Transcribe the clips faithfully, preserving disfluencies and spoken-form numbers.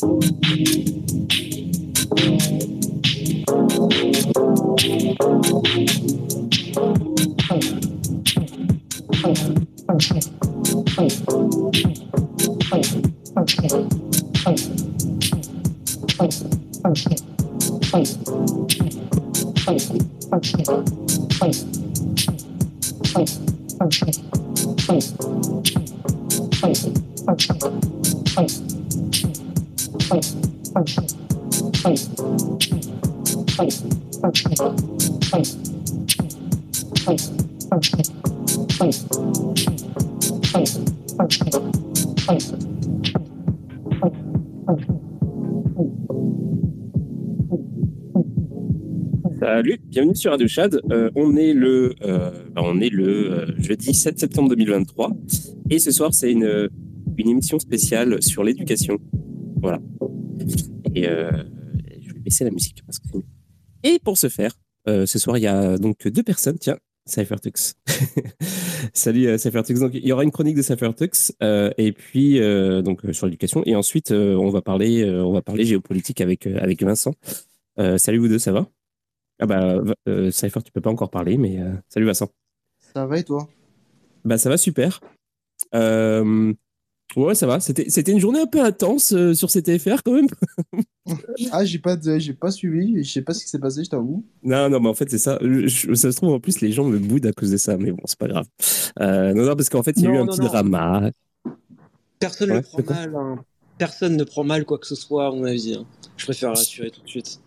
Salut, bienvenue sur Radio Chad. Euh, on est le, euh, bah, on est le euh, jeudi sept septembre deux mille vingt-trois et ce soir c'est une, une émission spéciale sur l'éducation. Voilà. Et euh, je vais baisser la musique parce que. Et pour ce faire, euh, ce soir il y a donc deux personnes. Tiens, Cyphertux. Salut euh, Cyphertux. Donc il y aura une chronique de Cyphertux euh, et puis euh, donc euh, sur l'éducation et ensuite euh, on va parler, euh, on va parler géopolitique avec euh, avec Vincent. Euh, salut vous deux, ça va? Ah bah, euh, Cypher, tu peux pas encore parler, mais euh, salut Vincent. Ça va et toi? Bah ça va super. Euh, ouais, ça va. C'était, c'était une journée un peu intense euh, sur C T F R quand même. Ah, j'ai pas, de- j'ai pas suivi, je sais pas ce qui s'est passé, je t'avoue. Non, non, mais en fait, c'est ça. Je- je- ça se trouve, en plus, les gens me boudent à cause de ça, mais bon, c'est pas grave. Euh, non, non, parce qu'en fait, il y a eu Non, un non, petit non. drama. Personne ne Ouais, le prend de quoi? mal. Hein. Personne ne prend mal quoi que ce soit, à mon avis. Hein. Je préfère rassurer tout de suite.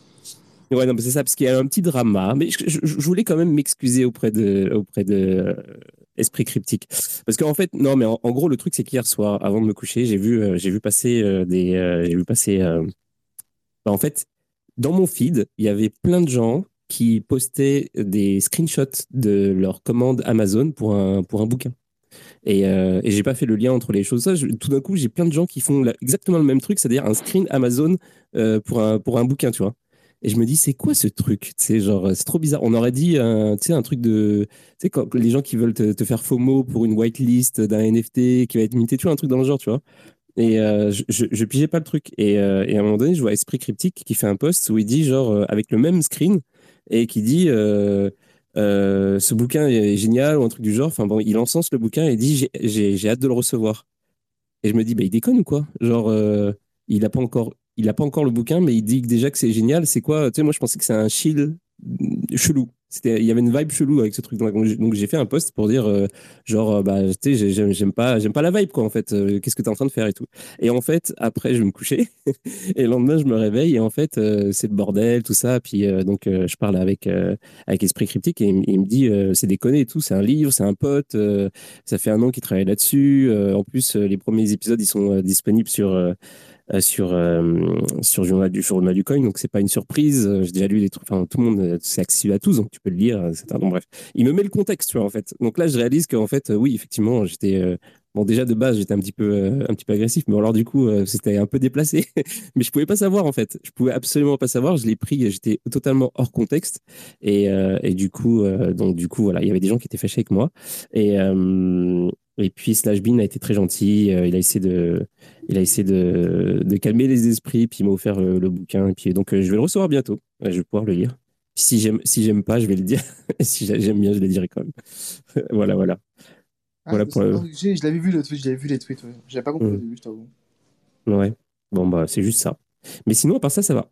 Ouais, non, mais c'est ça, parce qu'il y a eu un petit drama. Mais je, je- je voulais quand même m'excuser auprès de, auprès de euh, Esprit Cryptique. Parce qu'en fait, non, mais en, en gros, le truc, c'est qu'hier soir, avant de me coucher, j'ai vu, euh, j'ai vu passer euh, des, euh, j'ai vu passer. euh, bah, en fait, dans mon feed, il y avait plein de gens qui postaient des screenshots de leur commande Amazon pour un, pour un bouquin. Et, euh, et j'ai pas fait le lien entre les choses. Ça, je- tout d'un coup, j'ai plein de gens qui font la- exactement le même truc, c'est-à-dire un screen Amazon euh, pour, un, pour un bouquin, tu vois. Et je me dis, c'est quoi ce truc? C'est genre, c'est trop bizarre. On aurait dit, un, tu sais, un truc de, tu sais, quand les gens qui veulent te, te faire FOMO pour une whitelist d'un N F T qui va être minté, tu vois, un truc dans le genre, tu vois. Et euh, je, je, je pigeais pas le truc. Et, euh, et à un moment donné, je vois Esprit Cryptique qui fait un post où il dit, genre, euh, avec le même screen, et qui dit euh, euh, ce bouquin est génial ou un truc du genre. Enfin bon, il encense le bouquin et dit j'ai, j'ai, j'ai hâte de le recevoir. Et je me dis, bah, il déconne ou quoi? Genre, euh, il a pas encore, il a pas encore le bouquin, mais il dit déjà que c'est génial. C'est quoi? Tu sais, moi, je pensais que c'est un chill chelou. C'était, il y avait une vibe chelou avec ce truc. Donc, j'ai- donc, j'ai fait un post pour dire, euh, genre, euh, bah, tu sais, j'aime, j'aime pas, j'aime pas la vibe, quoi, en fait. Euh, qu'est-ce que tu es en train de faire et tout. Et en fait, après, je vais me coucher. Et le lendemain, je me réveille. Et en fait, euh, c'est le bordel, tout ça. Puis, euh, donc, euh, je parle avec, euh, avec Esprit Cryptique et il, m- il me dit, euh, c'est déconné et tout. C'est un livre, c'est un pote. euh, ça fait un an qu'il travaille là-dessus. Euh, en plus, euh, les premiers épisodes, ils sont euh, disponibles sur, euh, euh, sur, euh, sur le journal du, sur le journal du coin, donc c'est pas une surprise. Euh, J'ai déjà lu des trucs, enfin, tout le monde, euh, c'est accessible à tous, donc tu peux le lire, et cetera. Donc, bref, il me met le contexte, tu vois, en fait. Donc là, je réalise qu'en fait, euh, oui, effectivement, j'étais, euh, bon, déjà de base, j'étais un petit peu, euh, un petit peu agressif, mais alors du coup, euh, c'était un peu déplacé. Mais je pouvais pas savoir, en fait. Je pouvais absolument pas savoir. Je l'ai pris, j'étais totalement hors contexte. Et, euh, et du coup, euh, donc, du coup, voilà, il y avait des gens qui étaient fâchés avec moi. Et, euh, et puis, Slash Bean a été très gentil. Euh, il a essayé de, il a essayé de, de calmer les esprits, puis il m'a offert le, le bouquin. Et puis, donc, euh, je vais le recevoir bientôt. Ouais, je vais pouvoir le lire. Si j'aime, si j'aime pas, je vais le dire. Si j'aime bien, je le dirai quand même. Voilà, voilà. Ah, Voilà c'est pour ça. le. Oh, j'ai- je l'avais vu le tweet, j'avais vu les tweets, ouais. J'avais pas compris au Hum, début, je t'avoue. ouais. Bon, bah, c'est juste ça. Mais sinon, à part ça, ça va.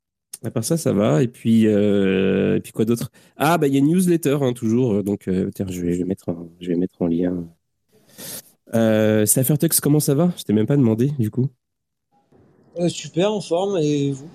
À part ça, ça va. Et puis, euh, et puis quoi d'autre? Ah, bah, il y a une newsletter, hein, toujours. Donc, euh, tiens, je vais, je vais mettre en, je vais mettre en lien. Euh, Cyphertex, comment ça va? Je t'ai même pas demandé, du coup. Euh, super, en forme, et vous?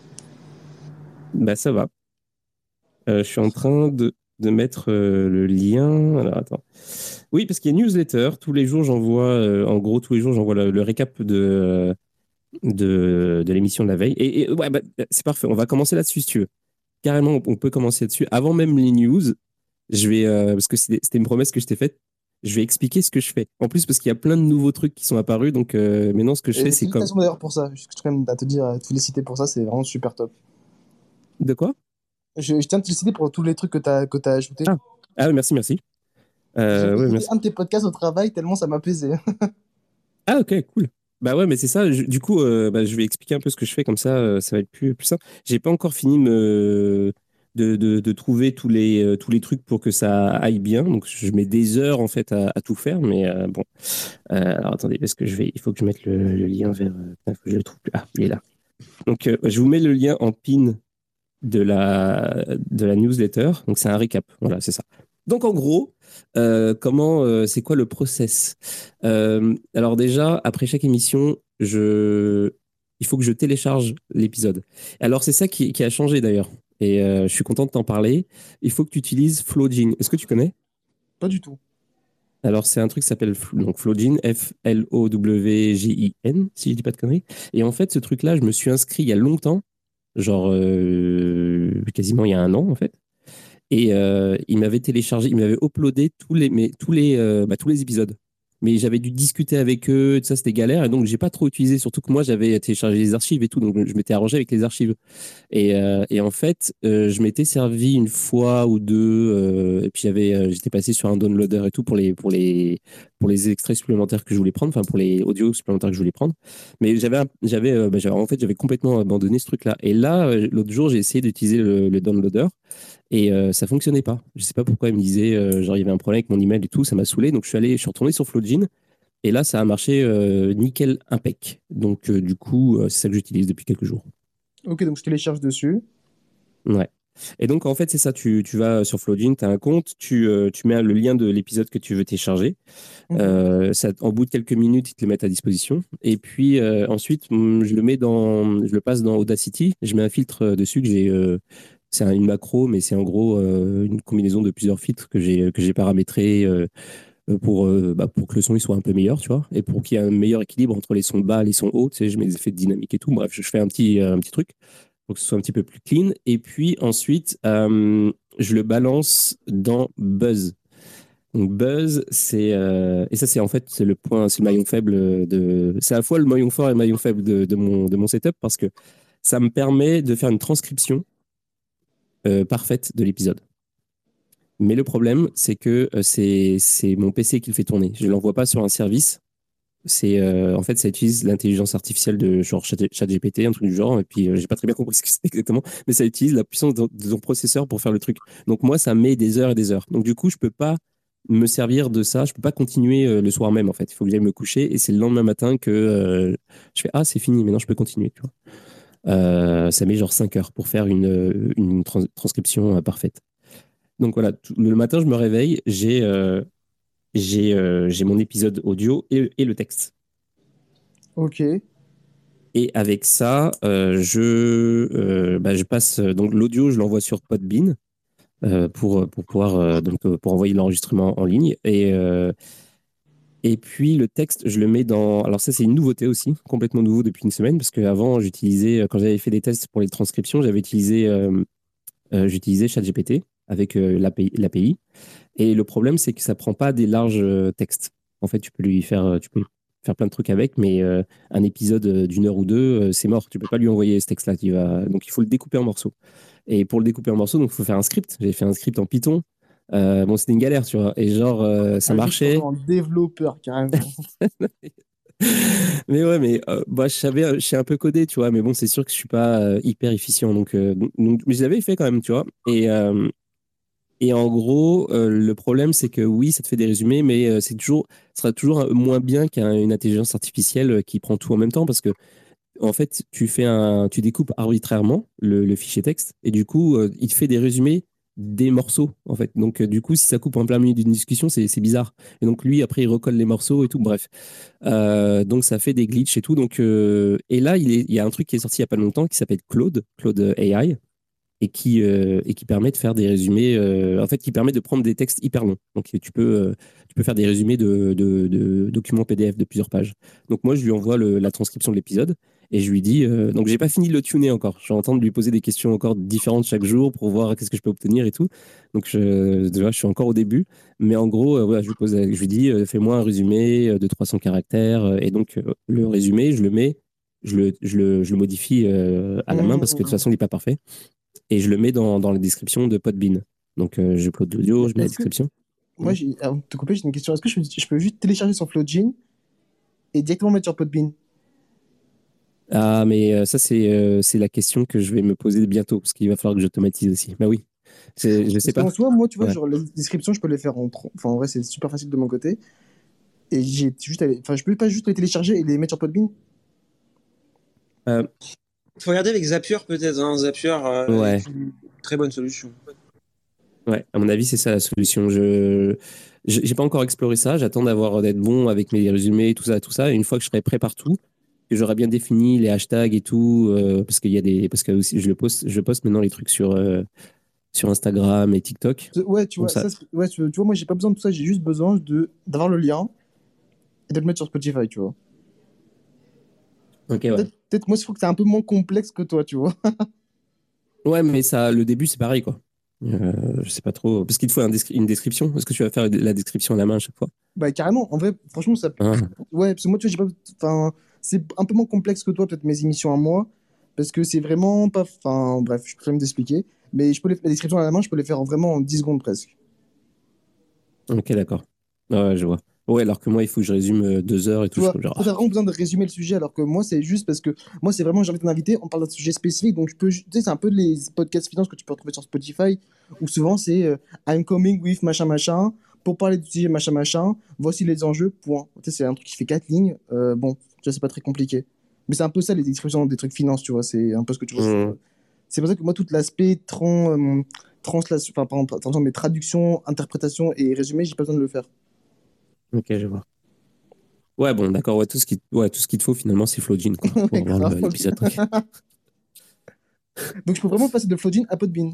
Bah, ça va. Euh, je suis en train de, de mettre euh, le lien. Alors, attends. Oui, parce qu'il y a une newsletter. Tous les jours, j'envoie, euh, en gros, tous les jours, j'envoie le, le récap de, euh, de, de l'émission de la veille. Et, et ouais, bah, c'est parfait. On va commencer là-dessus, si tu veux. Carrément, on peut commencer là-dessus. Avant même les news, je vais, euh, parce que c'était c'était une promesse que je t'ai faite, je vais expliquer ce que je fais. En plus, parce qu'il y a plein de nouveaux trucs qui sont apparus. Donc, euh, maintenant, ce que je fais, Et c'est comme. félicitations d'ailleurs pour ça. Je je tiens à te dire, à te féliciter pour ça, c'est vraiment super top. De quoi? Je, je tiens à te féliciter pour tous les trucs que tu as, que t'as ajoutés. Ah, ah oui, merci, merci. J'ai Euh, même ouais, écouté merci. un de tes podcasts au travail tellement ça m'a plaisé. Ah, ok, cool. Bah ouais, mais c'est ça. je- du coup, euh, bah, je vais expliquer un peu ce que je fais comme ça, euh, ça va être plus, plus simple. J'ai pas encore fini de, me- de, de, de trouver tous les, euh, tous les trucs pour que ça aille bien. Donc, je mets des heures en fait à, à tout faire. Mais euh, bon, Euh, alors attendez, parce que je vais, il faut que je mette le, le lien vers. euh, Il faut que je le trouve plus. Ah, il est là. Donc, euh, je vous mets le lien en pin de la, de la newsletter. Donc, c'est un récap. Voilà, c'est ça. Donc, en gros, euh, comment, euh, c'est quoi le process? Euh, alors, déjà, après chaque émission, je, il faut que je télécharge l'épisode. Alors, c'est ça qui, qui a changé d'ailleurs. Et euh, je suis content de t'en parler. Il faut que tu utilises Flowgene. Est-ce que tu connais? Pas du tout. Alors, c'est un truc qui s'appelle Fl- donc Flowgene, F L O W G I N, si je dis pas de conneries. Et en fait, ce truc-là, je me suis inscrit il y a longtemps, genre euh, quasiment il y a un an, en fait. Et euh, il m'avait téléchargé, il m'avait uploadé tous les, mais, tous les, euh, bah, tous les épisodes. Mais j'avais dû discuter avec eux, tout ça, c'était galère. Et donc, j'ai pas trop utilisé, surtout que moi, j'avais téléchargé les archives et tout. Donc, je m'étais arrangé avec les archives. Et, euh, et en fait, euh, je m'étais servi une fois ou deux, euh, et puis j'avais, euh, j'étais passé sur un downloader et tout pour les, pour les, pour les extraits supplémentaires que je voulais prendre, enfin pour les audios supplémentaires que je voulais prendre. Mais j'avais, un- j'avais, euh, bah, j'avais- en fait, j'avais complètement abandonné ce truc-là. Et là, euh, l'autre jour, j'ai essayé d'utiliser le, le downloader et euh, ça fonctionnait pas. Je sais pas pourquoi. Il me disait, euh, genre, il y avait un problème avec mon email et tout, ça m'a saoulé. Donc je suis allé, je suis retourné sur Flowgene. Et là, ça a marché euh, nickel, impec. Donc, euh, du coup, euh, c'est ça que j'utilise depuis quelques jours. Ok, donc je télécharge dessus. Ouais. Et donc, en fait, c'est ça. Tu, tu vas sur Flowgene, tu as un compte, tu, euh, tu mets le lien de l'épisode que tu veux télécharger. Mhm. Euh, ça, en bout de quelques minutes, ils te le mettent à disposition. Et puis, euh, ensuite, hum, je le mets dans, je le passe dans Audacity. Je mets un filtre euh, dessus que j'ai. Euh, c'est un- une macro, mais c'est en gros euh, une combinaison de plusieurs filtres que j'ai que j'ai paramétrés euh, euh, pour, euh, bah, pour que le son il soit un peu meilleur, tu vois, et pour qu'il y ait un meilleur équilibre entre les sons bas et les sons hauts. Tu sais, je mets des effets de dynamique et tout. Bref, je, je fais un petit, euh, un petit truc pour que ce soit un petit peu plus clean. Et puis ensuite, euh, je le balance dans Buzz. Donc Buzz, c'est euh, et ça c'est en fait c'est le point, c'est le maillon faible de, c'est à la fois le maillon fort et le maillon faible de, de mon de mon setup parce que ça me permet de faire une transcription euh, parfaite de l'épisode. Mais le problème, c'est que euh, c'est c'est mon P C qui le fait tourner. Je ne l'envoie pas sur un service. C'est euh, en fait ça utilise l'intelligence artificielle de genre Chat- ChatGPT, un truc du genre. Et puis euh, j'ai pas très bien compris ce que c'est exactement, mais ça utilise la puissance de, de ton processeur pour faire le truc. Donc moi ça met des heures et des heures. Donc du coup je peux pas me servir de ça. Je peux pas continuer euh, le soir même en fait. Il faut que j'aille me coucher et c'est le lendemain matin que euh, je fais ah c'est fini. Maintenant je peux continuer. Tu vois. Euh, ça met genre cinq heures pour faire une une trans- transcription euh, parfaite. Donc voilà, tout- le matin je me réveille, j'ai euh, j'ai euh, j'ai mon épisode audio et, et le texte. Ok. Et avec ça, euh, je, euh, bah, je passe euh, donc l'audio, je l'envoie sur Podbean euh, pour, pour pouvoir euh, donc euh, pour envoyer l'enregistrement en ligne. Et, euh, et puis le texte, je le mets dans. Alors ça, c'est une nouveauté aussi, complètement nouveau depuis une semaine, parce qu'avant, j'utilisais, euh, quand j'avais fait des tests pour les transcriptions, j'avais utilisé, euh, euh, j'utilisais ChatGPT avec euh, l'A P I, l'A P I. Et le problème, c'est que ça prend pas des larges euh, textes. En fait, tu peux lui faire, euh, tu peux faire plein de trucs avec, mais euh, un épisode euh, d'une heure ou deux, euh, c'est mort. Tu peux pas lui envoyer ce texte-là. Qui va... Donc, il faut le découper en morceaux. Et pour le découper en morceaux, donc, il faut faire un script. J'ai fait un script en Python. Euh, bon, c'était une galère, tu vois. Et genre, euh, ça Un truc pour marchait. un développeur, carrément. Mais ouais, mais euh, bah, je savais, je sais un peu coder, tu vois. Mais bon, c'est sûr que je suis pas euh, hyper efficient. Donc, euh, donc, mais je l'avais fait quand même, tu vois. Et, euh, Et en gros, euh, le problème, c'est que oui, ça te fait des résumés, mais euh, c'est toujours, ce sera toujours un- moins bien qu'une intelligence artificielle euh, qui prend tout en même temps parce que, en fait, tu fais un, tu découpes arbitrairement le, le fichier texte et du coup, euh, il te fait des résumés des morceaux, en fait. Donc, euh, du coup, si ça coupe en plein milieu d'une discussion, c'est c'est bizarre. Et donc, lui, après, il recolle les morceaux et tout. Bref. Euh, donc, ça fait des glitches et tout. Donc, euh, et là, il, est, il y a un truc qui est sorti il n'y a pas longtemps qui s'appelle Claude, Claude A I et qui, euh, et qui permet de faire des résumés, euh, en fait, qui permet de prendre des textes hyper longs. Donc, tu peux, euh, tu peux faire des résumés de, de, de documents P D F de plusieurs pages. Donc, moi, je lui envoie le- la transcription de l'épisode et je lui dis, euh, donc, j'ai pas fini de le tuner encore. Je suis en train de lui poser des questions encore différentes chaque jour pour voir qu'est-ce que je peux obtenir et tout. Donc, je, déjà, je suis encore au début. Mais en gros, euh, voilà, je lui pose, je lui dis, euh, fais-moi un résumé euh, de trois cents caractères. euh, Et donc, euh, le résumé, je le mets, je le, je le, je le modifie euh, à la main parce que de toute Hum. façon, il n'est pas parfait et je le mets dans, dans la description de Podbean. Donc, euh, j'upload l'audio, Mais je mets la est-ce que, description. moi, j'ai, avant de te couper, j'ai une question. Est-ce que je, je peux juste télécharger sur Flowgene et directement mettre sur Podbean? Ah, mais euh, ça, c'est euh, c'est la question que je vais me poser bientôt, parce qu'il va falloir que j'automatise aussi. Bah oui, c'est- je sais Parce pas. qu'en soi, moi, tu vois, Ouais. genre, les descriptions, je peux les faire en tro- Enfin, en vrai, c'est super facile de mon côté. Et j'ai juste à les- Enfin, je peux pas juste les télécharger et les mettre sur Podbean. Euh, Faut regarder avec Zapier peut-être, hein. Zapier euh, ouais, est une très bonne solution. ouais. À mon avis, c'est ça la solution. Je je- j'ai pas encore exploré ça. J'attends d'avoir d'être bon avec mes résumés, tout ça, tout ça. Et une fois que je serai prêt partout, que j'aurai bien défini les hashtags et tout, euh, parce qu'il y a des, parce que aussi, je le poste, je poste maintenant les trucs sur euh, sur Instagram et TikTok. C'est- Ouais, tu Donc vois, ça. ça, c'est- ouais, tu, tu vois, moi, j'ai pas besoin de tout ça. J'ai juste besoin de d'avoir le lien et de le mettre sur Spotify, tu vois. Ok, ouais. Peut-être, peut-être moi, il faut que c'est un peu moins complexe que toi, tu vois. Ouais, mais ça, le début, c'est pareil, quoi. Euh, je sais pas trop. Parce qu'il te faut un descri- une description. Est-ce que tu vas faire la description à la main à chaque fois? Bah, carrément, en vrai, franchement, ça. Hein. Ouais, parce que moi, tu vois, j'ai pas. Enfin, c'est un peu moins complexe que toi, peut-être mes émissions à moi. Parce que c'est vraiment pas. Enfin, bref, je peux même t'expliquer. Mais je peux les... la description à la main, je peux les faire en vraiment en dix secondes presque. Ok, d'accord. Ouais, je vois. Ouais, alors que moi, il faut que je résume euh, deux heures et Tu tout. Je vois, suis genre, toi, ah, t'as vraiment besoin de résumer le sujet, alors que moi, c'est juste parce que moi, c'est vraiment, j'invite un invité, on parle d'un sujet spécifique, donc je peux, ju- tu sais, c'est un peu les podcasts finance que tu peux retrouver sur Spotify, où souvent c'est euh, I'm coming with machin machin, pour parler du sujet machin machin, voici les enjeux, point. Tu sais, c'est un truc qui fait quatre lignes, euh, bon, tu vois, c'est pas très compliqué. Mais c'est un peu ça, les descriptions des trucs finance, tu vois, c'est un peu ce que tu vois. C'est hum, c'est pour ça que moi, tout l'aspect tran, euh, translation, enfin, pardon, pardon, mais traduction, interprétation et résumé, j'ai pas besoin de le faire. ok, je vois. Ouais, bon, d'accord. Ouais, tout ce qui, ouais, tout ce qu'il te faut finalement, c'est Flowgene, quoi, pour Ouais, avoir grave. le- l'épisode truc. Donc je peux vraiment passer de Flowgen à Podbean.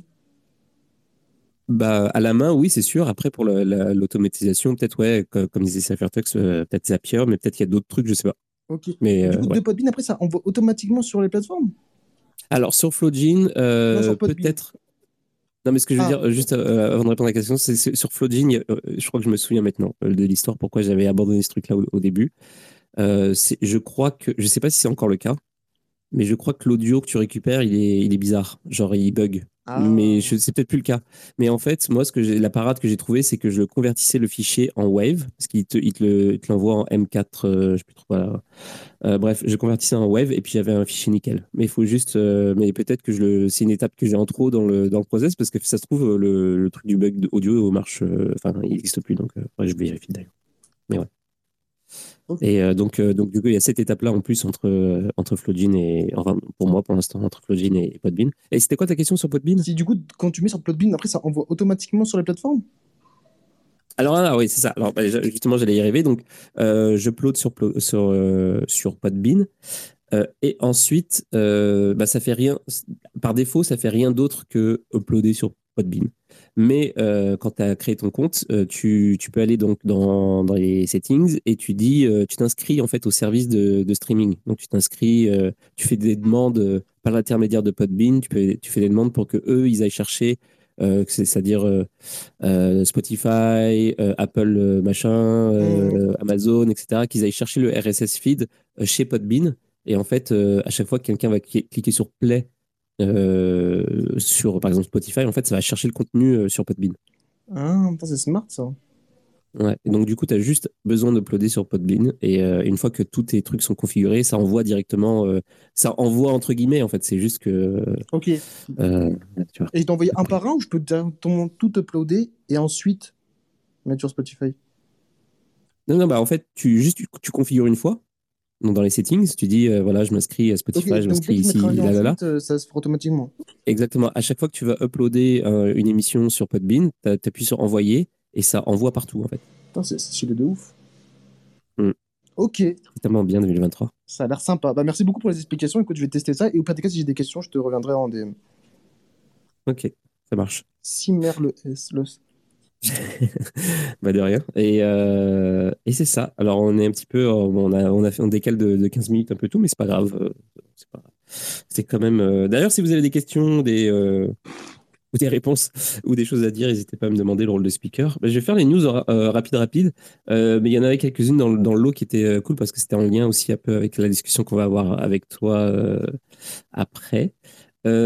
Bah, à la main, oui, c'est sûr. Après, pour la- la- l'automatisation, peut-être, ouais, co- comme disait Cyphertux, euh, peut-être Zapier, mais peut-être qu'il y a d'autres trucs, je sais pas. Ok. Mais Mais du euh, coup, de ouais. Podbean, après, ça envoie automatiquement sur les plateformes? Alors, sur Flowgene, Non, euh, sur Podbean. peut-être. Non, mais ce que je veux Ah, dire, euh, ok. juste euh, avant de répondre à la question, c'est c'est- sur Flowgene, il y a- euh, je crois que je me souviens maintenant euh, de l'histoire, pourquoi j'avais abandonné ce truc-là au, au début. Euh, c'est- je crois que, je sais pas si c'est encore le cas, mais je crois que l'audio que tu récupères, il est, il est bizarre. Genre, il bug. Mais Ah. je- c'est peut-être plus le cas. Mais en fait, moi, ce que j'ai, la parade que j'ai trouvée, c'est que je convertissais le fichier en Wave, parce qu'il te, il te le- il te l'envoie en M quatre, euh, je sais plus trop quoi. Euh, bref, je convertissais en Wave et puis j'avais un fichier nickel. Mais il faut juste, euh, mais peut-être que je le, c'est une étape que j'ai en trop dans le, dans le process, parce que ça se trouve, le, le truc du bug audio marche, euh, enfin, il n'existe plus. Donc, euh, ouais, je vérifie d'ailleurs. Mais ouais. Ok. Et euh, donc, euh, donc, du coup, il y a cette étape-là en plus entre, euh, entre Flowgene et, enfin, pour moi, pour l'instant, entre Flowgene et Podbean. Et c'était quoi ta question sur Podbean? Si du coup, quand tu mets sur Podbean, après, ça envoie automatiquement sur les plateformes? Alors là, oui, c'est ça. Alors, bah, justement, j'allais y arriver. Donc, euh, je upload sur, Plo- sur, euh, sur Podbean. Euh, et ensuite, euh, bah, ça fait rien. Par défaut, ça fait rien d'autre que uploader sur Podbean. Mais euh, quand tu as créé ton compte, euh, tu, tu peux aller donc dans, dans les settings et tu dis, euh, tu t'inscris en fait au service de, de streaming. Donc tu t'inscris, euh, tu fais des demandes euh, par l'intermédiaire de Podbean. Tu, peux, tu fais des demandes pour que eux, ils aillent chercher, euh, c'est- c'est-à-dire euh, euh, Spotify, euh, Apple euh, machin, Hmm. euh, Amazon, et cetera, qu'ils aillent chercher le R S S feed euh, chez Podbean. Et en fait, euh, à chaque fois que quelqu'un va cli- cliquer sur Play euh, sur, par exemple, Spotify, en fait, ça va chercher le contenu euh, sur Podbean. Ah, putain, c'est smart ça. Ouais. Et donc, du coup, tu as juste besoin d'uploader sur Podbean. Et euh, une fois que tous tes trucs sont configurés, ça envoie directement. Euh, ça envoie entre guillemets, en fait. C'est juste que. Ok. Et Euh, tu vois. je t'envoyer un par un ou je peux directement tout uploader et ensuite mettre sur Spotify? Non, non, bah, en fait, tu, juste, tu, tu configures une fois. Donc, dans les settings, tu dis, euh, voilà, je m'inscris à Ok, Spotify, je donc dès m'inscris que je mettrai un ici, lien là, là, là. ensuite, euh, ça se fait automatiquement. Exactement. À chaque fois que tu vas uploader euh, une émission sur Podbean, tu appuies sur envoyer et ça envoie partout, en fait. Putain, c'est c'est stylé de ouf. Mm. Ok, C'est tellement bien deux mille vingt-trois. ça a l'air sympa. Bah, merci beaucoup pour les explications. Écoute, je vais tester ça. Et au pire des cas, si j'ai des questions, je te reviendrai en D M. Ok, ça marche. Simer le S. Le... Bah de rien. Et, euh, et c'est ça. Alors on est un petit peu, euh, bon, on a, on a fait, on décale de, de quinze minutes un peu tout, mais c'est pas grave. euh, C'est pas, c'est quand même. euh, D'ailleurs, si vous avez des questions, des, euh, ou des réponses ou des choses à dire, n'hésitez pas à me demander le rôle de speaker. Bah, je vais faire les news euh, rapides, rapides. Euh, mais il y en avait quelques-unes dans, le- dans le lot qui étaient euh, cool parce que c'était en lien aussi un peu avec la discussion qu'on va avoir avec toi euh, après.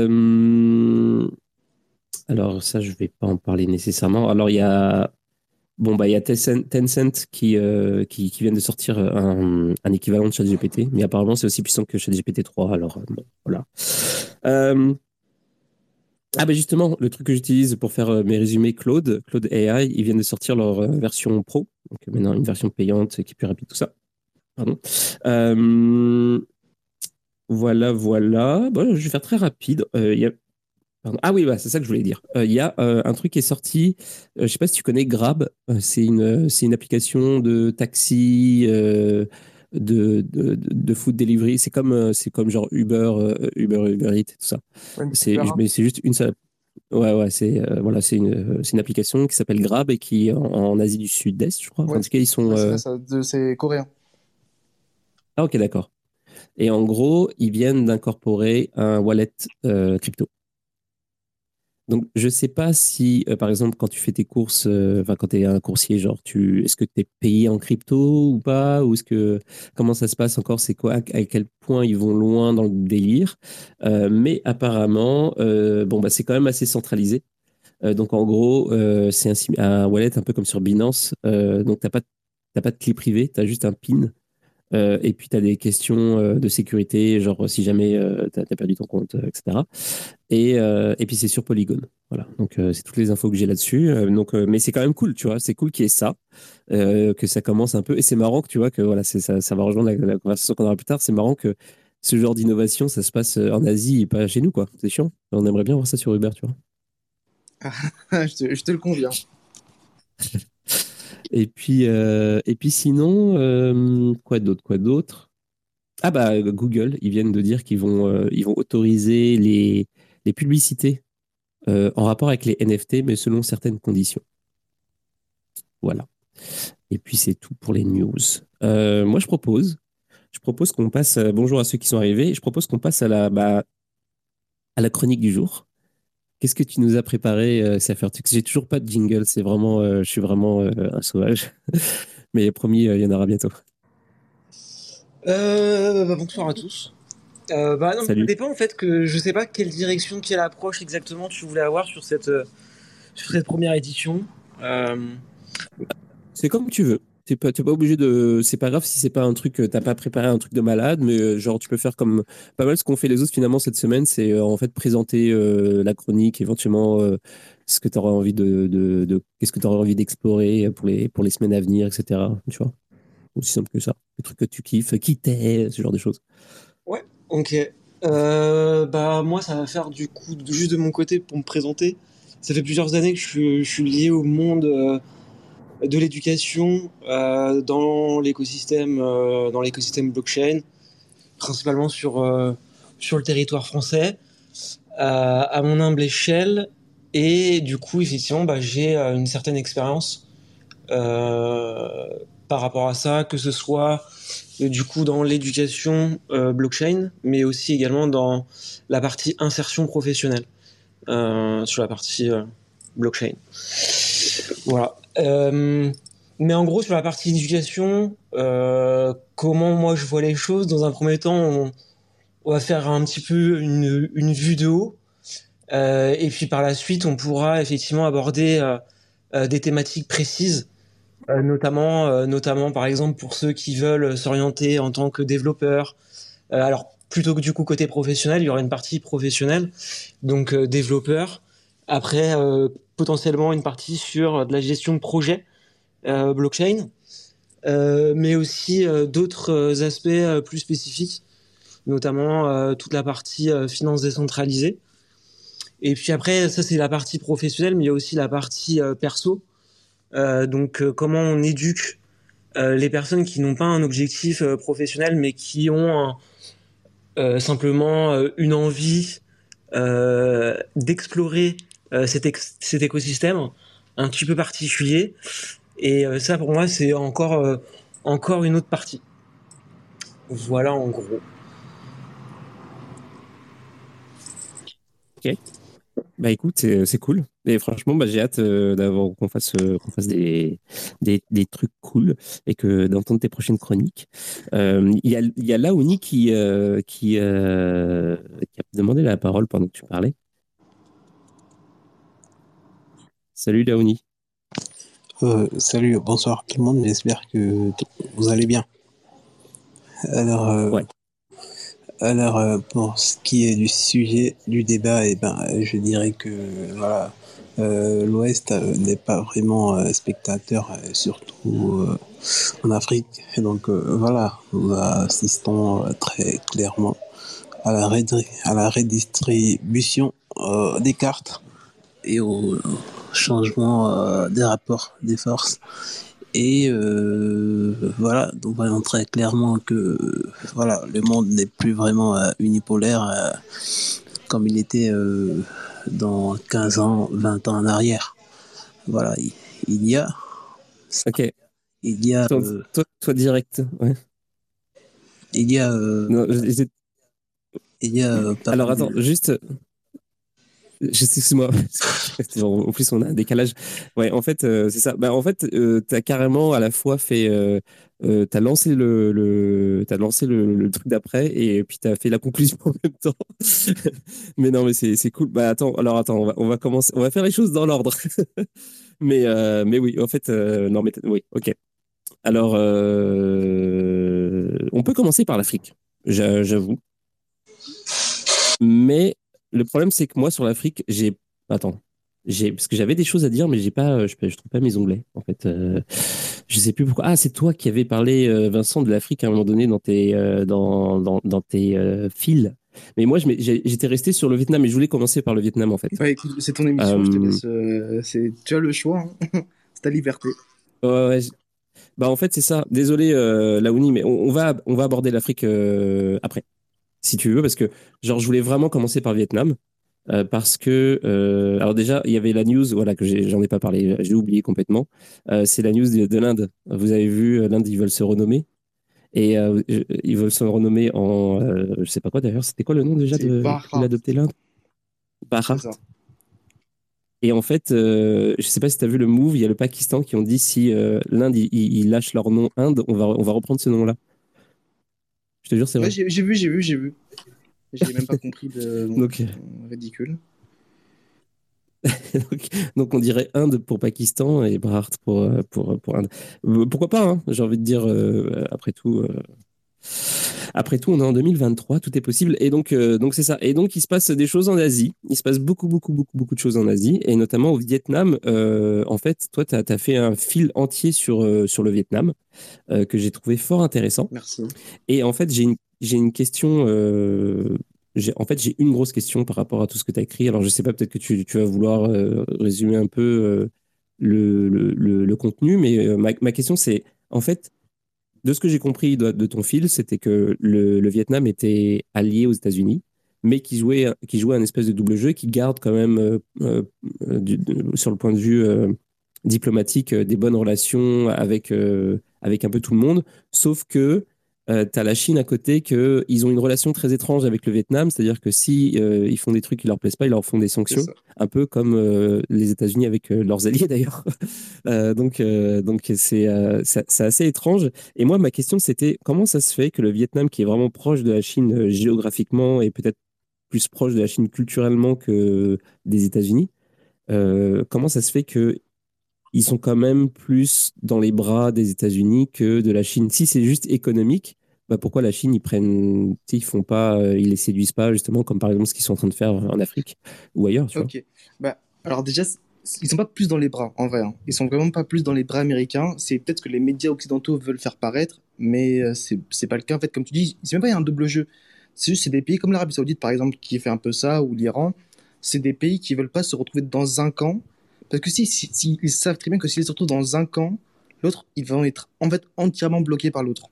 Euh, alors ça, je vais pas en parler nécessairement. Alors il y a Bon, bah, il y a Tencent, Tencent qui, euh, qui, qui vient de sortir un, un équivalent de ChatGPT, mais apparemment, c'est aussi puissant que ChatGPT trois. Alors, euh, bon, voilà. Euh, ah, bah, justement, le truc que j'utilise pour faire euh, mes résumés Claude, Claude A I, ils viennent de sortir leur euh, version pro. Donc, euh, maintenant, une version payante qui est plus rapide, tout ça. Pardon. Euh, voilà, voilà. Bon, je vais faire très rapide. Euh, il y a Pardon. Ah oui, bah, c'est ça que je voulais dire. Euh, Il y a euh, un truc qui est sorti, euh, je sais pas si tu connais Grab, euh, c'est une, euh, c'est une application de taxi, euh, de, de, de, de food delivery. C'est comme, euh, c'est comme genre Uber, euh, Uber, Uber Eats, tout ça. Ouais, une C'est, super rare. mais c'est juste une seule. Ouais, ouais, c'est euh, voilà, c'est une, euh, c'est une application qui s'appelle Grab et qui est en, en Asie du Sud-Est, je crois. Enfin, Ouais, en tout cas, ils sont. ouais, c'est ça, euh, ça de- c'est coréen. Ah, ok, d'accord. Et en gros, ils viennent d'incorporer un wallet euh, crypto. Donc, je sais pas si, euh, par exemple, quand tu fais tes courses, euh, enfin, quand tu es un coursier, genre, tu, est-ce que tu es payé en crypto ou pas? Ou est-ce que, comment ça se passe encore? C'est quoi? À, à quel point ils vont loin dans le délire? Euh, mais apparemment, euh, bon, bah, c'est quand même assez centralisé. Euh, donc, en gros, euh, c'est un, sim- un wallet un peu comme sur Binance. Euh, donc, tu n'as pas, t'as pas de clé privée, tu as juste un PIN. Euh, et puis, tu as des questions euh, de sécurité, genre si jamais euh, tu as perdu ton compte, euh, et cetera. Et, euh, et puis c'est sur Polygon. Voilà. Donc euh, c'est toutes les infos que j'ai là-dessus. Euh, donc, euh, mais c'est quand même cool, tu vois. C'est cool qu'il y ait ça, euh, que ça commence un peu. Et c'est marrant que tu vois que voilà, c'est ça, ça va rejoindre la, la conversation qu'on aura plus tard. C'est marrant que ce genre d'innovation, ça se passe euh, en Asie et pas chez nous, quoi. C'est chiant. On aimerait bien voir ça sur Uber, tu vois. je te, je te le conviens. Et puis, euh, et puis sinon, euh, quoi d'autre, quoi d'autre? Ah bah Google, ils viennent de dire qu'ils vont, euh, ils vont autoriser les, les publicités euh, en rapport avec les N F T, mais selon certaines conditions. Voilà. Et puis c'est tout pour les news. Euh, moi, je propose, je propose qu'on passe. euh, bonjour à ceux qui sont arrivés. Je propose qu'on passe à la, bah, à la chronique du jour. Qu'est-ce que tu nous as préparé, euh, Safer? J'ai toujours pas de jingle. C'est vraiment, euh, je suis vraiment euh, un sauvage. Mais promis, euh, il y en aura bientôt. Euh, bah, bonsoir à tous. Euh, bah non, ça Salut. dépend en fait que je sais pas quelle direction, quelle approche exactement tu voulais avoir sur cette, euh, sur cette première édition. Euh, C'est comme tu veux. T'es pas, t'es pas obligé de. C'est pas grave si c'est pas un truc. euh, T'as pas préparé un truc de malade, mais euh, genre tu peux faire comme pas mal ce qu'ont fait les autres finalement cette semaine, c'est euh, en fait présenter euh, la chronique, éventuellement euh, ce que tu auras envie de, de, de- qu'est-ce que tu auras envie d'explorer pour les pour les semaines à venir, et cetera. Tu vois, aussi simple que ça. Les trucs que tu kiffes, qui t'es, ce genre de choses. Ouais, ok. Euh, bah moi ça va faire du coup juste de mon côté pour me présenter. Ça fait plusieurs années que je suis, je suis lié au monde euh, de l'éducation euh, dans l'écosystème euh, dans l'écosystème blockchain, principalement sur euh, sur le territoire français, euh, à mon humble échelle. Et du coup effectivement bah, j'ai euh, une certaine expérience euh, par rapport à ça, que ce soit euh, du coup dans l'éducation euh, blockchain, mais aussi également dans la partie insertion professionnelle euh, sur la partie euh, blockchain. Voilà. Euh, mais en gros, sur la partie éducation, euh, comment moi je vois les choses, dans un premier temps, on, on va faire un petit peu une, une vue de haut. Euh, et puis par la suite, on pourra effectivement aborder euh, euh, des thématiques précises, euh, notamment, euh, notamment par exemple pour ceux qui veulent s'orienter en tant que développeurs. Euh, alors plutôt que du coup côté professionnel, il y aura une partie professionnelle, donc euh, développeur. Après, euh, potentiellement une partie sur de la gestion de projet euh, blockchain, euh, mais aussi euh, d'autres euh, aspects euh, plus spécifiques, notamment euh, toute la partie euh, finance décentralisée. Et puis après, ça c'est la partie professionnelle, mais il y a aussi la partie euh, perso. Euh, donc euh, comment on éduque euh, les personnes qui n'ont pas un objectif euh, professionnel, mais qui ont un, euh, simplement euh, une envie euh, d'explorer euh, cet, ex- cet écosystème un petit peu particulier. Et euh, ça, pour moi, c'est encore, euh, encore une autre partie. Voilà, en gros. Ok. Bah écoute, c'est c'est cool. Et franchement, bah, j'ai hâte euh, d'avoir qu'on fasse euh, qu'on fasse des, des des trucs cool et que d'entendre tes prochaines chroniques. Euh, Il y a il y a Laouni qui euh, qui euh, qui a demandé la parole pendant que tu parlais. Salut Laouni. Euh, salut, bonsoir tout le monde, j'espère que t- vous allez bien. Alors, euh, Ouais. alors euh, pour ce qui est du sujet du débat, eh ben, je dirais que voilà, euh, l'Ouest euh, n'est pas vraiment euh, spectateur, euh, surtout euh, en Afrique. Et donc euh, voilà, nous assistons euh, très clairement à la, rédri- à la redistribution euh, des cartes et au changement euh, des rapports des forces. Et euh, voilà, donc voyons très clairement que voilà, le monde n'est plus vraiment euh, unipolaire euh, comme il était euh, dans quinze ans, vingt ans en arrière. Voilà, il, il y a, Ok. il y a, Toi, euh, toi, toi direct. Ouais. il y a, euh, Non, j'ai- il y a euh, pas Alors mal attends, de. juste, je- excuse-moi. En plus, on a un décalage. Ouais, en fait, euh, c'est ça. Bah, en fait, euh, t'as carrément à la fois fait, euh, euh, t'as lancé le, le, t'as lancé le, le truc d'après et puis t'as fait la conclusion en même temps. Mais non, mais c'est, c'est cool. Bah attends, alors attends, on va, on va commencer, on va faire les choses dans l'ordre. Mais, euh, mais oui, en fait, euh, non, mais t- oui, ok. Alors, euh, on peut commencer par l'Afrique, j'a- j'avoue. Mais le problème, c'est que moi, sur l'Afrique, j'ai. Attends. J'ai... Parce que j'avais des choses à dire, mais j'ai pas, euh, je, je trouve pas mes onglets, en fait. Euh, je sais plus pourquoi. Ah, c'est toi qui avais parlé, euh, Vincent, de l'Afrique à un moment donné dans tes, euh, dans, dans, dans tes euh, fils. Mais moi, je m'ai- j'ai- j'étais resté sur le Vietnam et je voulais commencer par le Vietnam, en fait. Bah écoute, c'est ton émission, je te Euh, laisse. euh, c'est, tu as le choix, hein. C'est ta liberté. ouais, ouais, j- bah, en fait, c'est ça. Désolé, euh, Laouni, mais on, on va, on va aborder l'Afrique euh, après, si tu veux, parce que, genre, je voulais vraiment commencer par le Vietnam. Euh, parce que, euh, alors déjà, il y avait la news, voilà, que j'ai- j'en ai pas parlé, j'ai oublié complètement. Euh, c'est la news de, de l'Inde. Vous avez vu, euh, l'Inde, ils veulent se renommer. Et euh, je- ils veulent se renommer en, euh, je sais pas quoi d'ailleurs, c'était quoi le nom déjà C'est de, pour Bahra, l'adopter l'Inde? c'est Bharat. ça. Et en fait, euh, je sais pas si tu as vu le move, il y a le Pakistan qui ont dit si euh, l'Inde, ils il, il lâche leur nom Inde, on va, on va reprendre ce nom-là. Je te jure, c'est Ouais, vrai. j'ai j'ai vu, j'ai vu, j'ai vu. J'ai même pas compris de. Bon, Donc, euh, ridicule. donc, donc on dirait Inde pour Pakistan et Bharat pour, euh, pour, pour Inde. Euh, Pourquoi pas, hein, j'ai envie de dire, euh, après tout. euh, Après tout, on est en deux mille vingt-trois, tout est possible. Et donc, euh, donc c'est ça. Et donc, il se passe des choses en Asie. Il se passe beaucoup, beaucoup, beaucoup, beaucoup de choses en Asie, et notamment au Vietnam. Euh, en fait, toi, tu as fait un fil entier sur, euh, sur le Vietnam euh, que j'ai trouvé fort intéressant. Merci. Et en fait, j'ai une, j'ai une question. Euh, j'ai- en fait, j'ai une grosse question par rapport à tout ce que tu as écrit. Alors, je sais pas, peut-être que tu, tu vas vouloir euh, résumer un peu euh, le, le, le, le contenu, mais euh, ma, ma question, c'est en fait, de ce que j'ai compris de, de ton fil, c'était que le, le Vietnam était allié aux États-Unis, mais qui jouait, qui jouait un espèce de double jeu, qui garde quand même, euh, euh, du- de- sur le point de vue euh, diplomatique, euh, des bonnes relations avec, euh, avec un peu tout le monde, sauf que tu as la Chine à côté, que ils ont une relation très étrange avec le Vietnam, c'est-à-dire que si euh, ils font des trucs qui leur plaisent pas, ils leur font des C'est sanctions, ça. un peu comme euh, les États-Unis avec euh, leurs alliés d'ailleurs. Euh, donc, euh, donc c'est euh, c'est c'est assez étrange. Et moi, ma question, c'était comment ça se fait que le Vietnam, qui est vraiment proche de la Chine euh, géographiquement et peut-être plus proche de la Chine culturellement que des États-Unis, euh, comment ça se fait que ils sont quand même plus dans les bras des États-Unis que de la Chine? Si c'est juste économique, bah pourquoi la Chine, ils prennent, tu sais, ils font pas, euh, ils les séduisent pas, justement, comme par exemple ce qu'ils sont en train de faire en Afrique ou ailleurs, tu vois? Ok. Bah, alors déjà, c- ils sont pas plus dans les bras, en vrai, hein. Ils sont vraiment pas plus dans les bras américains. C'est peut-être que les médias occidentaux veulent faire paraître, mais euh, c'est c'est pas le cas. En fait, comme tu dis, c'est même pas il y a un double jeu. C'est juste c'est des pays comme l'Arabie Saoudite, par exemple, qui fait un peu ça, ou l'Iran. C'est des pays qui veulent pas se retrouver dans un camp. Parce que si, si, si- ils savent très bien que s'ils se retrouvent dans un camp, l'autre, ils vont être en fait entièrement bloqués par l'autre.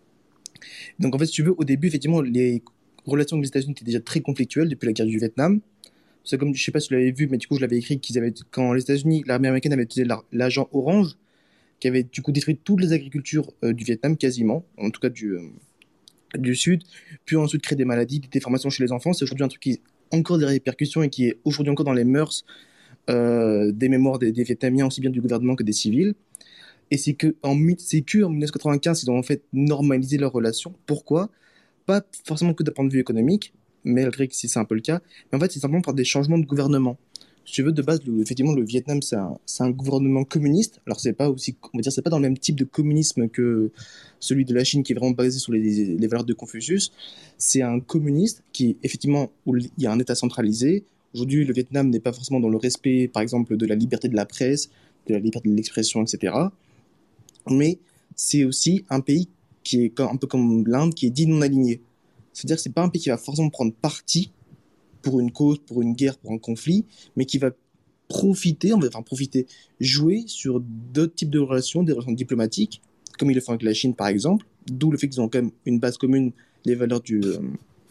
Donc en fait, si tu veux, au début, effectivement, les relations avec les États-Unis étaient déjà très conflictuelles depuis la guerre du Vietnam. C'est comme, je sais pas si tu l'avais vu, mais du coup, je l'avais écrit qu'ils avaient, quand les États-Unis, l'armée américaine avait utilisé l'ar- l'agent orange, qui avait du coup détruit toutes les agricultures euh, du Vietnam, quasiment, en tout cas du, euh, du Sud, puis ensuite créé des maladies, des déformations chez les enfants. C'est aujourd'hui un truc qui a encore des répercussions et qui est aujourd'hui encore dans les mœurs euh, des mémoires des, des Vietnamiens, aussi bien du gouvernement que des civils. Et c'est que en, mi- c'est que en mille neuf cent quatre-vingt-quinze, ils ont en fait normalisé leurs relations. Pourquoi? Pas forcément que d'un point de vue économique, mais malgré que si c'est un peu le cas, mais en fait, c'est simplement par des changements de gouvernement. Si tu veux, de base, le- effectivement, le Vietnam, c'est un, c'est un gouvernement communiste. Alors, c'est pas aussi, on va dire, c'est pas dans le même type de communisme que celui de la Chine, qui est vraiment basé sur les, les valeurs de Confucius. C'est un communiste qui, effectivement, où il y a un État centralisé. Aujourd'hui, le Vietnam n'est pas forcément dans le respect, par exemple, de la liberté de la presse, de la liberté de l'expression, et cetera. Mais c'est aussi un pays qui est comme- un peu comme l'Inde, qui est dit non aligné. C'est-à-dire que c'est pas un pays qui va forcément prendre parti pour une cause, pour une guerre, pour un conflit, mais qui va profiter, on va enfin profiter, jouer sur d'autres types de relations, des relations diplomatiques, comme ils le font avec la Chine par exemple, d'où le fait qu'ils ont quand même une base commune, les valeurs du, euh,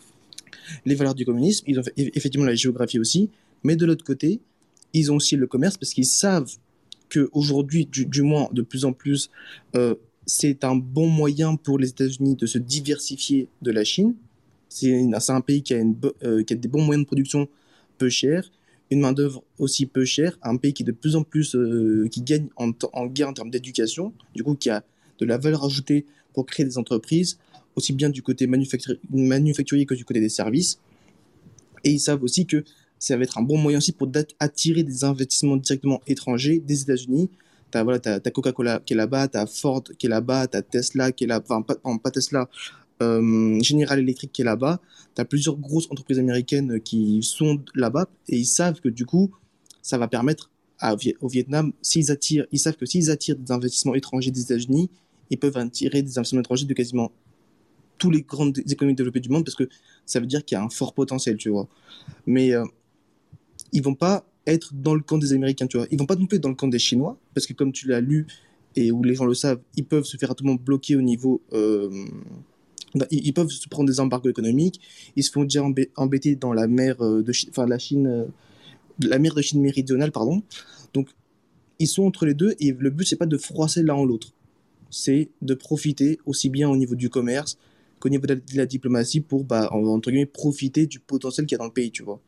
les valeurs du communisme, ils ont fait- effectivement la géographie aussi, mais de l'autre côté, ils ont aussi le commerce parce qu'ils savent qu'aujourd'hui, du, du moins de plus en plus, euh, c'est un bon moyen pour les États-Unis de se diversifier de la Chine. C'est c'est un pays qui a, une, bo- euh, qui a des bons moyens de production peu chers, une main-d'œuvre aussi peu chère, un pays qui est de plus en plus euh, qui gagne en, t- en gain en termes d'éducation, du coup qui a de la valeur ajoutée pour créer des entreprises, aussi bien du côté manufacturier, manufacturier que du côté des services. Et ils savent aussi que ça va être un bon moyen aussi pour attirer des investissements directement étrangers des États-Unis. T'as voilà, t'as, t'as Coca-Cola qui est là-bas, t'as Ford qui est là-bas, t'as Tesla qui est là, enfin pas, pardon, pas Tesla, euh, General Electric qui est là-bas. T'as plusieurs grosses entreprises américaines qui sont là-bas et ils savent que du coup, ça va permettre à, au Vietnam, s'ils attirent, ils savent que s'ils attirent des investissements étrangers des États-Unis, ils peuvent attirer des investissements étrangers de quasiment tous les grandes économies développées du monde parce que ça veut dire qu'il y a un fort potentiel, tu vois. Mais euh, ils vont pas être dans le camp des Américains, tu vois. Ils vont pas non plus être dans le camp des Chinois, parce que comme tu l'as lu et où les gens le savent, ils peuvent se faire à tout moment bloquer au niveau. Euh, ils, ils peuvent se prendre des embargos économiques. Ils se font déjà embê- embêter dans la mer euh, de Chine, enfin la Chine, euh, la mer de Chine méridionale, pardon. Donc ils sont entre les deux et le but c'est pas de froisser l'un en l'autre, c'est de profiter aussi bien au niveau du commerce qu'au niveau de la, de la diplomatie pour bah, entre guillemets profiter du potentiel qu'il y a dans le pays, tu vois.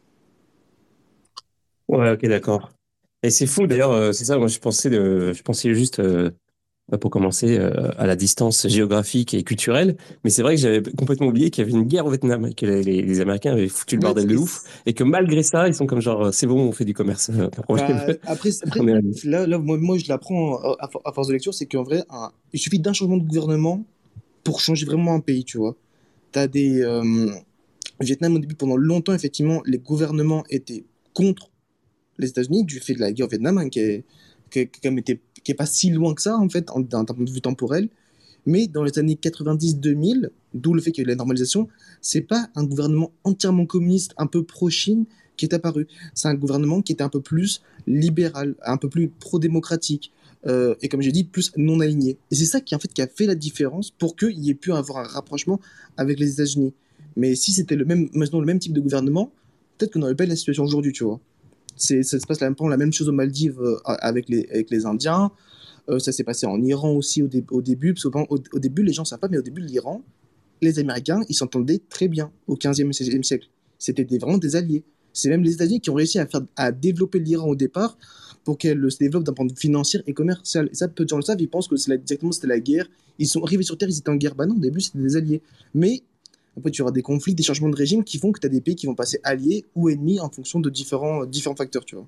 Ouais, ok, d'accord. Et c'est fou d'ailleurs, euh, c'est ça, moi je pensais, de, je pensais juste, euh, bah, pour commencer, euh, à la distance géographique et culturelle, mais c'est vrai que j'avais complètement oublié qu'il y avait une guerre au Vietnam, et que les, les- les Américains avaient foutu le En fait, bordel de et ouf, et que malgré ça, ils sont comme genre, c'est bon, on fait du commerce, euh, pas de problème. bah, après, après On est amis. là, là moi, moi, je l'apprends à, à, à force de lecture, c'est qu'en vrai, un- il suffit d'un changement de gouvernement pour changer vraiment un pays, tu vois. T'as des... Euh, le Vietnam, au début, pendant longtemps, effectivement, les gouvernements étaient contre les États-Unis, du fait de la guerre au Vietnam, hein, qui est, qui, est, qui, est, quand même été- qui est pas si loin que ça, en fait, en- d'un d'un point de vue temporel. Mais dans les années quatre-vingt-dix deux mille, d'où le fait qu'il y a eu la normalisation, c'est pas un gouvernement entièrement communiste, un peu pro-Chine, qui est apparu. C'est un gouvernement qui était un peu plus libéral, un peu plus pro-démocratique, euh, et comme j'ai dit, plus non aligné. Et c'est ça qui, en fait, qui a fait la différence pour qu'il y ait pu avoir un rapprochement avec les États-Unis. Mais si c'était le même, maintenant le même type de gouvernement, peut-être qu'on n'aurait pas la situation aujourd'hui, tu vois. C'est, ça se passe la, la même chose aux Maldives euh, avec, les, avec les Indiens. Euh, ça s'est passé en Iran aussi au, dé- au début, parce qu'au au, au début, les gens ne savent pas, mais au début, l'Iran, les Américains, ils s'entendaient très bien au quinzième et seizième siècle. C'était des, vraiment des alliés. C'est même les États-Unis qui ont réussi à, faire, à développer l'Iran au départ pour qu'elle se développe d'un point de vue financier et commercial. Et ça, peu de gens le savent, ils pensent que c'est la, directement c'était la guerre. Ils sont arrivés sur Terre, ils étaient en guerre. Bah non, au début, c'était des alliés. Mais après, tu auras des conflits, des changements de régime qui font que tu as des pays qui vont passer alliés ou ennemis en fonction de différents, différents facteurs, tu vois.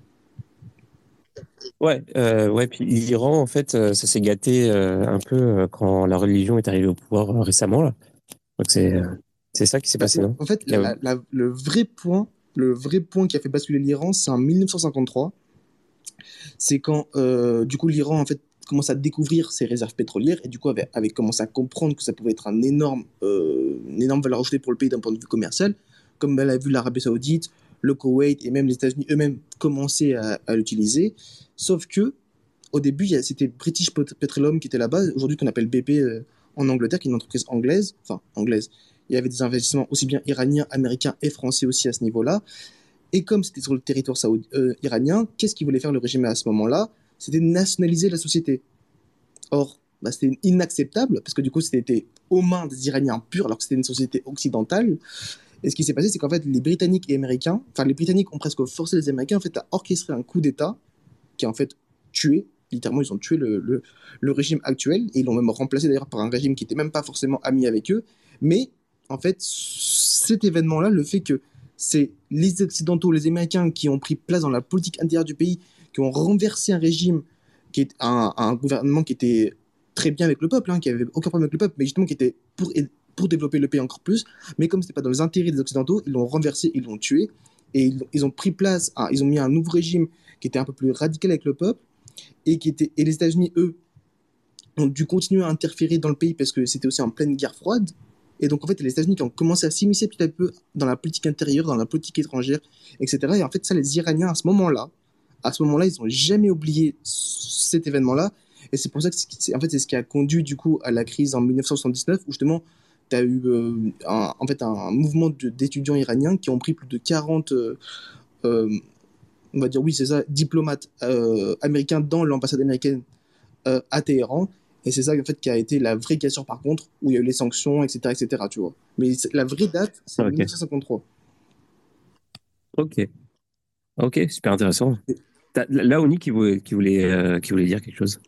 Ouais, euh, ouais, puis l'Iran, en fait, euh, ça s'est gâté euh, un peu euh, quand la religion est arrivée au pouvoir euh, récemment, là. Donc c'est euh, c'est ça qui s'est Bah, passé, non? en fait, Il y a- la- la- le vrai point, le vrai point qui a fait basculer l'Iran, c'est en mille neuf cent cinquante-trois. C'est quand, euh, du coup, l'Iran, en fait, commence à découvrir ses réserves pétrolières et du coup, avait, avait commencé à comprendre que ça pouvait être un énorme, euh, une énorme valeur ajoutée pour le pays d'un point de vue commercial, comme elle a vu l'Arabie Saoudite, le Koweït et même les États-Unis eux-mêmes commencer à, à l'utiliser. Sauf que, au début, il y a- c'était British Petroleum qui était là-bas, aujourd'hui qu'on appelle B P euh, en Angleterre, qui est une entreprise anglaise, enfin anglaise. Il y avait des investissements aussi bien iraniens, américains et français aussi à ce niveau-là. Et comme c'était sur le territoire saoudi- euh, iranien, qu'est-ce qu'il voulait faire le régime à ce moment-là? C'était nationaliser la société. Or, bah, c'était inacceptable, parce que du coup, c'était aux mains des Iraniens purs, alors que c'était une société occidentale. Et ce qui s'est passé, c'est qu'en fait, les Britanniques et Américains, enfin, les Britanniques ont presque forcé les Américains en fait, à orchestrer un coup d'État qui a en fait tué, littéralement, ils ont tué le, le, le régime actuel, et ils l'ont même remplacé d'ailleurs par un régime qui n'était même pas forcément ami avec eux. Mais en fait, cet événement-là, le fait que c'est les Occidentaux, les Américains qui ont pris place dans la politique intérieure du pays, qui ont renversé un régime, qui est un, un gouvernement qui était très bien avec le peuple, hein, qui avait aucun problème avec le peuple, mais justement qui était pour, pour développer le pays encore plus. Mais comme ce n'était pas dans les intérêts des Occidentaux, ils l'ont renversé, ils l'ont tué, et ils, ils ont pris place, à, ils ont mis un nouveau régime qui était un peu plus radical avec le peuple, et, qui était, et les États-Unis, eux, ont dû continuer à interférer dans le pays parce que c'était aussi en pleine guerre froide. Et donc, en fait, les États-Unis qui ont commencé à s'immiscer petit à peu dans la politique intérieure, dans la politique étrangère, et cetera. Et en fait, ça, les Iraniens, à ce moment-là, à ce moment-là, ils n'ont jamais oublié cet événement-là. Et c'est pour ça que c'est, en fait, c'est ce qui a conduit, du coup, à la crise en dix-neuf cent soixante-dix-neuf, où justement, tu as eu euh, un, en fait, un mouvement de, d'étudiants iraniens qui ont pris plus de quarante, euh, euh, on va dire, oui, c'est ça, diplomates euh, américains dans l'ambassade américaine euh, à Téhéran. Et c'est ça, en fait, qui a été la vraie cassure, par contre, où il y a eu les sanctions, et cetera, et cetera, tu vois. Mais la vraie date, c'est Ok. dix-neuf cent cinquante-trois. Ok. Ok, super intéressant. T'as- Là, Oni qui voulait, qui voulait, euh, qui voulait dire quelque chose.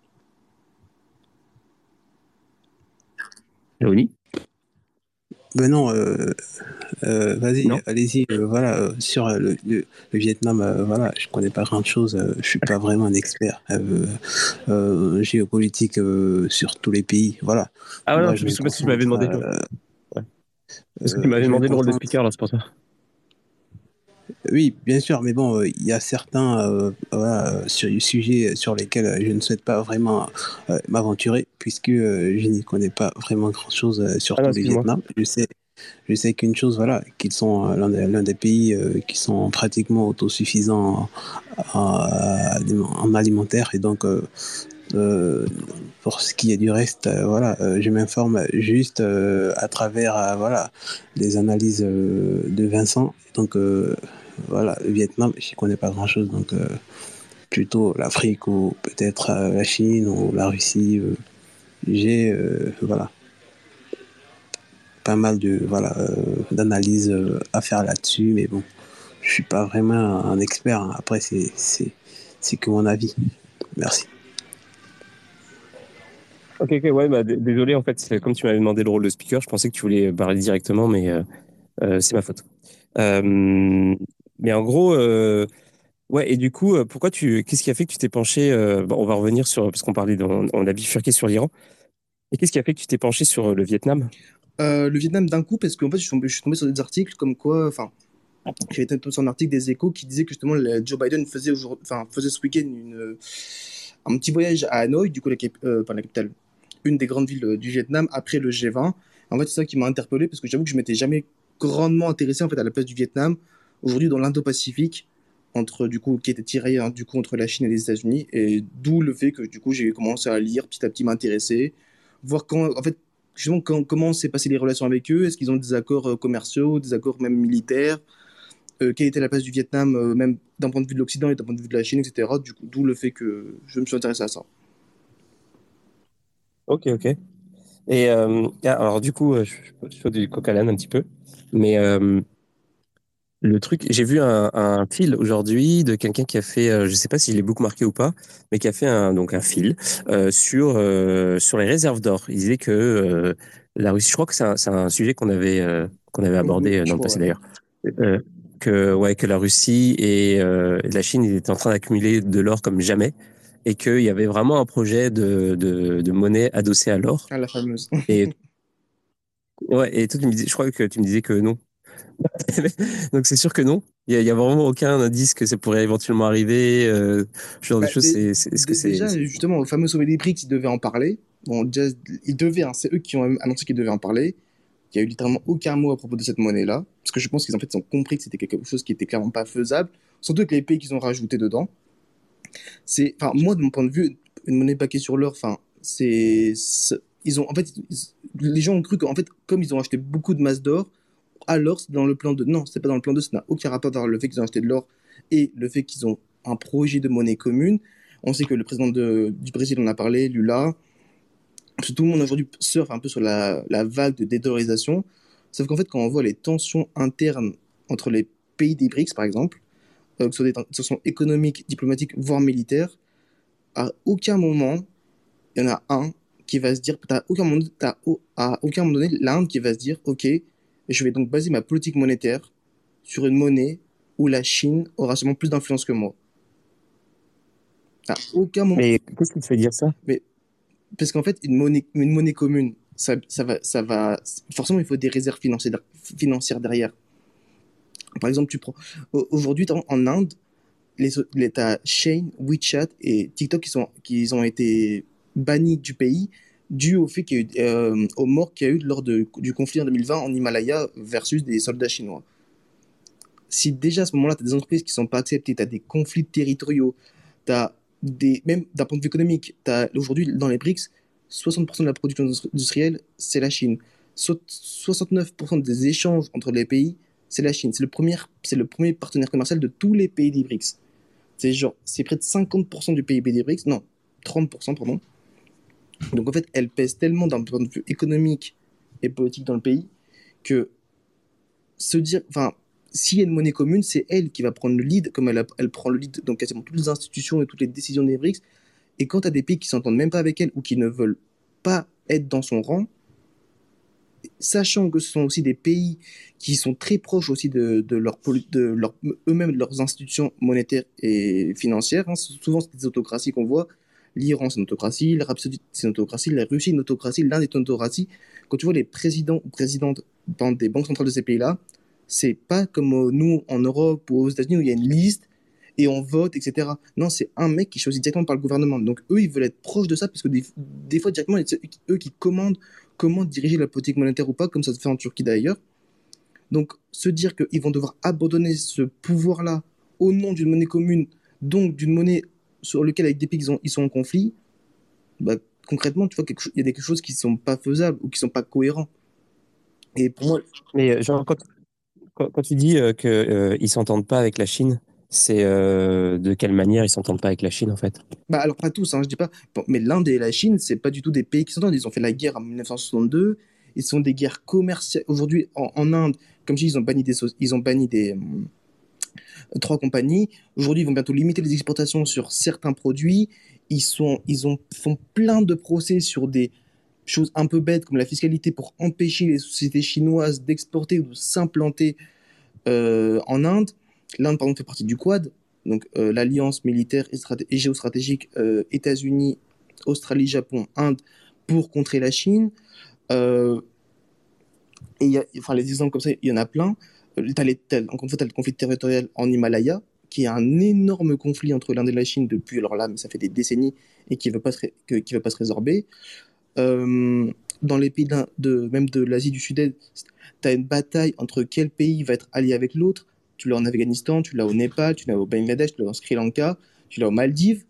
Oni? Ben non, euh, euh, vas-y, Non? allez-y. Euh, voilà, euh, sur euh, le, le, le Vietnam, euh, voilà, je connais pas grand-chose. Euh, je suis pas vraiment un expert euh, euh, géopolitique euh, sur tous les pays. Voilà. Ah ouais, non, Moi, c'est je me parce que parce que tu m'avais concentre. demandé le... Euh, ouais. Parce que tu euh, m'avais je me demandé le rôle de concentre. speaker, alors c'est pour ça. Oui, bien sûr, mais bon, euh, il y a certains euh, voilà, euh, sur, sujets sur lesquels euh, je ne souhaite pas vraiment euh, m'aventurer, puisque euh, je n'y connais pas vraiment grand-chose, euh, Ah non, surtout les excuse-moi. Vietnam. Je sais, je sais qu'une chose, voilà, qu'ils sont euh, l'un des, l'un des pays euh, qui sont pratiquement autosuffisants en, en, en alimentaire, et donc euh, euh, pour ce qui est du reste, euh, voilà, euh, je m'informe juste euh, à travers euh, voilà, les analyses euh, de Vincent. Donc euh, voilà, le Vietnam, je n'y connais pas grand-chose, donc euh, plutôt l'Afrique ou peut-être euh, la Chine ou la Russie. Euh, j'ai euh, voilà, pas mal de voilà, euh, d'analyses euh, à faire là-dessus, mais bon, je suis pas vraiment un expert, hein. Après, c'est, c'est, c'est que mon avis. Merci. Ok, ok, ouais, bah, d- désolé, en fait, c'est- comme tu m'avais demandé le rôle de speaker, je pensais que tu voulais parler directement, mais euh, euh, c'est ma faute. Euh, mais en gros, euh, ouais, et du coup, euh, pourquoi tu, qu'est-ce qui a fait que tu t'es penché, euh, bon, on va revenir sur, parce qu'on parlait, de- on, on a bifurqué sur l'Iran, et qu'est-ce qui a fait que tu t'es penché sur euh, le Vietnam? Euh, le Vietnam d'un coup, parce qu'en fait, je suis tombé, je suis tombé sur des articles comme quoi, enfin, j'avais été tombé sur un article des Échos qui disait que justement le- Joe Biden faisait, aujourd'hui- enfin, faisait ce week-end une, euh, un petit voyage à Hanoï, du coup, la, cap- euh, enfin, la capitale, une des grandes villes euh, du Vietnam, après le G vingt. En fait, c'est ça qui m'a interpellé, parce que j'avoue que je m'étais jamais grandement intéressé en fait, à la place du Vietnam, aujourd'hui dans l'Indo-Pacifique, entre, du coup, qui était tiré hein, du coup, entre la Chine et les États-Unis, et d'où le fait que du coup, j'ai commencé à lire, petit à petit m'intéresser, voir quand, en fait, justement, quand, comment s'est passé les relations avec eux, est-ce qu'ils ont des accords euh, commerciaux, des accords même militaires, euh, quelle était la place du Vietnam, euh, même d'un point de vue de l'Occident et d'un point de vue de la Chine, et cetera. Du coup, d'où le fait que je me suis intéressé à ça. Ok, ok. Et euh, ah, alors, du coup, euh, je, je, je fais du coq à l'âne un petit peu, mais euh, le truc, j'ai vu un, un fil aujourd'hui de quelqu'un qui a fait, euh, je sais pas s'il est bookmarké ou pas, mais qui a fait un, donc un fil euh, sur, euh, sur les réserves d'or. Il disait que euh, la Russie, je crois que c'est un, c'est un sujet qu'on avait, euh, qu'on avait Mhm, abordé euh, je dans le crois, passé ouais. d'ailleurs. Euh, que, ouais, que la Russie et, euh, et la Chine ils étaient en train d'accumuler de l'or comme jamais et qu'il y avait vraiment un projet de, de, de monnaie adossée à l'or. Ah, la fameuse. Et, ouais, et toi, tu me disais, je crois que tu me disais que non. Donc c'est sûr que non. Il y a, il y a vraiment aucun indice que ça pourrait éventuellement arriver. Euh, ce genre de Bah, choses, dé- c'est, c'est- est-ce que dé- c'est, déjà, c'est- justement, au fameux sommet des BRICS, ils devaient en parler. Bon, déjà, ils devaient, hein, c'est eux qui ont annoncé qu'ils devaient en parler. Il y a eu littéralement aucun mot à propos de cette monnaie-là. Parce que je pense qu'ils en fait, ils ont compris que c'était quelque chose qui était clairement pas faisable. Surtout avec les pays qu'ils ont rajoutés dedans. C'est, enfin, moi, de mon point de vue, une monnaie baquée sur l'or, enfin, c'est, c'est- ils ont, en fait, ils- les gens ont cru qu'en fait, comme ils ont acheté beaucoup de masses d'or, alors c'est dans le plan deux. Non, c'est pas dans le plan deux, ça n'a aucun rapport avec le fait qu'ils ont acheté de l'or et le fait qu'ils ont un projet de monnaie commune. On sait que le président de- du Brésil en a parlé, Lula. Parce que tout le monde aujourd'hui surfe un peu sur la, la vague de dédollarisation. Sauf qu'en fait, quand on voit les tensions internes entre les pays des BRICS, par exemple, euh, que ce soit des tensions économiques, diplomatiques, voire militaires, à aucun moment, il y en a un qui va se dire, à aucun moment, à aucun moment donné, l'Inde qui va se dire, ok, je vais donc baser ma politique monétaire sur une monnaie où la Chine aura sûrement plus d'influence que moi. À aucun moment. Mais qu'est-ce qui te fait dire ça? Mais parce qu'en fait, une monnaie, une monnaie commune, ça, ça va, ça va. Forcément, il faut des réserves financières, financières derrière. Par exemple, tu prends aujourd'hui en, en Inde, les, les t'as Shein, WeChat et TikTok qui sont, qui ont été bannis du pays dû au fait qu'il y a eu, euh, aux morts qu'il y a eu lors de, du conflit en deux mille vingt en Himalaya versus des soldats chinois. Si déjà à ce moment-là, tu as des entreprises qui ne sont pas acceptées, tu as des conflits territoriaux, tu as des, même d'un point de vue économique, t'as, aujourd'hui dans les BRICS, soixante pour cent de la production industrielle, c'est la Chine. So- soixante-neuf pour cent des échanges entre les pays, c'est la Chine. C'est le premier, c'est le premier partenaire commercial de tous les pays des BRICS. C'est genre, c'est près de cinquante pour cent du P I B des BRICS, non, trente pour cent, pardon. Donc en fait, elle pèse tellement d'un point de vue économique et politique dans le pays que se dire, enfin, s'il y a une monnaie commune, c'est elle qui va prendre le lead, comme elle, a- elle prend le lead dans quasiment toutes les institutions et toutes les décisions des BRICS. Et quand tu as des pays qui s'entendent même pas avec elle ou qui ne veulent pas être dans son rang, sachant que ce sont aussi des pays qui sont très proches aussi de, de, leur, de leur, eux-mêmes de leurs institutions monétaires et financières, hein. Souvent c'est des autocraties qu'on voit. L'Iran c'est une autocratie, l'Arabie Saoudite c'est une autocratie, la Russie une autocratie, l'Inde est une autocratie. Quand tu vois les présidents ou présidentes des banques centrales de ces pays-là, c'est pas comme euh, nous en Europe ou aux États-Unis où il y a une liste et on vote, et cetera. Non, c'est un mec qui est choisi directement par le gouvernement. Donc eux, ils veulent être proches de ça parce que des, des fois, directement, c'est eux qui commandent comment diriger la politique monétaire ou pas, comme ça se fait en Turquie d'ailleurs. Donc se dire qu'ils vont devoir abandonner ce pouvoir-là au nom d'une monnaie commune, donc d'une monnaie sur laquelle avec des pays ils, ont, ils sont en conflit, bah, concrètement, tu vois, il y a des choses qui ne sont pas faisables ou qui ne sont pas cohérents. Et pour moi, Mais euh, genre, quand, quand, quand tu dis euh, que euh, ils s'entendent pas avec la Chine, c'est euh, de quelle manière ils s'entendent pas avec la Chine en fait? bah alors pas tous, hein, je dis pas. Bon, mais l'Inde et la Chine, c'est pas du tout des pays qui s'entendent. Ils ont fait la guerre en mille neuf cent soixante-deux. Ils sont des guerres commerciales. Aujourd'hui, en, en Inde, comme je dis, ils ont banni des, so- ils ont banni des hum, trois compagnies. Aujourd'hui, ils vont bientôt limiter les exportations sur certains produits. Ils sont, ils ont font plein de procès sur des choses un peu bêtes comme la fiscalité pour empêcher les sociétés chinoises d'exporter ou de s'implanter euh, en Inde. L'Inde, par exemple, fait partie du Quad, donc euh, l'alliance militaire et, straté- et géostratégique euh, États-Unis, Australie, Japon, Inde pour contrer la Chine. Euh, et y a, enfin, les exemples comme ça, il y en a plein. Euh, t'as les, t'as, encore une fois, tu as le conflit territorial en Himalaya, qui est un énorme conflit entre l'Inde et la Chine depuis, alors là, mais ça fait des décennies et qui ne veut, pas se ré- que- qui veut pas se résorber. Euh, dans les pays de, de- même de l'Asie du Sud-Est, tu as une bataille entre quel pays va être allié avec l'autre. Tu l'as en Afghanistan, tu l'as au Népal, tu l'as au Bangladesh, tu l'as au Sri Lanka, tu l'as aux Maldives.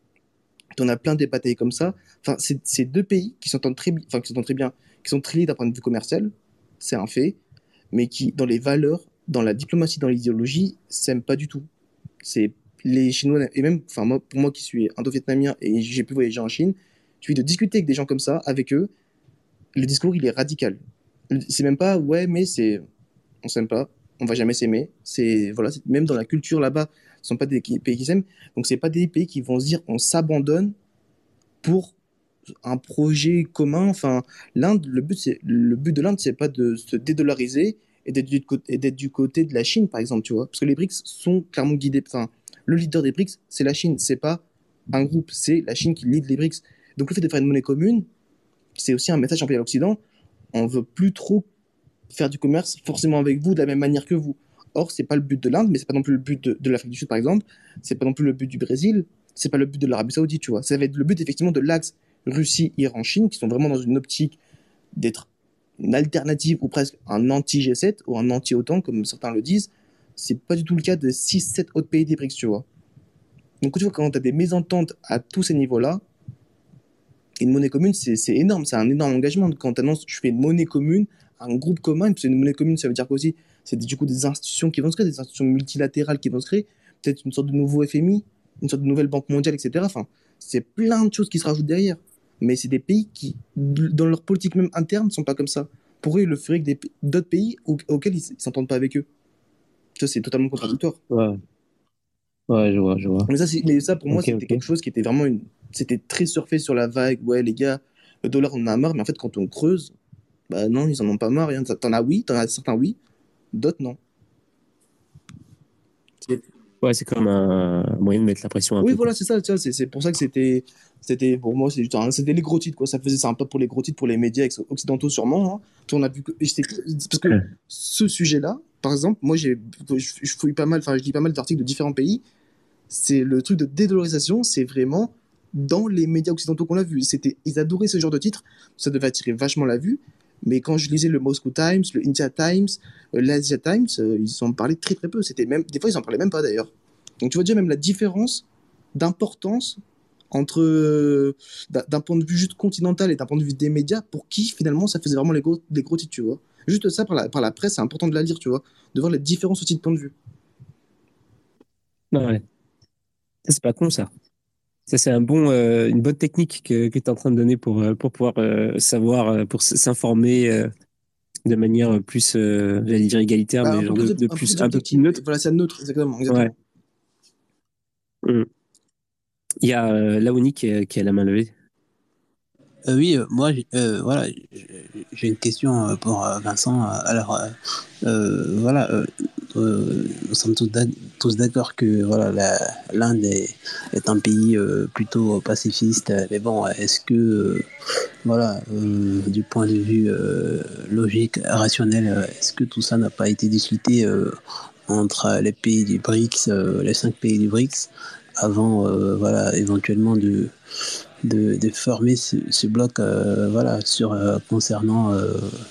Tu en as plein des batailles comme ça. Enfin, c'est c'est deux pays qui s'entendent très, bi- enfin, qui s'entendent très bien, qui sont très liés d'un point de vue commercial, c'est un fait, mais qui, dans les valeurs, dans la diplomatie, dans l'idéologie, s'aiment pas du tout. C'est les Chinois, et même, enfin, moi, pour moi qui suis indo-vietnamien et j'ai pu voyager en Chine, tu vis de discuter avec des gens comme ça, avec eux, le discours, il est radical. C'est même pas, ouais, mais c'est, on s'aime pas, on va jamais s'aimer. C'est, voilà, c'est- même dans la culture là-bas, ce sont pas des qui- pays qui s'aiment. Donc, c'est pas des pays qui vont se dire, on s'abandonne pour un projet commun. Enfin, l'Inde, le but, c'est, le but de l'Inde, c'est pas de se dédollariser et d'être du, côté- et d'être du côté de la Chine, par exemple, tu vois. Parce que les BRICS sont clairement guidés, enfin, le leader des BRICS, c'est la Chine, c'est pas un groupe, c'est la Chine qui lead les BRICS. Donc, le fait de faire une monnaie commune, c'est aussi un message envoyé à l'Occident. On veut plus trop faire du commerce forcément avec vous de la même manière que vous. Or, c'est pas le but de l'Inde, mais c'est pas non plus le but de, de l'Afrique du Sud, par exemple. C'est pas non plus le but du Brésil. C'est pas le but de l'Arabie Saoudite, tu vois. Ça va être le but effectivement de l'axe Russie, Iran, Chine, qui sont vraiment dans une optique d'être une alternative ou presque un anti-G sept ou un anti-OTAN, comme certains le disent. C'est pas du tout le cas de six sept autres pays des BRICS, tu vois. Donc, tu vois, quand tu as des mésententes à tous ces niveaux-là, une monnaie commune, c'est c'est énorme, c'est un énorme engagement. Quand tu annonces, je fais une monnaie commune, un groupe commun, et puis c'est une monnaie commune, ça veut dire qu'aussi, c'est du coup des institutions qui vont se créer, des institutions multilatérales qui vont se créer, peut-être une sorte de nouveau F M I, une sorte de nouvelle banque mondiale, et cetera. Enfin, c'est plein de choses qui se rajoutent derrière. Mais c'est des pays qui, dans leur politique même interne, ne sont pas comme ça. Pour eux, ils le feraient avec des- d'autres pays au- auxquels ils ne s'entendent pas avec eux. Ça, c'est totalement contradictoire. Ouais, ouais, je vois, je vois. Mais ça, c'est- mais ça, pour moi, Ok, c'était ok. quelque chose qui était vraiment une. C'était très surfé sur la vague. Ouais, les gars, le dollar, on en a marre. Mais en fait, quand on creuse, bah non, ils en ont pas marre. Rien. T'en as oui, t'en as certains oui, d'autres non. Ouais, c'est comme un, un moyen de mettre la pression un Oui, peu, voilà, quoi. c'est ça, tu vois, c'est c'est pour ça que c'était, c'était pour moi, c'est juste un- c'était les gros titres, quoi. Ça faisait ça un peu pour les gros titres, pour les médias ex- occidentaux, sûrement. Hein. Tu vois, on a vu que, et c'était- parce que Ouais. ce sujet-là, par exemple, moi, j'ai, je, je fouille pas mal, enfin, je lis pas mal d'articles de différents pays. C'est le truc de dédollarisation, c'est vraiment dans les médias occidentaux qu'on l'a vu. C'était, ils adoraient ce genre de titre, ça devait attirer vachement la vue. Mais quand je lisais le Moscow Times, le India Times, euh, l'Asia Times, euh, ils en parlaient très très peu. C'était même, des fois, ils en parlaient même pas d'ailleurs. Donc tu vois déjà même la différence d'importance entre euh, d'un d'un point de vue juste continental et d'un point de vue des médias, pour qui finalement ça faisait vraiment les gros, les gros titres, tu vois. Juste ça, par la, par la presse, c'est important de la lire, tu vois, de voir les différences aussi de point de vue. Non, ouais. Ça, c'est pas con, ça. Ça, c'est un bon, euh, une bonne technique que, que tu es en train de donner pour, euh, pour pouvoir euh, savoir, euh, pour s- s'informer euh, de manière plus, euh, j'allais dire égalitaire, Bah, mais un peu genre plus, de, ob- de un peu plus, plus un peu plus objectif. Et neutre. voilà, c'est neutre, exactement, Ouais. exactement. Mm. Il y a euh, Laoni qui, a- qui a la main levée. Euh, oui, euh, moi, j'ai- euh, voilà, j'ai j'ai une question euh, pour euh, Vincent. Alors, euh, euh, voilà, euh, euh, nous sommes tous d'ac- tous d'accord que voilà, la- l'Inde est, est un pays euh, plutôt pacifiste. Mais bon, est-ce que, euh, voilà, euh, du point de vue euh, logique, rationnel, euh, est-ce que tout ça n'a pas été discuté euh, entre les pays du BRICS, euh, les cinq pays du BRICS, avant, euh, voilà, éventuellement de de, de former ce, ce bloc euh, voilà, sur, euh, concernant euh,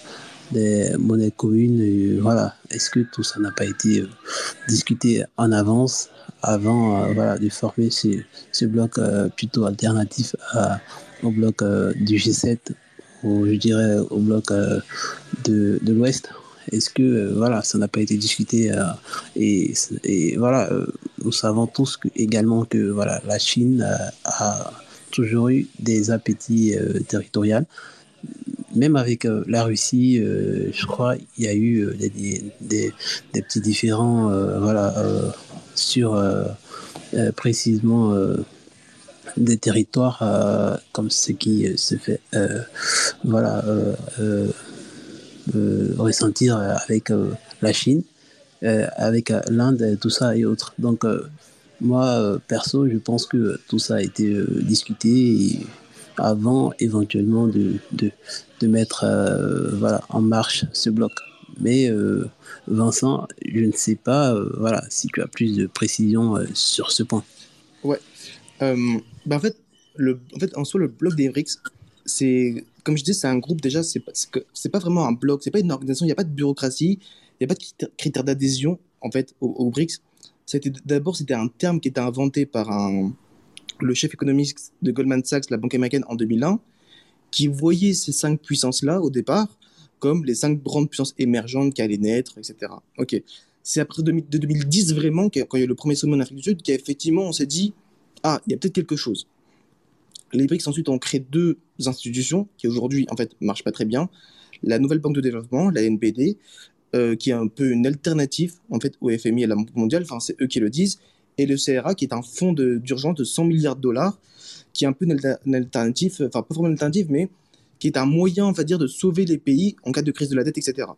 des monnaies communes. Et, voilà. Est-ce que tout ça n'a pas été euh, discuté en avance avant euh, voilà, de former ce, ce bloc euh, plutôt alternatif à, au bloc euh, du G sept, ou je dirais au bloc euh, de, de l'Ouest? Est-ce que euh, voilà, ça n'a pas été discuté euh, et, et voilà, euh, nous savons tous que, également que voilà, la Chine euh, a toujours eu des appétits euh, territoriaux. Même avec euh, la Russie, euh, je crois, il y a eu euh, des, des, des, petits différends euh, voilà, euh, sur euh, euh, précisément euh, des territoires euh, comme ce qui euh, se fait euh, voilà, euh, euh, euh, ressentir avec euh, la Chine, euh, avec euh, l'Inde, tout ça et autres. Donc, euh, moi, euh, perso, je pense que tout ça a été euh, discuté et avant éventuellement de, de, de mettre euh, voilà, en marche ce bloc. Mais euh, Vincent, je ne sais pas euh, voilà, si tu as plus de précision euh, sur ce point. Ouais. Euh, bah en fait, le, en fait, en soi, le bloc des BRICS, c'est, comme je dis, c'est un groupe déjà, c'est pas, c'est que- c'est pas vraiment un bloc, c'est pas une organisation, il n'y a pas de bureaucratie, il n'y a pas de critères, critères d'adhésion, en fait, au, au BRICS. Ça a été- D'abord, c'était un terme qui était inventé par un, le chef économiste de Goldman Sachs, la banque américaine, en deux mille un, qui voyait ces cinq puissances-là, au départ, comme les cinq grandes puissances émergentes qui allaient naître, et cetera. Ok. C'est après deux mille de deux mille dix, vraiment, quand il y a eu le premier sommet en Afrique du Sud, qu'effectivement, on s'est dit, ah, il y a peut-être quelque chose. Les BRICS ensuite ont créé deux institutions qui aujourd'hui en fait marchent pas très bien. La nouvelle banque de développement, la N B D, euh, qui est un peu une alternative en fait au F M I et à la Banque mondiale, enfin c'est eux qui le disent, et le C R A qui est un fonds de- d'urgence de cent milliards de dollars, qui est un peu une, alter- une alternative, enfin pas vraiment une alternative, mais qui est un moyen, on va dire, de sauver les pays en cas de crise de la dette, et cetera.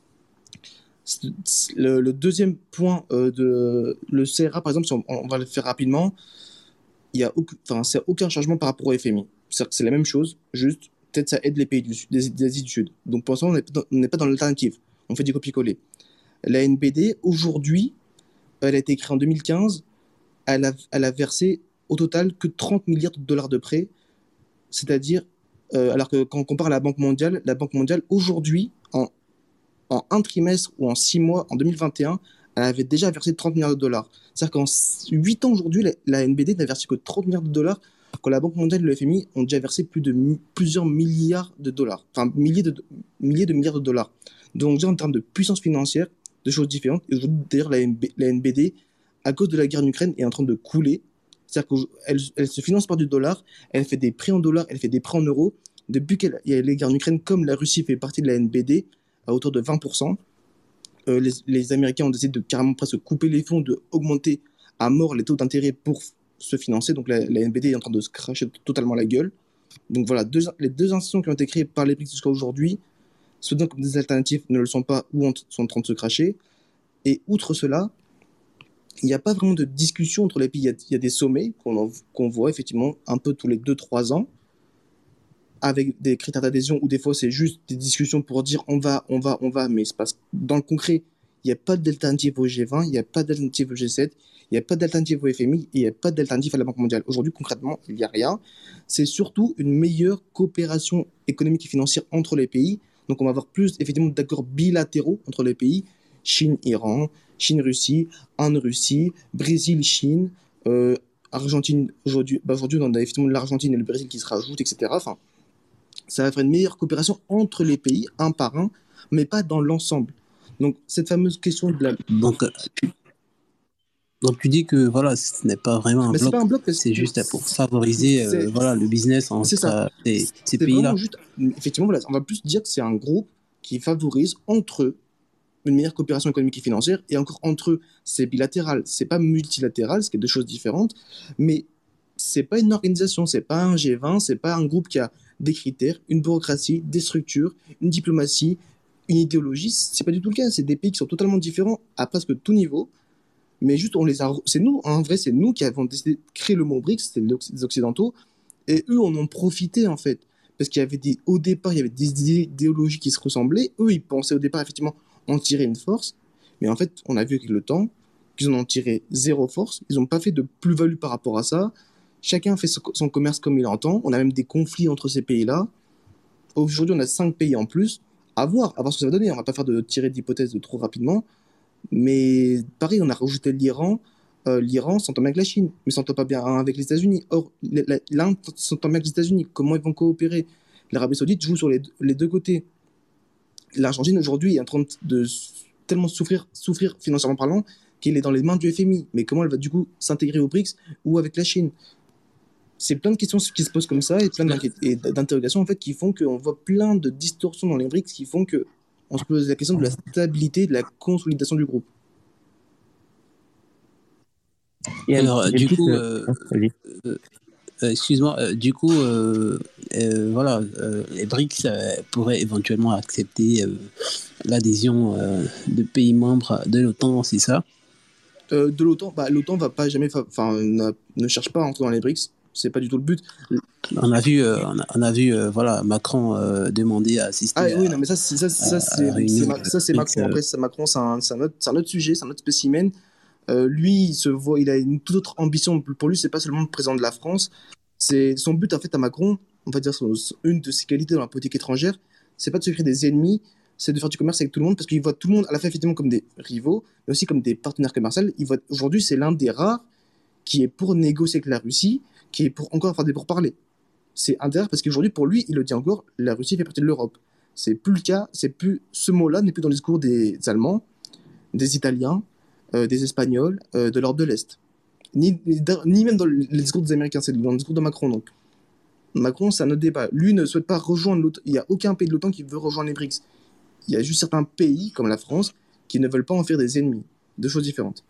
Le, le deuxième point euh, de le C R A, par exemple, si on, on va le faire rapidement, il y a aucun, enfin, c'est aucun changement par rapport au F M I. C'est-à-dire que c'est la même chose, juste peut-être ça aide les pays du sud, des, des Asies du Sud. Donc pour l'instant, on n'est pas dans- on n'est pas dans l'alternative. On fait du copier-coller. La N B D, aujourd'hui, elle a été créée en deux mille quinze. Elle a, elle a versé au total que trente milliards de dollars de prêts. C'est-à-dire, euh, alors que quand on compare à la Banque mondiale, la Banque mondiale, aujourd'hui, en, en un trimestre ou en six mois, en deux mille vingt et un, elle avait déjà versé trente milliards de dollars. C'est-à-dire qu'en huit ans aujourd'hui, la, la N B D n'a versé que trente milliards de dollars, quand la Banque mondiale et le F M I ont déjà versé plus de mi- plusieurs milliards de dollars, enfin milliers de, milliers de milliards de dollars. Donc déjà en termes de puissance financière, deux choses différentes. Et aujourd'hui, d'ailleurs, la, N B la N B D, à cause de la guerre en Ukraine, est en train de couler. C'est-à-dire qu'elle elle se finance par du dollar, elle fait des prêts en dollars, elle fait des prêts en euros. Depuis qu'il y a les guerres en Ukraine, comme la Russie fait partie de la N B D, à hauteur de vingt pour cent, euh, les, les Américains ont décidé de carrément presque couper les fonds, de augmenter à mort les taux d'intérêt pour se financer. Donc la, la N B D est en train de se cracher totalement la gueule. Donc voilà, deux, les deux institutions qui ont été créées par les BRICS jusqu'à aujourd'hui, soudain comme des alternatives ne le sont pas ou ont, sont en train de se cracher. Et outre cela, il n'y a pas vraiment de discussion entre les pays. Il y a, il y a des sommets qu'on en- qu'on voit effectivement un peu tous les deux trois ans avec des critères d'adhésion ou des fois c'est juste des discussions pour dire on va, on va, on va, mais c'est parce dans le concret, il n'y a pas d'alternative au G vingt, il n'y a pas d'alternative au G sept, il n'y a pas d'alternative au F M I et il n'y a pas d'alternative à la Banque mondiale. Aujourd'hui, concrètement, il n'y a rien. C'est surtout une meilleure coopération économique et financière entre les pays. Donc on va avoir plus effectivement d'accords bilatéraux entre les pays, Chine-Iran, Chine-Russie, Inde-Russie, Brésil-Chine, euh, Argentine, aujourd'hui, bah aujourd'hui on a effectivement l'Argentine et le Brésil qui se rajoutent, et cetera. Enfin, ça va faire une meilleure coopération entre les pays, un par un, mais pas dans l'ensemble. Donc, cette fameuse question de la... Donc, euh, donc tu dis que voilà, ce n'est pas vraiment un Mais c'est bloc, pas un bloc parce c'est que juste pour favoriser euh, c'est voilà, le business c'est entre ça. euh, ces, ces C'est vraiment pays-là. juste... Effectivement, voilà, on va plus dire que c'est un groupe qui favorise entre eux une meilleure coopération économique et financière, et encore entre eux, c'est bilatéral, c'est pas multilatéral, ce qui est deux choses différentes, mais c'est pas une organisation, c'est pas un G vingt, c'est pas un groupe qui a des critères, une bureaucratie, des structures, une diplomatie, une idéologie, c'est pas du tout le cas, c'est des pays qui sont totalement différents à presque tout niveau, mais juste on les a, c'est nous, en vrai c'est nous qui avons décidé de créer le mot BRICS, c'est les Occidentaux, et eux en ont profité en fait, parce qu'il y avait des, au départ il y avait des idéologies qui se ressemblaient, eux ils pensaient au départ effectivement en tirer une force, mais en fait on a vu avec le temps qu'ils en ont tiré zéro force, ils n'ont pas fait de plus-value par rapport à ça, chacun fait son commerce comme il entend, on a même des conflits entre ces pays-là, aujourd'hui on a cinq pays en plus, à voir, à voir ce que ça va donner, on va pas faire de tirer d'hypothèses de trop rapidement, mais pareil, on a rajouté l'Iran. Euh, L'Iran s'entend bien avec la Chine, mais s'entend pas bien avec les États-Unis. Or, l'Inde s'entend bien avec les États-Unis. Comment ils vont coopérer? L'Arabie Saoudite joue sur les, les deux côtés. L'Argentine aujourd'hui est en train de tellement souffrir, souffrir financièrement parlant qu'elle est dans les mains du F M I. Mais comment elle va du coup s'intégrer au BRICS ou avec la Chine? C'est plein de questions qui se posent comme ça et plein d'interrogations en fait qui font qu'on voit plein de distorsions dans les BRICS qui font que on se pose la question de la stabilité, de la consolidation du groupe. Il y a une- Alors, il y a une du petite, coup, euh, euh, ah, vas-y. euh, euh, excuse-moi, euh, du coup, euh, euh, voilà, euh, les BRICS euh, pourraient éventuellement accepter euh, l'adhésion euh, de pays membres de l'OTAN, c'est ça? Euh, de l'OTAN, bah, l'OTAN va pas jamais, enfin, ne cherche pas à entrer dans les BRICS. C'est pas du tout le but. On a vu, euh, on a, on a vu, euh, voilà, Macron euh, demander à Ah assister oui, à, non, mais ça, c'est ça, ça, à, à c'est la c'est réunion Ma- de ça, c'est BRICS. Macron. euh, Après, c'est Macron, c'est un, c'est un autre, c'est un autre sujet, c'est un autre spécimen. Euh, lui, il se voit, il a une toute autre ambition. Pour lui, c'est pas seulement le président de la France. C'est son but, en fait, à Macron, on va dire, son- une de ses qualités dans la politique étrangère, c'est pas de se créer des ennemis, c'est de faire du commerce avec tout le monde, parce qu'il voit tout le monde à la fois effectivement comme des rivaux, mais aussi comme des partenaires commerciaux. Il voit aujourd'hui, c'est l'un des rares qui est pour négocier avec la Russie, qui est pour encore faire des pourparlers. C'est un des rares parce qu'aujourd'hui, pour lui, il le dit encore, la Russie fait partie de l'Europe. C'est plus le cas, c'est plus ce mot-là n'est plus dans le discours des Allemands, des Italiens, euh, des Espagnols, euh, de l'Europe de l'Est. Ni, ni, ni même dans le discours des Américains, c'est dans le discours de Macron. Donc, Macron, c'est un autre débat. Lui ne souhaite pas rejoindre l'OTAN. Il n'y a aucun pays de l'OTAN qui veut rejoindre les BRICS. Il y a juste certains pays, comme la France, qui ne veulent pas en faire des ennemis. Deux choses différentes.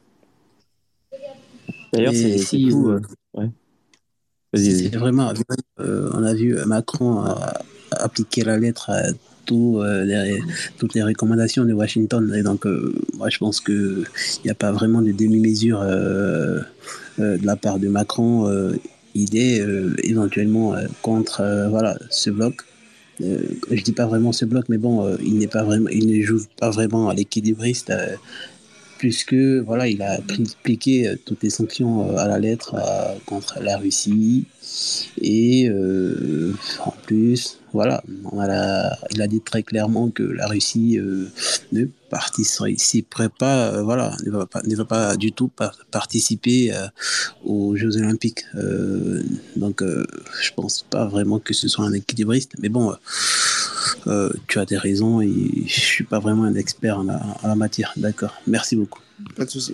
D'ailleurs, Mais c'est c'est si, fou. euh, euh, Ouais. Vas-y, si vas-y. c'est vraiment, euh, on a vu Macron euh, appliquer la lettre à tout, euh, les- toutes les recommandations de Washington. Et donc, euh, moi, je pense qu'il n'y a pas vraiment de demi-mesure euh, euh, de la part de Macron. Euh, il est euh, éventuellement euh, contre euh, voilà, ce bloc. Euh, je dis pas vraiment ce bloc, mais bon, euh, il n'est pas vraiment, il ne joue pas vraiment à l'équilibriste. Euh, puisque voilà, il a appliqué euh, toutes les sanctions euh, à la lettre euh, contre la Russie et euh, en plus, voilà, on a la- il a dit très clairement que la Russie euh, ne participerait pas, euh, voilà, ne va pas, ne va pas du tout par- participer euh, aux Jeux Olympiques. Euh, donc, euh, je pense pas vraiment que ce soit un équilibriste, mais bon. Euh, euh, tu as des raisons et je suis pas vraiment un expert en la, en la matière. D'accord. Merci beaucoup. Pas de souci.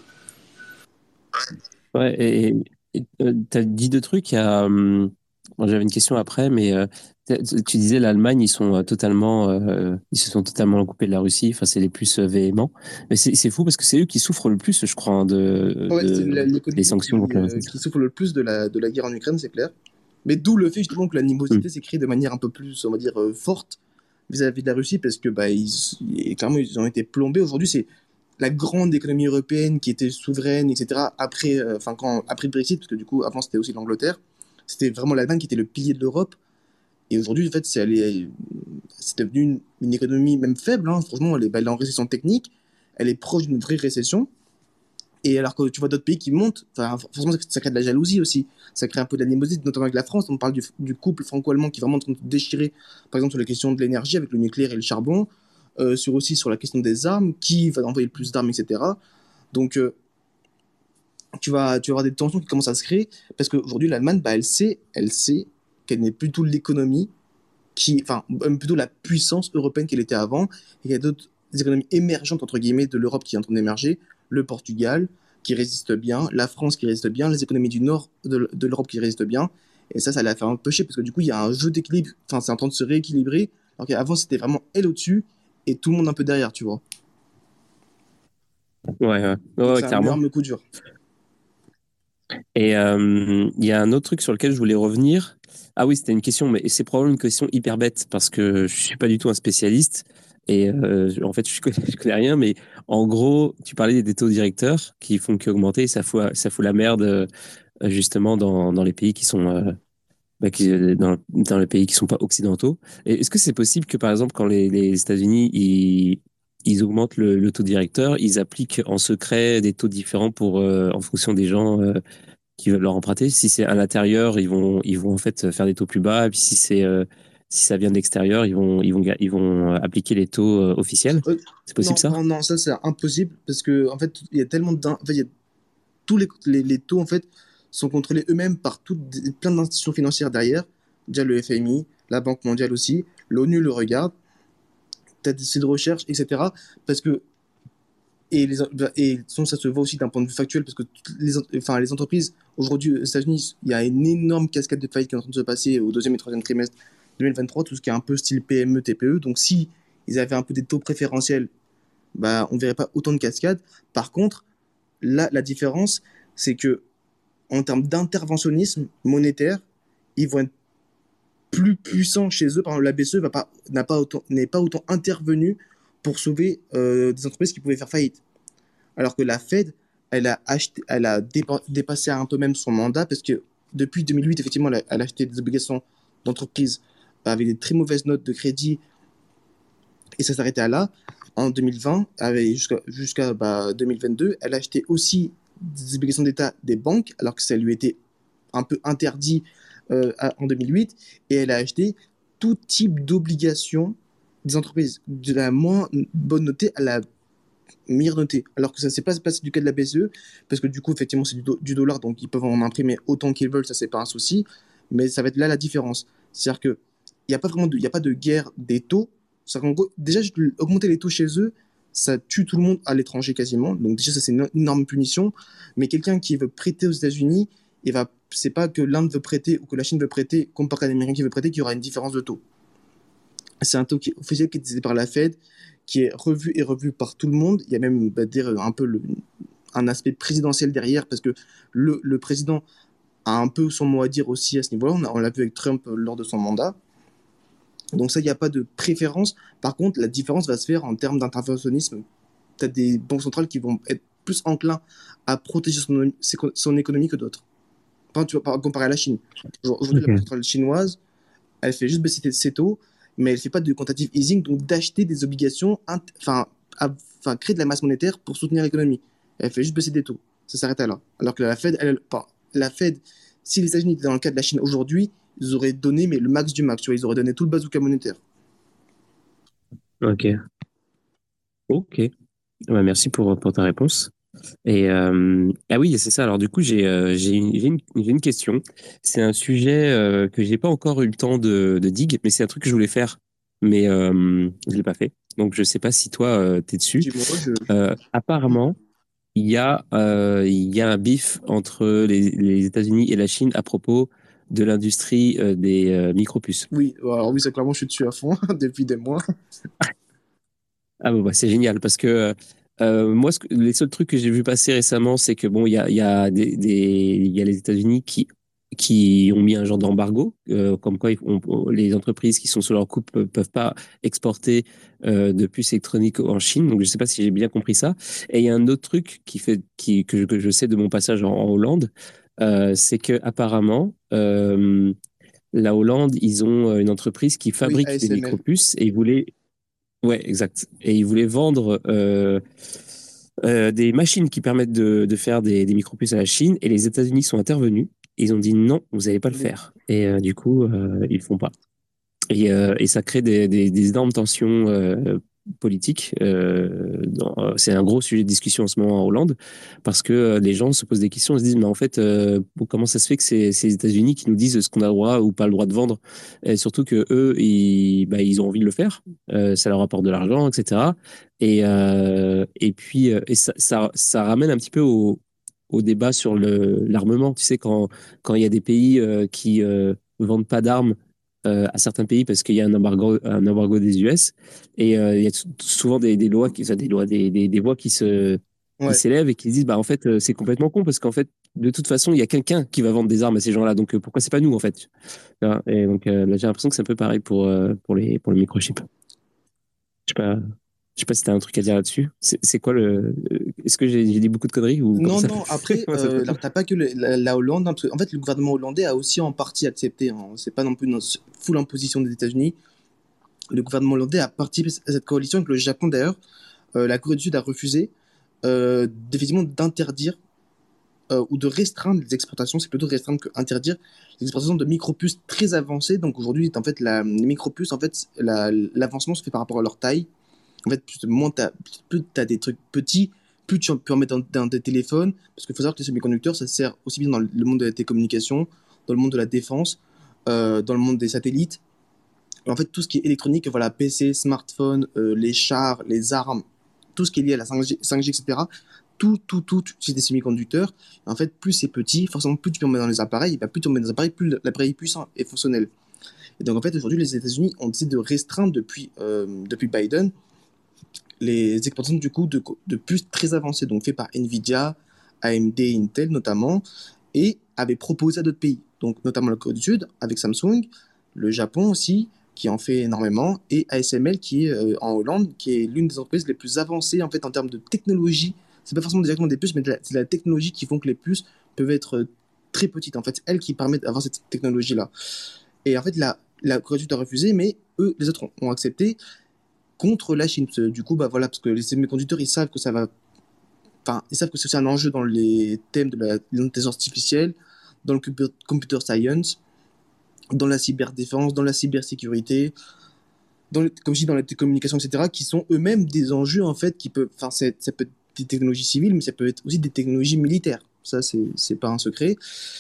Ouais, et tu as dit deux trucs. Il y a, hum, bon, j'avais une question après, mais euh, t'as- tu disais l'Allemagne, ils sont euh, totalement, euh, ils se sont totalement coupés de la Russie. Enfin, c'est les plus euh, véhéments. Mais c'est c'est fou parce que c'est eux qui souffrent le plus, je crois, hein, de, Ouais, c'est de l'économie les sanctions qui, contre la euh, Russie. qui souffre le plus de la, de la guerre en Ukraine, c'est clair. Mais d'où le fait justement que l'animosité s'est créée de manière un peu plus, on va dire, euh, forte vis-à-vis de la Russie, parce que bah, ils, ils- clairement, ils ont été plombés. Aujourd'hui, c'est la grande économie européenne qui était souveraine, et cetera, après, euh, enfin, quand, après le Brexit, parce que du coup, avant, c'était aussi l'Angleterre, c'était vraiment l'Allemagne qui était le pilier de l'Europe. Et aujourd'hui, en fait, c'est, elle est, c'est devenu une, une économie même faible. Hein. Franchement, elle est, bah, elle est en récession technique. Elle est proche d'une vraie récession. Et alors que tu vois d'autres pays qui montent, enfin, forcément, ça, ça crée de la jalousie aussi. Ça crée un peu d'animosité, notamment avec la France. On parle du, du couple franco-allemand qui est vraiment en train de se déchirer, par exemple, sur la question de l'énergie avec le nucléaire et le charbon, euh, sur aussi sur la question des armes, qui va envoyer le plus d'armes, et cetera. Donc, euh, tu vas, tu vas avoir des tensions qui commencent à se créer parce qu'aujourd'hui, l'Allemagne, bah, elle sait, elle sait qu'elle n'est plus du tout l'économie qui, enfin, même plutôt la puissance européenne qu'elle était avant, et qu'il y a d'autres économies émergentes, entre guillemets, de l'Europe qui est en train d'émerger, le Portugal qui résiste bien, la France qui résiste bien, les économies du nord de, de l'Europe qui résistent bien, et ça, ça l'a fait un peu chier, parce que du coup, il y a un jeu d'équilibre, enfin, c'est en train de se rééquilibrer, alors qu'avant, c'était vraiment elle au-dessus, et tout le monde un peu derrière, tu vois. Ouais, ouais, ouais, Donc ouais, c'est un clairement. énorme coup dur. Et euh, il y a un autre truc sur lequel je voulais revenir. Ah oui, c'était une question, mais c'est probablement une question hyper bête parce que je suis pas du tout un spécialiste. Et euh, en fait, je connais, je connais rien, mais en gros, tu parlais des taux directeurs qui font qu'augmenter, et ça fout, ça fout la merde euh, justement dans, dans les pays qui sont euh, bah, qui, dans, dans les pays qui sont pas occidentaux. Et est-ce que c'est possible que par exemple, quand les, les États-Unis ils, ils augmentent le, le taux directeur, ils appliquent en secret des taux différents pour euh, en fonction des gens euh, qui veulent leur emprunter. Si c'est à l'intérieur, ils vont, ils vont en fait faire des taux plus bas. Et puis si c'est, euh, si ça vient de l'extérieur, ils vont, ils vont, ils vont euh, appliquer les taux euh, officiels. Euh, C'est possible non, ça? non, non, ça c'est impossible parce que en fait, il y a tellement d'in- en fait, il y a tous les, les, les taux en fait sont contrôlés eux-mêmes par toutes des- plein d'institutions financières derrière. Déjà le F M I, la Banque mondiale aussi, l'ONU le regarde, t'as des sites de recherche, et cetera. Parce que et les et ça se voit aussi d'un point de vue factuel parce que les enfin les entreprises aujourd'hui aux États-Unis, il y a une énorme cascade de faillites qui est en train de se passer au deuxième et troisième trimestre deux mille vingt-trois, tout ce qui est un peu style P M E, T P E. Donc si ils avaient un peu des taux préférentiels, bah on verrait pas autant de cascades. Par contre, là la différence, c'est que en termes d'interventionnisme monétaire, ils vont être plus puissants chez eux. Par exemple, la B C E va pas, n'a pas autant, n'est pas autant intervenu pour sauver euh, des entreprises qui pouvaient faire faillite. Alors que la Fed, elle a, acheté, elle a dépa- dépassé un peu même son mandat parce que depuis deux mille huit, effectivement, elle a, elle a acheté des obligations d'entreprise avec des très mauvaises notes de crédit et ça s'arrêtait à là. En deux mille vingt, jusqu'à jusqu'à bah, deux mille vingt-deux, elle a acheté aussi des obligations d'État des banques alors que ça lui était un peu interdit euh, à- en deux mille huit, et elle a acheté tout type d'obligations des entreprises, de la moins bonne notée à la meilleure notée. Alors que ça ne s'est pas passé du cas de la B C E, parce que du coup, effectivement, c'est du, do- du dollar, donc ils peuvent en imprimer autant qu'ils veulent, ça, c'est pas un souci, mais ça va être là la différence. C'est-à-dire que il n'y a pas vraiment de, il y a pas de guerre des taux. C'est-à-dire qu'en gros, déjà, augmenter les taux chez eux, ça tue tout le monde à l'étranger quasiment. Donc déjà, ça, c'est une énorme punition. Mais quelqu'un qui veut prêter aux États-Unis, il va, c'est pas que l'Inde veut prêter ou que la Chine veut prêter, comparé à l'Américain qui veut prêter, qu'il y aura une différence de taux. C'est un taux qui est officiel qui est décidé par la Fed, qui est revu et revu par tout le monde. Il y a même bah, dire, un peu le, un aspect présidentiel derrière, parce que le, le président a un peu son mot à dire aussi à ce niveau-là. On, a- on l'a vu avec Trump euh, lors de son mandat. Donc ça, il n'y a pas de préférence. Par contre, la différence va se faire en termes d'interventionnisme. Tu as des banques centrales qui vont être plus enclins à protéger son, son économie que d'autres. Enfin, tu vois, comparé à la Chine. Aujourd'hui, la Ok. banque centrale chinoise, elle fait juste baisser ses taux, mais elle fait pas de quantitative easing, donc d'acheter des obligations, enfin, enfin, créer de la masse monétaire pour soutenir l'économie. Elle fait juste baisser des taux. Ça s'arrête à là. Alors que la Fed, elle, enfin, la Fed, si les États-Unis étaient dans le cas de la Chine aujourd'hui, ils auraient donné mais le max du max, tu vois, ils auraient donné tout le bazooka monétaire. Ok. Ok. Ouais, merci pour, pour ta réponse. Et euh, ah oui, c'est ça. Alors du coup, j'ai euh, j'ai une, j'ai une, j'ai une question. C'est un sujet euh, que j'ai pas encore eu le temps de, de dig, mais c'est un truc que je voulais faire, mais euh, je l'ai pas fait. Donc je sais pas si toi euh, t'es dessus. Dis-moi, je. Euh, apparemment, il y a euh, il y a un bif entre les, les États-Unis et la Chine à propos de l'industrie euh, des euh, micropuces. Oui, alors oui, ça clairement, je suis dessus à fond depuis des mois. Ah bon, bah, c'est génial parce que euh, moi, ce que- les seuls trucs que j'ai vu passer récemment, c'est que bon, il y a, il y a des, des- il y a les États-Unis qui qui ont mis un genre d'embargo, euh, comme quoi ils- on- on- les entreprises qui sont sous leur coupe ne peuvent pas exporter euh, de puces électroniques en Chine. Donc je ne sais pas si j'ai bien compris ça. Et il y a un autre truc qui fait, qui, que, je- que je sais de mon passage en, en Hollande, euh, c'est que apparemment euh, la Hollande, ils ont euh, une entreprise qui Oui, fabrique des A S M L. micropuces et ils voulaient, ouais, exact, et ils voulaient vendre euh, euh, des machines qui permettent de, de faire des, des micropuces à la Chine, et les États-Unis sont intervenus. Ils ont dit non, vous n'allez pas le Les- faire. Et euh, du coup, euh, ils le font pas. Et, euh, et ça crée des, des, des énormes tensions euh, politiques. Euh, dans- euh, c'est un gros sujet de discussion en ce moment en Hollande, parce que euh, les gens se posent des questions et se disent, mais en fait, euh, bon, comment ça se fait que c'est c'est les États-Unis qui nous disent ce qu'on a le droit ou pas le droit de vendre, et surtout que eux, ils, bah, ils ont envie de le faire, euh, ça leur apporte de l'argent, et cetera. Et, euh, et puis, euh, et ça, ça, ça ramène un petit peu au, au débat sur le l'armement. Tu sais, quand quand il y a des pays euh, qui euh, vendent pas d'armes euh, à certains pays parce qu'il y a un embargo, un embargo des U S, et euh, il y a t- souvent des, des lois qui, enfin, des lois, des, des, des voix qui se qui Ouais. s'élèvent et qui disent bah en fait euh, c'est complètement con parce qu'en fait de toute façon il y a quelqu'un qui va vendre des armes à ces gens-là, donc euh, pourquoi c'est pas nous en fait. Tu vois. Et donc euh, là j'ai l'impression que c'est un peu pareil pour euh, pour les pour le microchip. Je sais pas. Je sais pas si t'as un truc à dire là-dessus. C'est c'est quoi le. Est-ce que j'ai j'ai dit beaucoup de conneries ou comment Non, ça, non, après, comment ça se euh, passe. alors t'as pas que le- la, la Hollande, hein, parce que, en fait, le gouvernement hollandais a aussi en partie accepté, hein, c'est pas non plus une full imposition des États-Unis. Le gouvernement hollandais a participé à cette coalition avec le Japon d'ailleurs. Euh, la Corée du Sud a refusé euh, effectivement d'interdire euh, ou de restreindre les exportations, c'est plutôt restreindre que interdire les exportations de micropuces très avancées. Donc aujourd'hui, en fait, la, les micropuces, en fait, la- l'avancement se fait par rapport à leur taille. En fait, plus, moins t'as, plus tu as des trucs petits, plus tu peux en mettre dans, dans des téléphones. Parce qu'il faut savoir que les semi-conducteurs, ça sert aussi bien dans le monde de la télécommunication, dans le monde de la défense, euh, dans le monde des satellites. Et en fait, tout ce qui est électronique, voilà, P C, smartphone, euh, les chars, les armes, tout ce qui est lié à la cinq G, cinq G et cetera, tout, tout, tout, c'est des semi-conducteurs. Et en fait, plus c'est petit, forcément, plus tu peux en mettre dans les appareils, et bah, plus tu en mets dans les appareils, plus l'appareil est puissant et fonctionnel. Et donc, en fait, aujourd'hui, les États-Unis ont décidé de restreindre depuis, euh, depuis Biden les exportations du coup de, de puces très avancées, donc faites par Nvidia, A M D, Intel notamment, et avait proposé à d'autres pays, donc notamment la Corée du Sud avec Samsung, le Japon aussi qui en fait énormément, et A S M L qui est euh, en Hollande, qui est l'une des entreprises les plus avancées en fait en termes de technologie. C'est pas forcément directement des puces, mais de la, c'est la technologie qui font que les puces peuvent être euh, très petites. En fait, c'est elles qui permettent d'avoir cette technologie là. Et en fait, la, la Corée du Sud a refusé, mais eux, les autres ont, ont accepté contre la Chine. Du coup, bah voilà, parce que les semi-conducteurs, ils savent que ça va, enfin, ils savent que c'est un enjeu dans les thèmes de la- de l'intelligence artificielle, dans le compu- computer science, dans la cyberdéfense, dans la cybersécurité, dans les- comme je dis, dans la télécommunication, et cetera, qui sont eux-mêmes des enjeux, en fait, qui peuvent, enfin, c'est- ça peut être des technologies civiles, mais ça peut être aussi des technologies militaires. Ça, c'est, c'est pas un secret.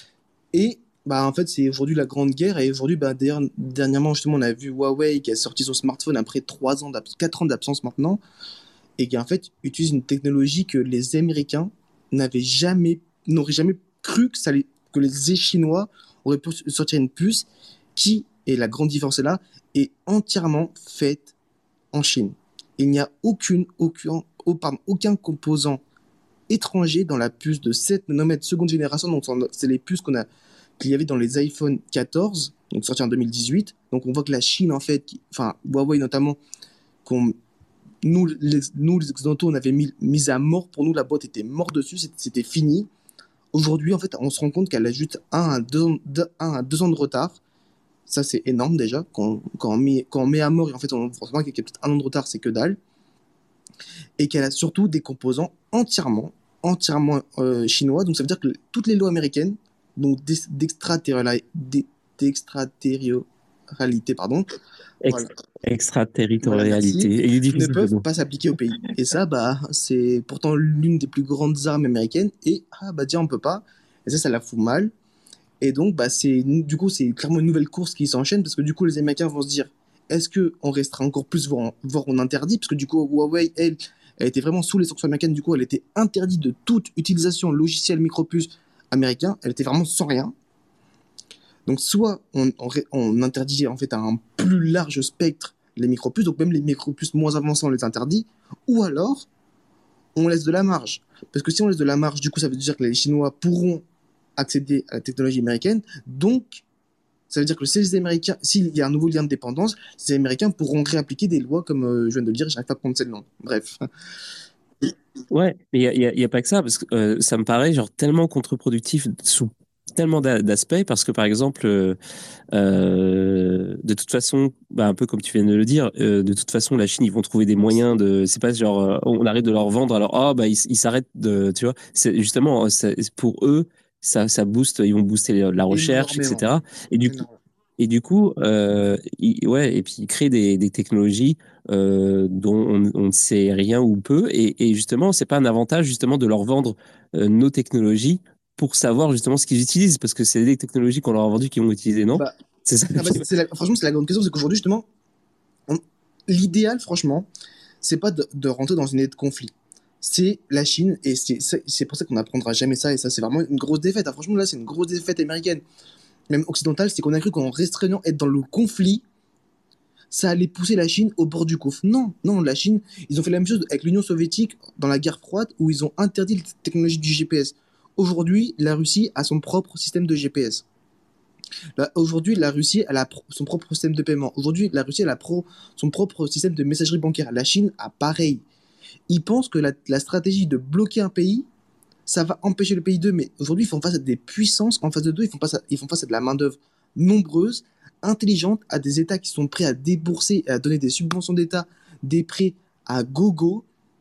Et, bah, en fait, c'est aujourd'hui la grande guerre. Et aujourd'hui, bah, d'ailleurs, dernièrement, justement, on a vu Huawei qui a sorti son smartphone après trois ans, quatre ans d'absence maintenant, et qui en fait utilise une technologie que les Américains n'avaient jamais, n'auraient jamais cru que, ça allait- que les Chinois auraient pu sortir une puce qui, et la grande différence est là, est entièrement faite en Chine. Il n'y a aucune, aucun, oh, pardon, aucun composant étranger dans la puce de sept nanomètres seconde génération. Donc c'est les puces qu'on a, qu'il y avait dans les iPhone quatorze, donc sortis en deux mille dix-huit. Donc on voit que la Chine, en fait, qui, enfin Huawei notamment, qu'on nous les, nous, les Occidentaux, on avait mis, mis à mort. Pour nous, la boîte était morte dessus, c'était, c'était fini. Aujourd'hui, en fait, on se rend compte qu'elle a juste un à deux, deux, un à deux ans de retard. Ça, c'est énorme déjà. Quand, quand, on met, quand on met à mort, et en fait, on forcément qu'il y a peut-être un an de retard, c'est que dalle. Et qu'elle a surtout des composants entièrement, entièrement euh, chinois. Donc, ça veut dire que toutes les lois américaines, donc d'extraterritorialité, d'extraterritorialité, pardon, voilà. Ex- Voilà, Extraterritorialité. merci, Et il est ne difficile ce peuvent mot. pas s'appliquer au pays. Et ça, bah, c'est pourtant l'une des plus grandes armes américaines. Et, ah, bah, tiens, on peut pas. Et ça, ça la fout mal. Et donc, bah, c'est, du coup, c'est clairement une nouvelle course qui s'enchaîne parce que du coup, les Américains vont se dire, est-ce qu'on restera encore plus, voire, voire on interdit? Parce que du coup, Huawei, elle, elle était vraiment sous les sanctions américaines. Du coup, elle était interdite de toute utilisation logicielle micropuce américain. Elle était vraiment sans rien. Donc, soit on, on, on interdit en fait à un plus large spectre les micropuces, donc même les micropuces moins avancées, on les interdit, ou alors on laisse de la marge. Parce que si on laisse de la marge, du coup, ça veut dire que les Chinois pourront accéder à la technologie américaine. Donc, ça veut dire que si les Américains, s'il y a un nouveau lien de dépendance, les Américains pourront réappliquer des lois comme euh, je viens de le dire, j'arrive pas à prononcer le nom. Bref. Ouais, mais il y a, y a- y a pas que ça, parce que euh, ça me paraît genre tellement contre-productif sous tellement d'a- d'aspects, parce que par exemple, euh, euh, de toute façon, bah, un peu comme tu viens de le dire, euh, de toute façon, la Chine, ils vont trouver des moyens de, c'est pas genre, euh, on arrête de leur vendre, alors, ah, bah, ils ils s'arrêtent de, tu vois, c'est justement, ça- pour eux, ça, ça booste, ils vont booster la recherche, Énormément. et cetera. Et du coup, Énormément. et du coup, euh, il- ouais, et puis ils créent des, des technologies euh, dont on, on ne sait rien ou peu, et, et justement, c'est pas un avantage justement de leur vendre euh, nos technologies pour savoir justement ce qu'ils utilisent, parce que c'est des technologies qu'on leur a vendues qu'ils vont utiliser, non? Bah, C'est ça. ah bah, c'est, c'est la- franchement, c'est la grande question, c'est qu'aujourd'hui, justement, on- l'idéal, franchement, c'est pas de, de rentrer dans une idée de conflit. C'est la Chine, et c'est, c'est, c'est pour ça qu'on n'apprendra jamais ça, et ça, c'est vraiment une grosse défaite. Ah, franchement, là, c'est une grosse défaite américaine, même occidentale, c'est qu'on a cru qu'en restreignant être dans le conflit, ça allait pousser la Chine au bord du gouffre. Non, non, la Chine, ils ont fait la même chose avec l'Union soviétique dans la guerre froide où ils ont interdit la technologie du G P S. Aujourd'hui, la Russie a son propre système de G P S. Là, aujourd'hui, la Russie elle a pro- son propre système de paiement. Aujourd'hui, la Russie elle a pro- son propre système de messagerie bancaire. La Chine a pareil. Ils pensent que la, la stratégie de bloquer un pays, ça va empêcher le pays d'eux. Mais aujourd'hui, ils font face à des puissances en face de d'eux. Ils font face à, ils font face à de la main-d'œuvre nombreuse, intelligente, à des États qui sont prêts à débourser et à donner des subventions d'État, des prêts à gogo.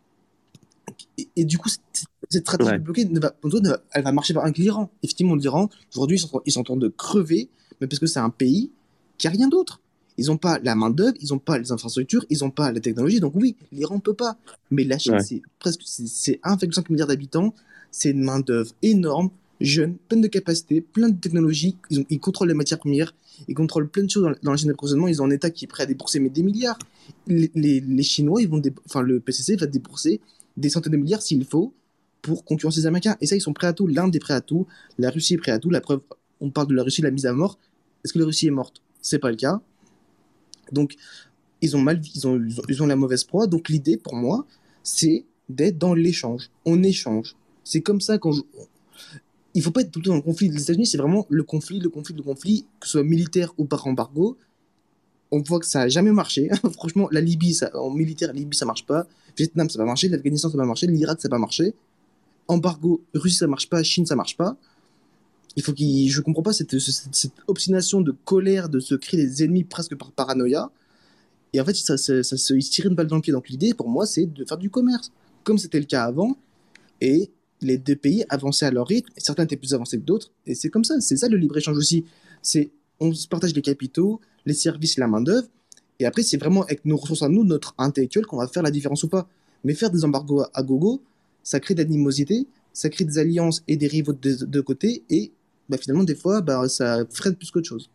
Et, et du coup, cette, cette stratégie Ouais. de bloquer, ne va, ne va- elle va marcher par un l'Iran. Effectivement, l'Iran, aujourd'hui, ils sont, ils sont en train de crever, mais parce que c'est un pays qui a rien d'autre. Ils n'ont pas la main-d'œuvre, ils n'ont pas les infrastructures, ils n'ont pas la technologie. Donc oui, l'Iran peut pas. Mais la Chine, Ouais. c'est presque c'est c'est un virgule cinq milliard d'habitants. C'est une main-d'œuvre énorme, jeune, pleine de capacités, plein de technologies. Ils, ont- ils contrôlent les matières premières, ils contrôlent plein de choses dans, la- dans la chaîne d'approvisionnement. Ils ont un État qui est prêt à débourser mais des milliards. Les, les- les Chinois, ils vont dé- enfin le P C C va débourser des centaines de milliards s'il faut pour concurrencer les Américains. Et ça, ils sont prêts à tout. L'Inde est prêt à tout. La Russie est prêt à tout. La preuve, on parle de la Russie, la mise à mort. Est-ce que la Russie est morte? C'est pas le cas. Donc, ils ont mal, ils ont, ils ont, ils ont la mauvaise proie. Donc, l'idée pour moi, c'est d'être dans l'échange. On échange. C'est comme ça qu'on. Il faut pas être tout le temps dans le conflit. Les États-Unis, c'est vraiment le conflit, le conflit, le conflit, que ce soit militaire ou par embargo. On voit que ça a jamais marché. Franchement, la Libye, ça, en militaire, la Libye, ça marche pas. Vietnam, ça va marcher. L'Afghanistan, ça va marcher. L'Irak, ça va marcher. Embargo, Russie, ça marche pas. Chine, ça marche pas. Il faut qu'il, je comprends pas cette, cette, cette obstination de colère, de se créer des ennemis presque par paranoïa. Et en fait, ça, ça, ça, ça, ils se tirent une balle dans le pied. Donc l'idée, pour moi, c'est de faire du commerce, comme c'était le cas avant. Et les deux pays avançaient à leur rythme. Et certains étaient plus avancés que d'autres. Et c'est comme ça. C'est ça le libre-échange aussi. C'est, on se partage les capitaux, les services, la main-d'œuvre. Et après, c'est vraiment avec nos ressources à nous, notre intellectuel, qu'on va faire la différence ou pas. Mais faire des embargos à, à gogo, ça crée de l'animosité, ça crée des alliances et des rivaux de deux côtés. Et bah, finalement, des fois, bah, ça freine plus qu'autre chose.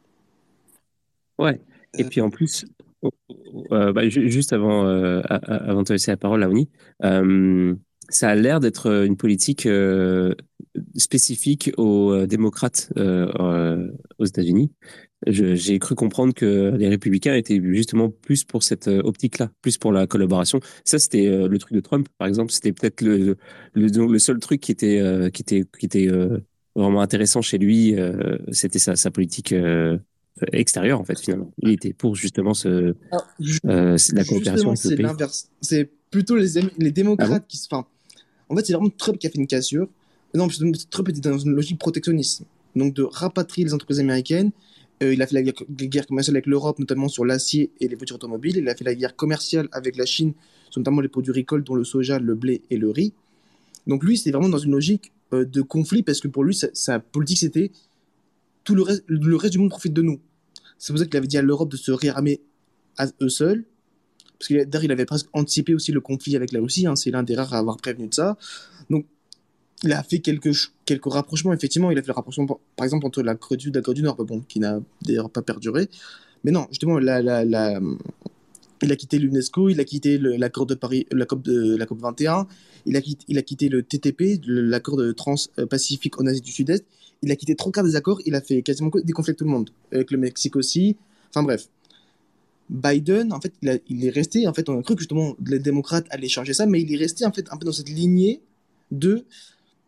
Ouais. Et Euh, puis en plus, euh, bah, ju- juste avant, euh, a- a- avant de te laisser la parole, Laoni, euh, ça a l'air d'être une politique euh, spécifique aux euh, démocrates euh, euh, aux États-Unis. Je- J'ai cru comprendre que les républicains étaient justement plus pour cette euh, optique-là, plus pour la collaboration. Ça, c'était euh, le truc de Trump, par exemple. C'était peut-être le, le, le seul truc qui était, euh, qui était, qui était euh, vraiment intéressant chez lui. Euh, c'était sa, sa politique euh, extérieure, en fait, finalement. Il était pour justement ce, Alors, ju- euh, la coopération justement, avec le c'est pays. l'inverse. C'est plutôt les, ém- les Ah bon? démocrates qui se. Enfin, en fait, c'est vraiment Trump qui a fait une cassure. Non, parce que Trump était dans une logique protectionniste. Donc, de rapatrier les entreprises américaines. Euh, il a fait la guerre, la guerre commerciale avec l'Europe, notamment sur l'acier et les voitures automobiles. Il a fait la guerre commerciale avec la Chine, sur notamment les produits agricoles, dont le soja, le blé et le riz. Donc, lui, c'est vraiment dans une logique euh, de conflit, parce que pour lui, sa, sa politique, c'était tout le reste, le reste du monde profite de nous. C'est pour ça qu'il avait dit à l'Europe de se réarmer à eux seuls. Parce que d'ailleurs, il avait presque anticipé aussi le conflit avec la Russie. Hein, c'est l'un des rares à avoir prévenu de ça. Donc, il a fait quelques, quelques rapprochements. Effectivement, il a fait le rapprochement, par exemple, entre la Corée du Sud et la Corée du Nord, bon, qui n'a d'ailleurs pas perduré. Mais non, justement, la, la, la, il a quitté l'UNESCO, il a quitté le, l'accord de Paris, la COP, de, la COP vingt et un, il a, quitté, il a quitté le T T P, l'accord de Trans-Pacifique en Asie du Sud-Est. Il a quitté trois quarts des accords. Il a fait quasiment des conflits avec tout le monde. Avec le Mexique aussi. Enfin bref. Biden, en fait, il, a, il est resté, en fait, on a cru que justement les démocrates allaient changer ça, mais il est resté en fait un peu dans cette lignée de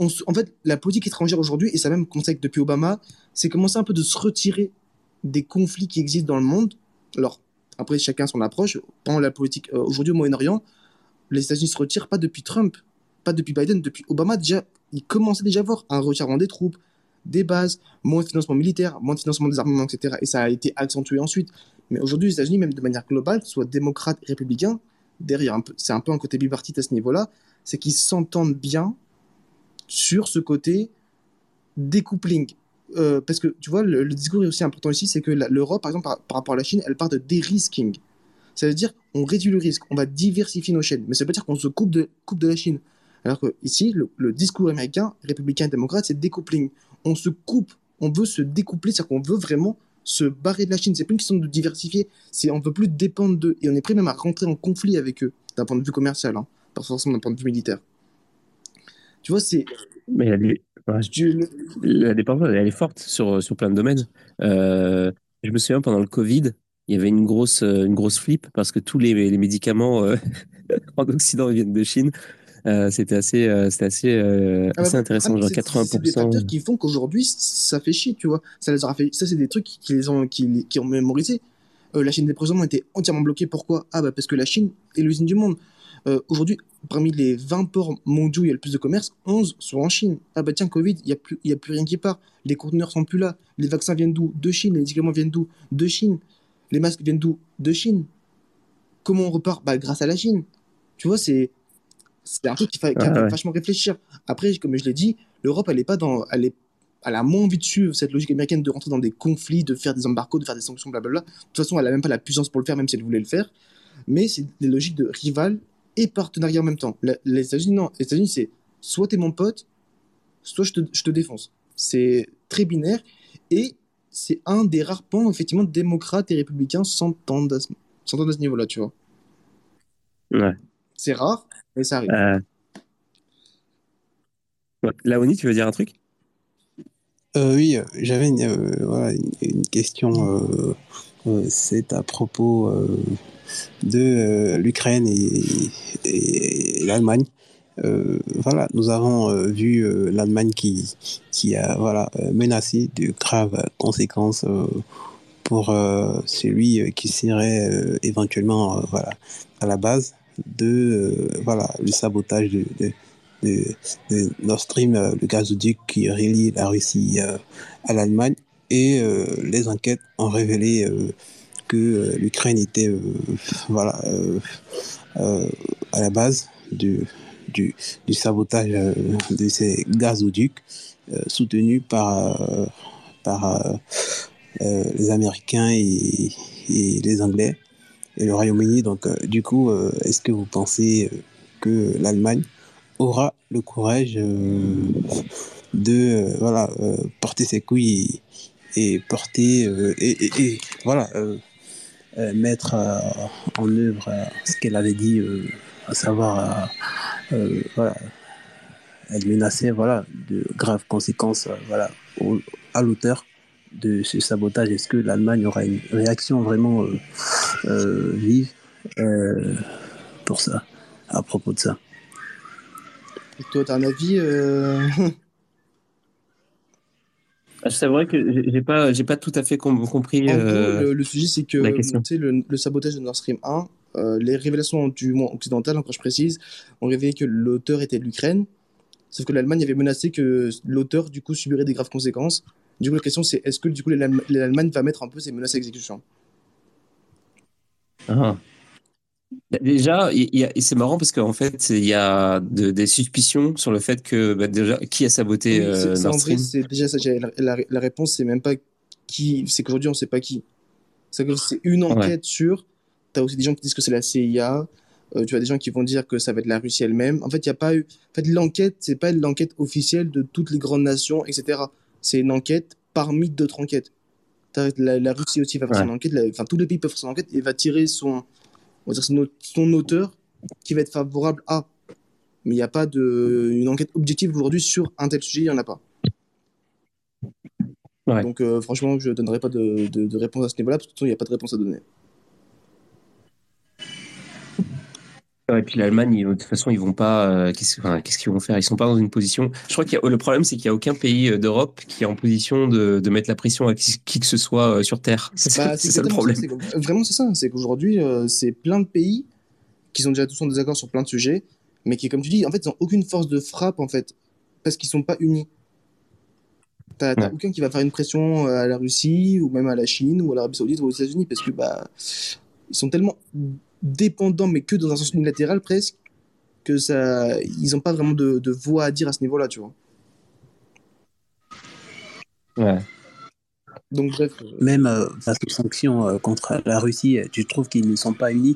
on se- en fait, la politique étrangère aujourd'hui, et ça a même commencé avec depuis Obama, c'est commencer un peu de se retirer des conflits qui existent dans le monde. Alors, après, chacun son approche. Pendant la politique, euh, aujourd'hui au Moyen-Orient, les États-Unis se retirent pas depuis Trump, pas depuis Biden, depuis Obama. Déjà, ils commençaient déjà à voir un retirement des troupes, des bases, moins de financement militaire, moins de financement des armements, et cetera. Et ça a été accentué ensuite. Mais aujourd'hui, les États-Unis, même de manière globale, que ce soit démocrates et républicains, derrière, un peu, c'est un peu un côté bipartite à ce niveau-là, c'est qu'ils s'entendent bien sur ce côté découpling. Euh, parce que tu vois, le, le discours est aussi important ici, c'est que la- l'Europe, par exemple, par, par rapport à la Chine, elle part de dérisking. Ça veut dire on réduit le risque, on va diversifier nos chaînes. Mais ça veut pas dire qu'on se coupe de, coupe de la Chine. Alors que ici, le, le discours américain, républicain et démocrate, c'est découpling. On se coupe, on veut se découpler, c'est-à-dire qu'on veut vraiment se barrer de la Chine. C'est plus une question de diversifier, c'est on veut plus dépendre d'eux. Et on est prêt même à rentrer en conflit avec eux, d'un point de vue commercial, hein, pas forcément d'un point de vue militaire. Tu vois, c'est. Mais la, dé- ouais. tu- le- La dépendance, elle est forte sur, sur plein de domaines. Euh, je me souviens, pendant le Covid, il y avait une grosse, euh, une grosse flip parce que tous les, les médicaments euh, en Occident viennent de Chine. Euh, c'était assez, euh, c'était assez, euh, Ah bah assez voilà. Ah, mais intéressant. Genre c'est c'est des quatre-vingts pour cent. facteurs qui font qu'aujourd'hui, ça fait chier, tu vois. Ça les aura fait. Ça, c'est des trucs qui les ont, qui, qui ont mémorisé. Euh, la chaîne d'approvisionnement était entièrement bloquée. Pourquoi? Ah bah parce que la Chine est l'usine du monde. Euh, aujourd'hui, parmi les vingt ports mondiaux où il y a le plus de commerce, onze sont en Chine. Ah bah tiens, Covid, il n'y a, plus- il y a plus rien qui part. Les conteneurs sont plus là. Les vaccins viennent d'où? De Chine. Les médicaments viennent d'où? De Chine. Les masques viennent d'où? De Chine. Comment on repart? Bah grâce à la Chine. Tu vois, c'est c'est un truc qui, fa- qui a Ah fait ouais. vachement réfléchir. Après, comme je l'ai dit, l'Europe, elle est pas dans, elle est, elle a moins envie de suivre cette logique américaine de rentrer dans des conflits, de faire des embargos, de faire des sanctions, blablabla. De toute façon, elle a même pas la puissance pour le faire, même si elle voulait le faire. Mais c'est des logiques de rival et partenariat en même temps. La- les États-Unis, non. Les États-Unis, c'est soit t'es mon pote, soit je te, je te défonce. C'est très binaire et c'est un des rares points, où, effectivement, démocrates et républicains s'entendent à ce, s'entendent à ce niveau-là, tu vois. Ouais. C'est rare, mais ça arrive. Euh, ouais. Laoni, tu veux dire un truc? Euh, oui, euh, j'avais une, euh, voilà, une, une question. Euh, euh, c'est à propos euh, de euh, l'Ukraine et, et l'Allemagne. Euh, voilà, nous avons euh, vu euh, l'Allemagne qui, qui a voilà, euh, menacé de graves conséquences euh, pour euh, celui euh, qui serait euh, éventuellement euh, voilà, à la base de euh, voilà, le sabotage de, de, de, de Nord Stream, euh, le gazoduc qui relie la Russie euh, à l'Allemagne. Et euh, les enquêtes ont révélé euh, que euh, l'Ukraine était euh, voilà, euh, euh, à la base du, du, du sabotage euh, de ces gazoducs euh, soutenus par, euh, par euh, euh, les Américains et, et les Anglais et le Royaume-Uni. Donc, euh, du coup, euh, est-ce que vous pensez euh, que l'Allemagne aura le courage euh, de euh, voilà, euh, porter ses couilles et, et porter euh, et, et, et, voilà, euh, euh, mettre euh, en œuvre euh, ce qu'elle avait dit, euh, à savoir, euh, euh, voilà, elle menaçait voilà, de graves conséquences euh, voilà, au, à l'auteur de ce sabotage. Est-ce que l'Allemagne aura une réaction vraiment euh, euh, vive euh, pour ça, à propos de ça? Et toi, t'as un avis euh... Ah, c'est vrai que j'ai j'ai pas, j'ai pas tout à fait com- compris En gros, euh, le, le sujet, c'est la que tu question. sais, le, le sabotage de Nord Stream un, euh, les révélations du monde occidental, encore je précise, ont révélé que l'auteur était l'Ukraine, sauf que l'Allemagne avait menacé que l'auteur, du coup, subirait des graves conséquences. Du coup, la question, c'est est-ce que, du coup, l'Allem- l'Allemagne va mettre un peu ses menaces à exécution? Ah. Bah, déjà, il y a- et c'est marrant parce qu'en fait, c'est- il y a de- des suspicions sur le fait que bah, déjà, qui a saboté Oui, c'est euh, c'est- Nord en vrai, Stream? c'est déjà ça. j'ai- La, la- la réponse, c'est même pas qui, c'est qu'aujourd'hui, on sait pas qui. C'est que c'est une Ouais. enquête sur. Tu as aussi des gens qui disent que c'est la C I A. Euh, tu as des gens qui vont dire que ça va être la Russie elle-même. En fait, il y a pas eu. En fait, l'enquête, c'est pas l'enquête officielle de toutes les grandes nations, et cetera. C'est une enquête parmi d'autres enquêtes. T'as La, la Russie aussi va faire son Ouais. enquête. la- Enfin, tous les pays peuvent faire son enquête et va tirer son, on va dire son, au- son auteur qui va être favorable à. Mais il n'y a pas de, une enquête objective aujourd'hui sur un tel sujet, il n'y en a pas. Ouais. Donc, euh, franchement, je ne donnerai pas de, de, de réponse à ce niveau-là parce que de toute façon, il n'y a pas de réponse à donner. Ouais, et puis l'Allemagne, ils- de toute façon, ils vont pas. euh, qu'est-ce, enfin, qu'est-ce qu'ils vont faire? Ils sont pas dans une position. Je crois qu'il y a, le problème, c'est qu'il y a aucun pays euh, d'Europe qui est en position de, de mettre la pression à qui, qui que ce soit euh, sur Terre. C'est ça, Bah, c'est c'est ça le exactement ça. problème. C'est que- vraiment, c'est ça. C'est qu'aujourd'hui, euh, c'est plein de pays qui sont déjà tous en désaccord sur plein de sujets, mais qui, comme tu dis, en fait, ils n'ont aucune force de frappe, en fait, parce qu'ils sont pas unis. T'as t'as Ouais. aucun qui va faire une pression euh, à la Russie, ou même à la Chine, ou à l'Arabie Saoudite, ou aux États-Unis, parce que bah, ils sont tellement dépendants, mais que dans un sens unilatéral presque, que ça, ils n'ont pas vraiment de, de voix à dire à ce niveau-là, tu vois. Ouais. Donc bref, euh, Même euh, face aux sanctions euh, contre la Russie, euh, tu trouves qu'ils ne sont pas unis,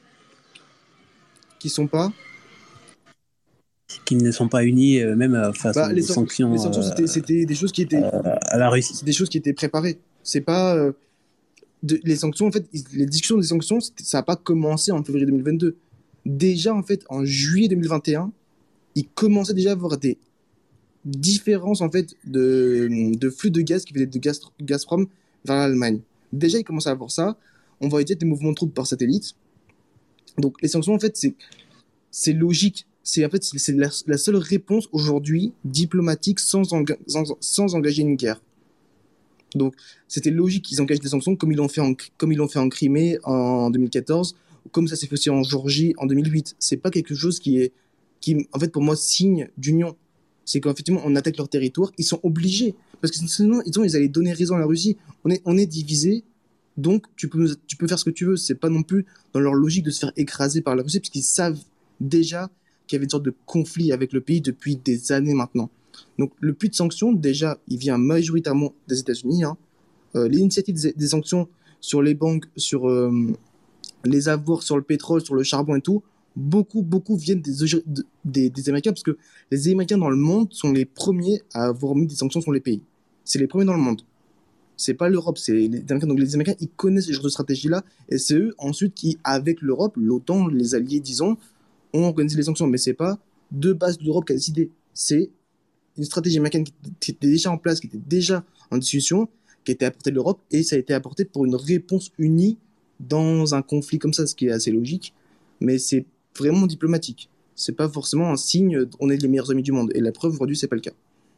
qui sont pas. qu'ils ne sont pas unis euh, même euh, face Bah, les, aux san- les sanctions sanctions, euh, c'était, c'était des choses qui étaient, à la Russie. c'est des choses qui étaient préparées. C'est pas euh, de- les sanctions, en fait, ils- les discussions des sanctions, c'était- ça n'a pas commencé en février deux mille vingt-deux. Déjà, en fait, en juillet deux mille vingt et un, ils commençaient déjà à avoir des différences, en fait, de, de flux de gaz qui venaient de Gaz- Gazprom vers l'Allemagne. Déjà, ils commençaient à avoir ça. On voyait des mouvements de troupes par satellite. Donc, les sanctions, en fait, c'est, c'est logique. C'est, en fait, c'est c'est la, la seule réponse aujourd'hui diplomatique sans, enga- sans, sans engager une guerre. Donc, c'était logique qu'ils engagent des sanctions comme ils l'ont fait en, comme ils l'ont fait en Crimée en deux mille quatorze, comme ça s'est fait aussi en Géorgie en deux mille huit. C'est pas quelque chose qui est, qui, en fait, pour moi, signe d'union. C'est qu'effectivement, on attaque leur territoire, ils sont obligés. Parce que sinon, ils, ont, ils allaient donner raison à la Russie. On est, on est divisé, donc tu peux, tu peux faire ce que tu veux. C'est pas non plus dans leur logique de se faire écraser par la Russie, parce qu'ils savent déjà qu'il y avait une sorte de conflit avec le pays depuis des années maintenant. Donc le puits de sanctions, déjà, il vient majoritairement des États-Unis. Hein. Euh, L'initiative des, des, sanctions sur les banques, sur euh, les avoirs, sur le pétrole, sur le charbon et tout, beaucoup, beaucoup viennent des, des, des Américains, parce que les Américains dans le monde sont les premiers à avoir mis des sanctions sur les pays. C'est les premiers dans le monde. C'est pas l'Europe, c'est les Américains. Donc les Américains, ils connaissent ce genre de stratégie-là, et c'est eux ensuite qui, avec l'Europe, l'OTAN, les alliés, disons, ont organisé les sanctions. Mais c'est pas de base de l'Europe qui a décidé. C'est une stratégie américaine qui était déjà en place, qui était déjà en discussion, qui a été apportée de l'Europe, et ça a été apporté pour une réponse unie dans un conflit comme ça, ce qui est assez logique, mais c'est vraiment diplomatique. C'est pas forcément un signe, on est les meilleurs amis du monde, et la preuve aujourd'hui, c'est pas le cas.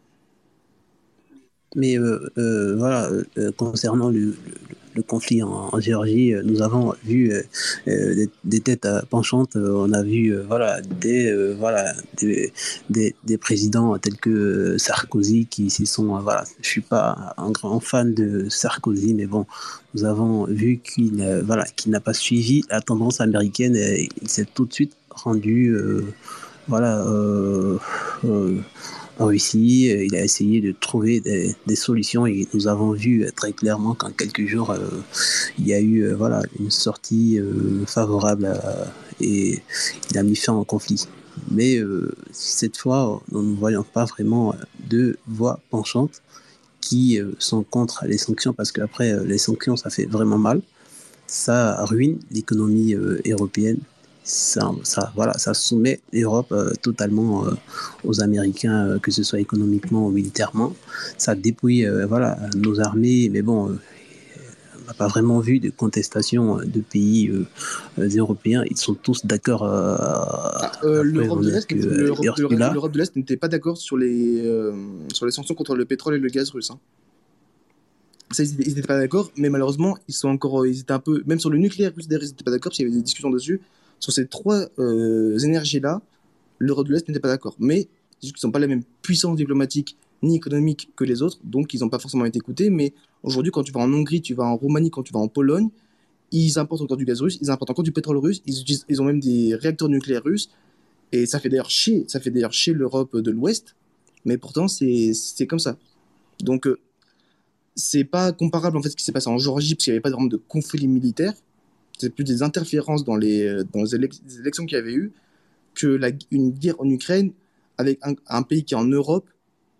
Mais euh, euh, voilà, euh, concernant le, le, le conflit en, en Géorgie, euh, nous avons vu euh, euh, des, des têtes euh, penchantes. Euh, on a vu euh, voilà des euh, voilà des, des, des présidents tels que euh, Sarkozy qui s'y sont euh, voilà. Je suis pas un grand fan de Sarkozy, mais bon, nous avons vu qu'il euh, voilà qu'il n'a pas suivi la tendance américaine et il s'est tout de suite rendu euh, voilà. Euh, euh, en Russie, euh, il a essayé de trouver des, des solutions et nous avons vu euh, très clairement qu'en quelques jours, euh, il y a eu euh, voilà, une sortie euh, favorable à- et il a mis fin au conflit. Mais euh, cette fois, nous ne voyons pas vraiment euh, de voix penchantes qui euh, sont contre les sanctions parce qu'après, euh, les sanctions, ça fait vraiment mal. Ça ruine l'économie euh, européenne. Ça, ça, voilà, ça soumet l'Europe euh, totalement euh, aux Américains, euh, que ce soit économiquement ou militairement. Ça dépouille euh, voilà, nos armées, mais bon, euh, on n'a pas vraiment vu de contestation de pays euh, euh, européens. Ils sont tous d'accord. Euh, Ah, euh, la preuve L'Europe en de est l'Est, que n'était- euh, l'Europe Ursula, l'Europe de l'Est n'était pas d'accord sur les euh, sur les sanctions contre le pétrole et le gaz russe. Hein. Ça, ils n'étaient pas d'accord, mais malheureusement, ils sont encore, ils étaient un peu, même sur le nucléaire russe, d'ailleurs, ils n'étaient pas d'accord, parce qu'il y avait des discussions dessus. Sur ces trois euh, énergies-là, l'Europe de l'Est n'était pas d'accord. Mais ils n'ont pas la même puissance diplomatique ni économique que les autres, donc ils n'ont pas forcément été écoutés. Mais aujourd'hui, quand tu vas en Hongrie, tu vas en Roumanie, quand tu vas en Pologne, ils importent encore du gaz russe, ils importent encore du pétrole russe, ils, utilisent, ils ont même des réacteurs nucléaires russes, et ça fait d'ailleurs chier, ça fait d'ailleurs chier l'Europe de l'Ouest, mais pourtant c'est c'est comme ça. Donc euh, c'est pas comparable en fait ce qui s'est passé en Géorgie, parce qu'il n'y avait pas vraiment de conflit militaire, c'est plus des interférences dans les, euh, dans les, élec- les élections qu'il y avait eu, que la, une guerre en Ukraine avec un, un pays qui est en Europe.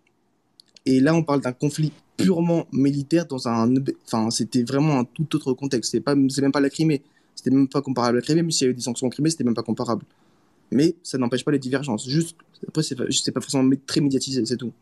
Et là, on parle d'un conflit purement militaire dans un, enfin, c'était vraiment un tout autre contexte. C'est pas, c'est même pas la Crimée. C'était même pas comparable à la Crimée, mais s'il y a eu des sanctions en Crimée, c'était même pas comparable. Mais ça n'empêche pas les divergences. Juste, après, c'est pas, c'est pas forcément très médiatisé, c'est tout.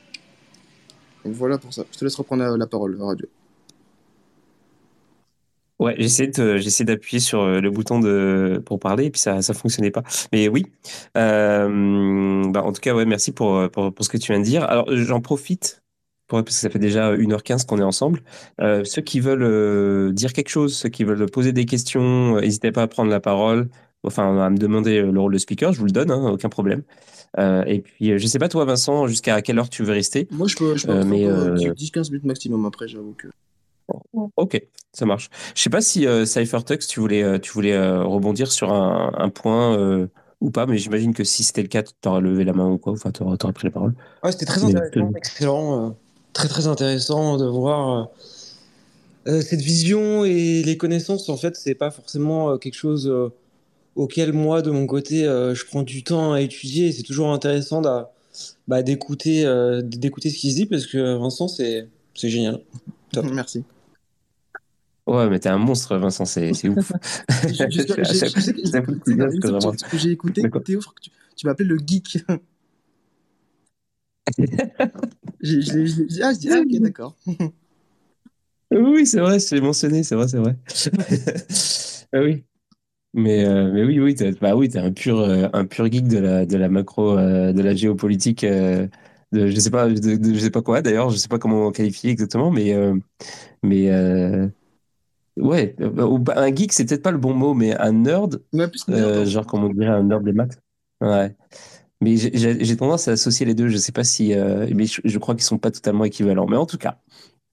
Donc voilà pour ça. Je te laisse reprendre la, la parole, Radio. Ouais, j'essaie de, j'essaie d'appuyer sur euh, le bouton de pour parler et puis ça ça fonctionnait pas. Mais oui, euh, bah en tout cas ouais, merci pour euh, pour, pour ce que tu viens de dire. Alors j'en profite pour, parce que ça fait déjà une heure quinze qu'on est ensemble. Euh, ceux qui veulent euh, dire quelque chose, ceux qui veulent poser des questions, euh, n'hésitez pas à prendre la parole. Enfin, à me demander euh, le rôle de speaker, je vous le donne, hein, aucun problème. Euh, et puis, euh, je sais pas toi, Vincent, jusqu'à quelle heure tu veux rester, Moi, je peux, je peux euh, rester mais encore euh, euh, dix quinze minutes maximum après, j'avoue que. ok, ça marche. Je sais pas si euh, CypherTux, tu voulais, euh, tu voulais euh, rebondir sur un, un point euh, ou pas, mais j'imagine que si c'était le cas, tu aurais levé la main ou quoi, enfin, tu aurais, pris la parole. Ouais, c'était très Mais intéressant, excellent, euh, très très intéressant de voir euh, euh, cette vision et les connaissances. En fait, c'est pas forcément euh, quelque chose euh, auquel moi, de mon côté, euh, je prends du temps à étudier. C'est toujours intéressant d'a- bah, d'écouter euh, d'écouter ce qu'il se dit parce que Vincent, c'est c'est génial. Top. Merci. ouais, mais t'es un monstre, Vincent, c'est c'est ouf. Je, je, je, À je- chaque, je sais que, tu chaque fois que tu sais, dans viens, je te l'émission que revois. j'ai que j'ai écouté, D'accord. Théo, je crois que tu, tu m'appelais le geek. J'ai- je l'ai- je l'ai- je dis, ah, je dis, ah, ok, d'accord. Oui, c'est vrai, je l'ai mentionné, c'est vrai, c'est vrai. Ah oui. Mais, euh, mais oui, oui, t'es, bah oui, t'es un pur, euh, un pur geek de la, de la macro, euh, de la géopolitique, euh, de, je sais pas, de, de- je sais pas quoi d'ailleurs, je sais pas comment qualifier exactement, mais, euh, mais euh, ouais, euh, ou pas- un geek, c'est peut-être pas le bon mot, mais un nerd, Mais plus nerd, euh, en genre fait. comme on dirait un nerd des maths. Ouais. Mais j'ai j'ai- j'ai tendance à associer les deux. Je sais pas si, euh, mais je, je crois qu'ils sont pas totalement équivalents. Mais en tout cas.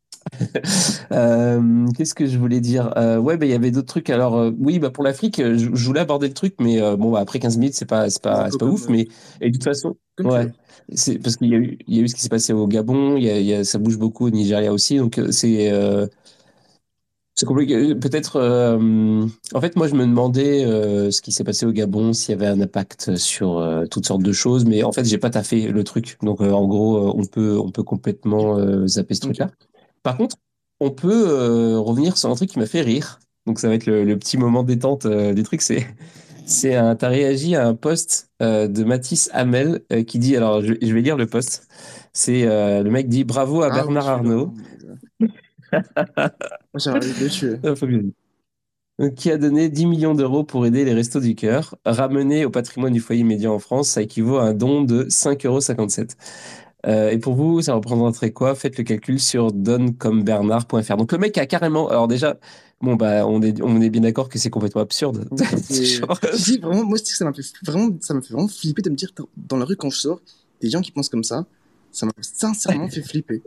Euh, qu'est-ce que je voulais dire? Euh, ouais, bah, il y avait d'autres trucs. Alors, euh, oui, bah, pour l'Afrique, euh, je, je voulais aborder le truc, mais euh, bon, bah, après quinze minutes, c'est pas, c'est Non, pas, c'est co- pas comme, ouf. euh, Mais et de toute façon, comme tu veux. ouais, c'est parce qu'il y a eu, il y a eu ce qui s'est passé au Gabon, il y a, il y a- ça bouge beaucoup au Nigeria aussi, donc euh, c'est, euh, c'est compliqué. Peut-être, euh, en fait, moi, je me demandais euh, ce qui s'est passé au Gabon, s'il y avait un impact sur euh, toutes sortes de choses, mais en fait, j'ai pas taffé le truc. Donc, euh, en gros, euh, on peut, on peut complètement euh, zapper ce Ok. truc-là. Par contre, on peut euh, revenir sur un truc qui m'a fait rire. Donc, ça va être le, le petit moment détente euh, du truc. C'est, c'est un, t'as réagi à un post euh, de Mathis Hamel euh, qui dit, alors, je, je vais lire le post. C'est euh, le mec dit bravo à Ah oui, Bernard celui-là. Oh Arnault. my God. Moi, ça m'arrive de tuer. Ah, faut que je le dise. Donc, qui a donné dix millions d'euros pour aider les Restos du Cœur. Ramené au patrimoine du foyer médian en France, ça équivaut à un don de cinq euros cinquante-sept. Euh, et pour vous, ça représenterait quoi? Faites le calcul sur doncombernard point f r. Donc le mec a carrément. Alors déjà, bon bah on est on est bien d'accord que c'est complètement absurde. Oui, c'est. Genre, Si, si, vraiment, moi, c'est que ça m'a fait vraiment, ça m'a fait vraiment flipper de me dire, dans dans la rue, quand je sors, des gens qui pensent comme ça, ça m'a sincèrement fait flipper.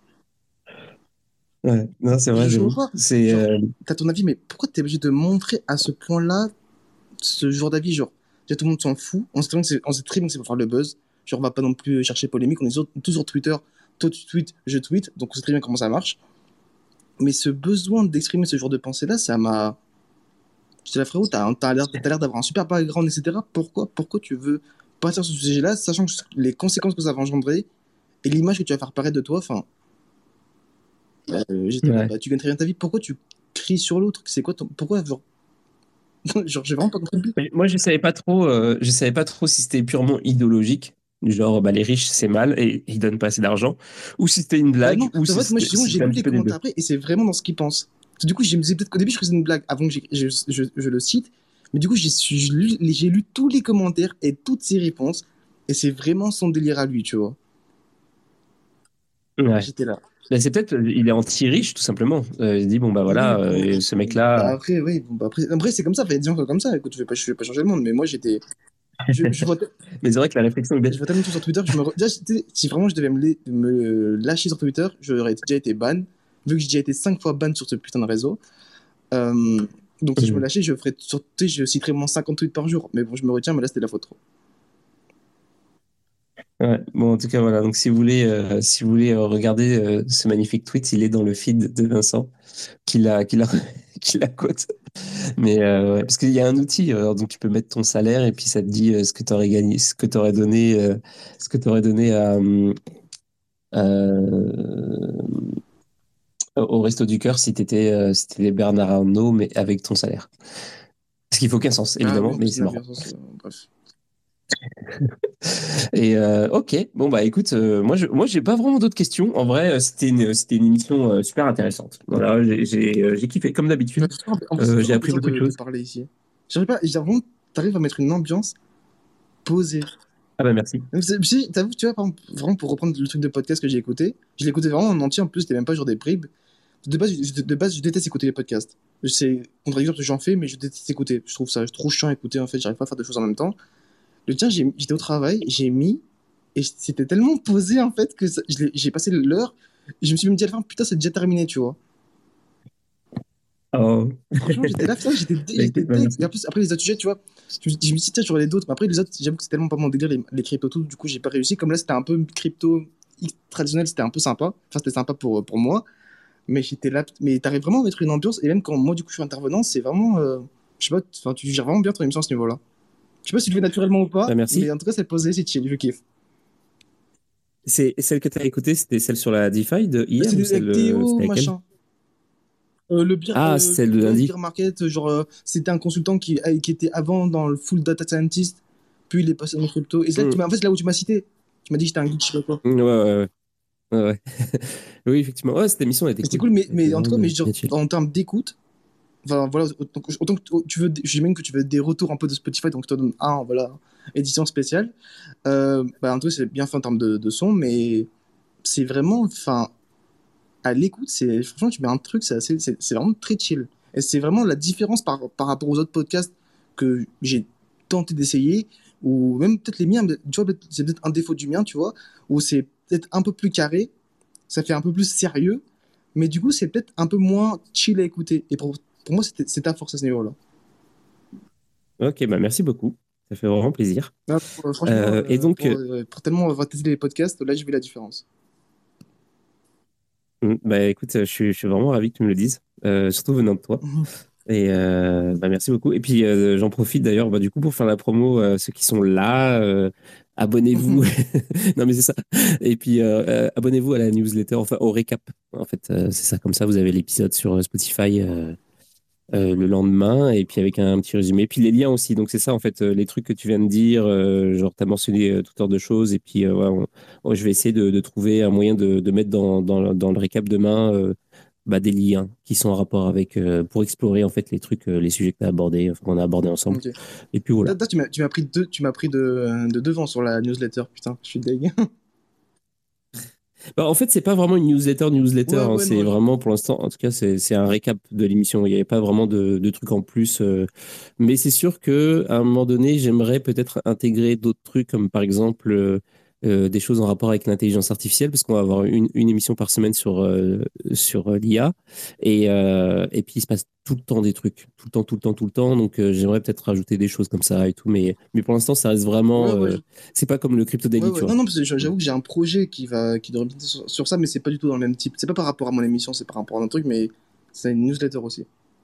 ouais, non c'est Je, vrai, je j'avoue. vois pas. C'est Genre, euh, t'as ton avis, mais pourquoi t'es obligé de montrer à ce point-là ce genre d'avis? Genre, déjà, tout le monde s'en fout. On sait très bien que c'est on sait très bien que c'est pour faire le buzz. Genre, on va pas non plus chercher polémique. On est sur- tous sur Twitter. Toi, tu tweets, je tweet. Donc, on sait très bien comment ça marche. Mais ce besoin d'exprimer ce genre de pensée-là, ça m'a. Je dis là, frérot, t'as t'as l'air t'as l'air d'avoir un super background, et cetera. Pourquoi, pourquoi tu veux partir sur ce sujet-là, sachant que les conséquences que ça va engendrer et l'image que tu vas faire paraître de toi, enfin, euh, j'étais là, ouais. bah, tu gagnes très bien ta vie. Pourquoi tu cries sur l'autre? C'est quoi ton... Pourquoi, genre, genre j'ai vraiment pas compris le but. Mais moi je savais pas trop, euh, je savais pas trop si c'était purement idéologique, du genre bah les riches c'est mal et ils donnent pas assez d'argent, ou si c'était une Bah blague, non, ou en si fait, moi, c'était justement, si j'ai c'était un lu petit les peu des commentaires deux. après et c'est vraiment dans ce qu'ils pensent. Du coup, je me disais peut-être qu'au début, je faisais une blague avant que j'ai- je, je, je le cite, mais du coup, j'ai su- j'ai lu, j'ai lu tous les commentaires et toutes ses réponses et c'est vraiment son délire à lui, tu vois. Ouais. J'étais là. Bah, c'est peut-être euh, il est anti-riche tout simplement. Euh, il dit bon bah Oui, oui, voilà, bon, euh, ce bah mec-là. après, oui, bon, bah après, après c'est comme ça, il y a des gens qui sont comme ça, écoute, je vais pas, je vais pas changer le monde, mais moi j'étais, je, je vois, Mais c'est vrai que la réflexion est je bête. vois tellement de choses sur Twitter, que je me, re- déjà, c'était- si vraiment je devais me, la- me lâcher sur Twitter, j'aurais déjà été ban, vu que j'ai déjà été cinq fois ban sur ce putain de réseau. Euh, donc si je me Mhm. lâchais, je ferais, sur, tu sais, je citerais moins cinquante tweets par jour, mais bon, je me retiens, mais là c'était la faute trop. Ouais. Bon, en tout cas, voilà. Donc, si vous voulez, euh, si vous voulez euh, regarder euh, ce magnifique tweet, il est dans le feed de Vincent, qui l'a, qui l'a, qui la quote. Mais euh, ouais, parce qu'il y a un outil, euh, donc tu peux mettre ton salaire et puis ça te dit euh, ce que tu aurais gagné, ce que tu aurais donné, euh, ce que tu aurais donné à, euh, au Resto du Cœur si t'étais, euh, si t'étais Bernard Arnault, mais avec ton salaire. Ce qui faut aucun sens, Ah évidemment, oui, mais ça c'est n'a aucun marrant. sens, euh, bref. Et euh, ok, bon bah écoute, euh, moi je, moi j'ai pas vraiment d'autres questions. En vrai, euh, c'était une, c'était une émission euh, super intéressante. Voilà, j'ai, j'ai, euh, j'ai kiffé comme Ouais, d'habitude. c'est toujours un- En plus, c'est Euh, toujours j'ai un appris plaisir beaucoup de de, de choses. parler ici. J'arrive pas, j'ai vraiment, t'arrives à mettre une ambiance posée. Ah bah merci. Donc, c'est- si, t'avoue, tu vois, par exemple, vraiment pour reprendre le truc de podcast que j'ai écouté, je l'écoutais vraiment en entier, en plus, c'était même pas genre des bribes. De base, je, de base, je déteste écouter les podcasts. C'est contradictoire parce que j'en fais, mais je déteste écouter. Je trouve ça trop chiant à écouter, en fait, j'arrive pas à faire deux choses en même temps. Le tien, j'ai- j'étais au travail, j'ai mis, et c'était tellement posé, en fait, que ça- je l'ai- j'ai passé l'heure, et je me suis même dit à la fin, putain, c'est déjà terminé, tu vois. Oh. Franchement, j'étais là, putain, j'étais dé- Bah j'étais écoute, bah deg. Et en merci. plus, après les autres sujets, tu vois, je me, je me suis dit, tiens, j'aurais les d'autres. Mais après, les autres, j'avoue que c'est tellement pas mon délire, les, les crypto tout, du coup, j'ai pas réussi. Comme là, c'était un peu crypto X traditionnel, c'était un peu sympa. Enfin, c'était sympa pour, pour moi. Mais j'étais là, mais t'arrives vraiment à mettre une ambiance. Et même quand moi, du coup, je suis intervenant, c'est vraiment. Euh, je sais pas, enfin, tu gères vraiment bien ton émission à ce niveau-là. Je sais pas si tu le fais naturellement ou pas, Bah mais merci. en tout cas, c'est posé, c'est chill, je kiffe. C'est celle que tu as écoutée, c'était celle sur la DeFi de Bah, hier c'est ou des- celle, avec euh, Théo, c'était laquelle? machin. Euh, le beer, Ah, euh, celle de ouais, lundi. beer market, genre, euh, c'était un consultant qui, euh, qui était avant dans le full data scientist, puis il est passé dans le crypto. Et c'est là que tu Hmm. m'as- en fait, c'est là où tu m'as cité. Tu m'as dit que j'étais un geek, je sais pas quoi. Ouais, ouais, ouais. Ouais, ouais. Oui, effectivement. Ouais, cette émission elle était Et c'était cool. cool, mais, Elle était mais en tout vraiment cas, mais bien, genre, bien chill. en termes d'écoute, enfin, voilà, autant, que autant que tu veux, j'imagine que tu veux des retours un peu de Spotify, donc je te donne un, voilà, édition spéciale. Euh, bah, en tout cas, c'est bien fait en termes de, de son, mais c'est vraiment, enfin, à l'écoute, c'est, franchement, tu mets un truc, c'est assez- c'est c'est vraiment très chill. Et c'est vraiment la différence par, par rapport aux autres podcasts que j'ai tenté d'essayer, ou même peut-être les miens, mais tu vois, peut-être- c'est peut-être un défaut du mien, tu vois, où c'est peut-être un peu plus carré, ça fait un peu plus sérieux, mais du coup, c'est peut-être un peu moins chill à écouter. Et pour, pour moi, c'était c'est ta force à ce niveau-là. Ok, bah merci beaucoup. Ça fait vraiment plaisir. Là, pour- euh, franchement, Euh, et euh, donc, pour, euh, euh, pour tellement avoir testé les podcasts, là, j'ai vu la différence. hmm, bah écoute, je suis, je suis vraiment ravi que tu me le dises, euh, surtout venant de toi. Et euh, bah, merci beaucoup. Et puis euh, j'en profite d'ailleurs bah, du coup pour faire la promo à ceux qui sont là. Euh, abonnez-vous. Non mais c'est ça. Et puis euh, euh, abonnez-vous à la newsletter, enfin au récap. En fait, euh, c'est ça. Comme ça, vous avez l'épisode sur euh, Spotify euh, euh, le lendemain et puis avec un, petit résumé. Puis les liens aussi. Donc c'est ça en fait, euh, les trucs que tu viens de dire. Euh, genre tu as mentionné euh, toutes sortes de choses. Et puis euh, ouais, on- on- je vais essayer de, de trouver un moyen de, de mettre dans, dans, dans le récap demain. Euh, bah, des liens qui sont en rapport avec euh, pour explorer en fait les trucs, euh, les sujets que tu as abordés, enfin, qu'on a abordés ensemble. Ok. Et puis voilà. Là, tu m'as tu m'as pris, deux, tu m'as pris de, de devant sur la newsletter, putain, je suis deg. Bah, en fait, c'est pas vraiment une newsletter, newsletter. Ouais, Hein, ouais, c'est non, je... vraiment pour l'instant, en tout cas, c'est c'est un récap de l'émission. Il n'y avait pas vraiment de, de trucs en plus. Euh, mais c'est sûr que à un moment donné, j'aimerais peut-être intégrer d'autres trucs, comme par exemple euh, euh, des choses en rapport avec l'intelligence artificielle, parce qu'on va avoir une, une émission par semaine sur euh, sur euh, l'I A. Et euh, et puis il se passe tout le temps des trucs, tout le temps, tout le temps, tout le temps. Donc euh, j'aimerais peut-être rajouter des choses comme ça et tout. Mais mais pour l'instant, ça reste Ouais, vraiment. ouais, Euh, je- c'est pas comme le crypto ouais, daily, tu ouais. vois. Non, non, parce que j'avoue que j'ai un projet qui va, qui devrait venir sur, sur ça, mais c'est pas du tout dans le même type. C'est pas par rapport à mon émission, c'est par rapport à un truc, mais c'est une newsletter aussi.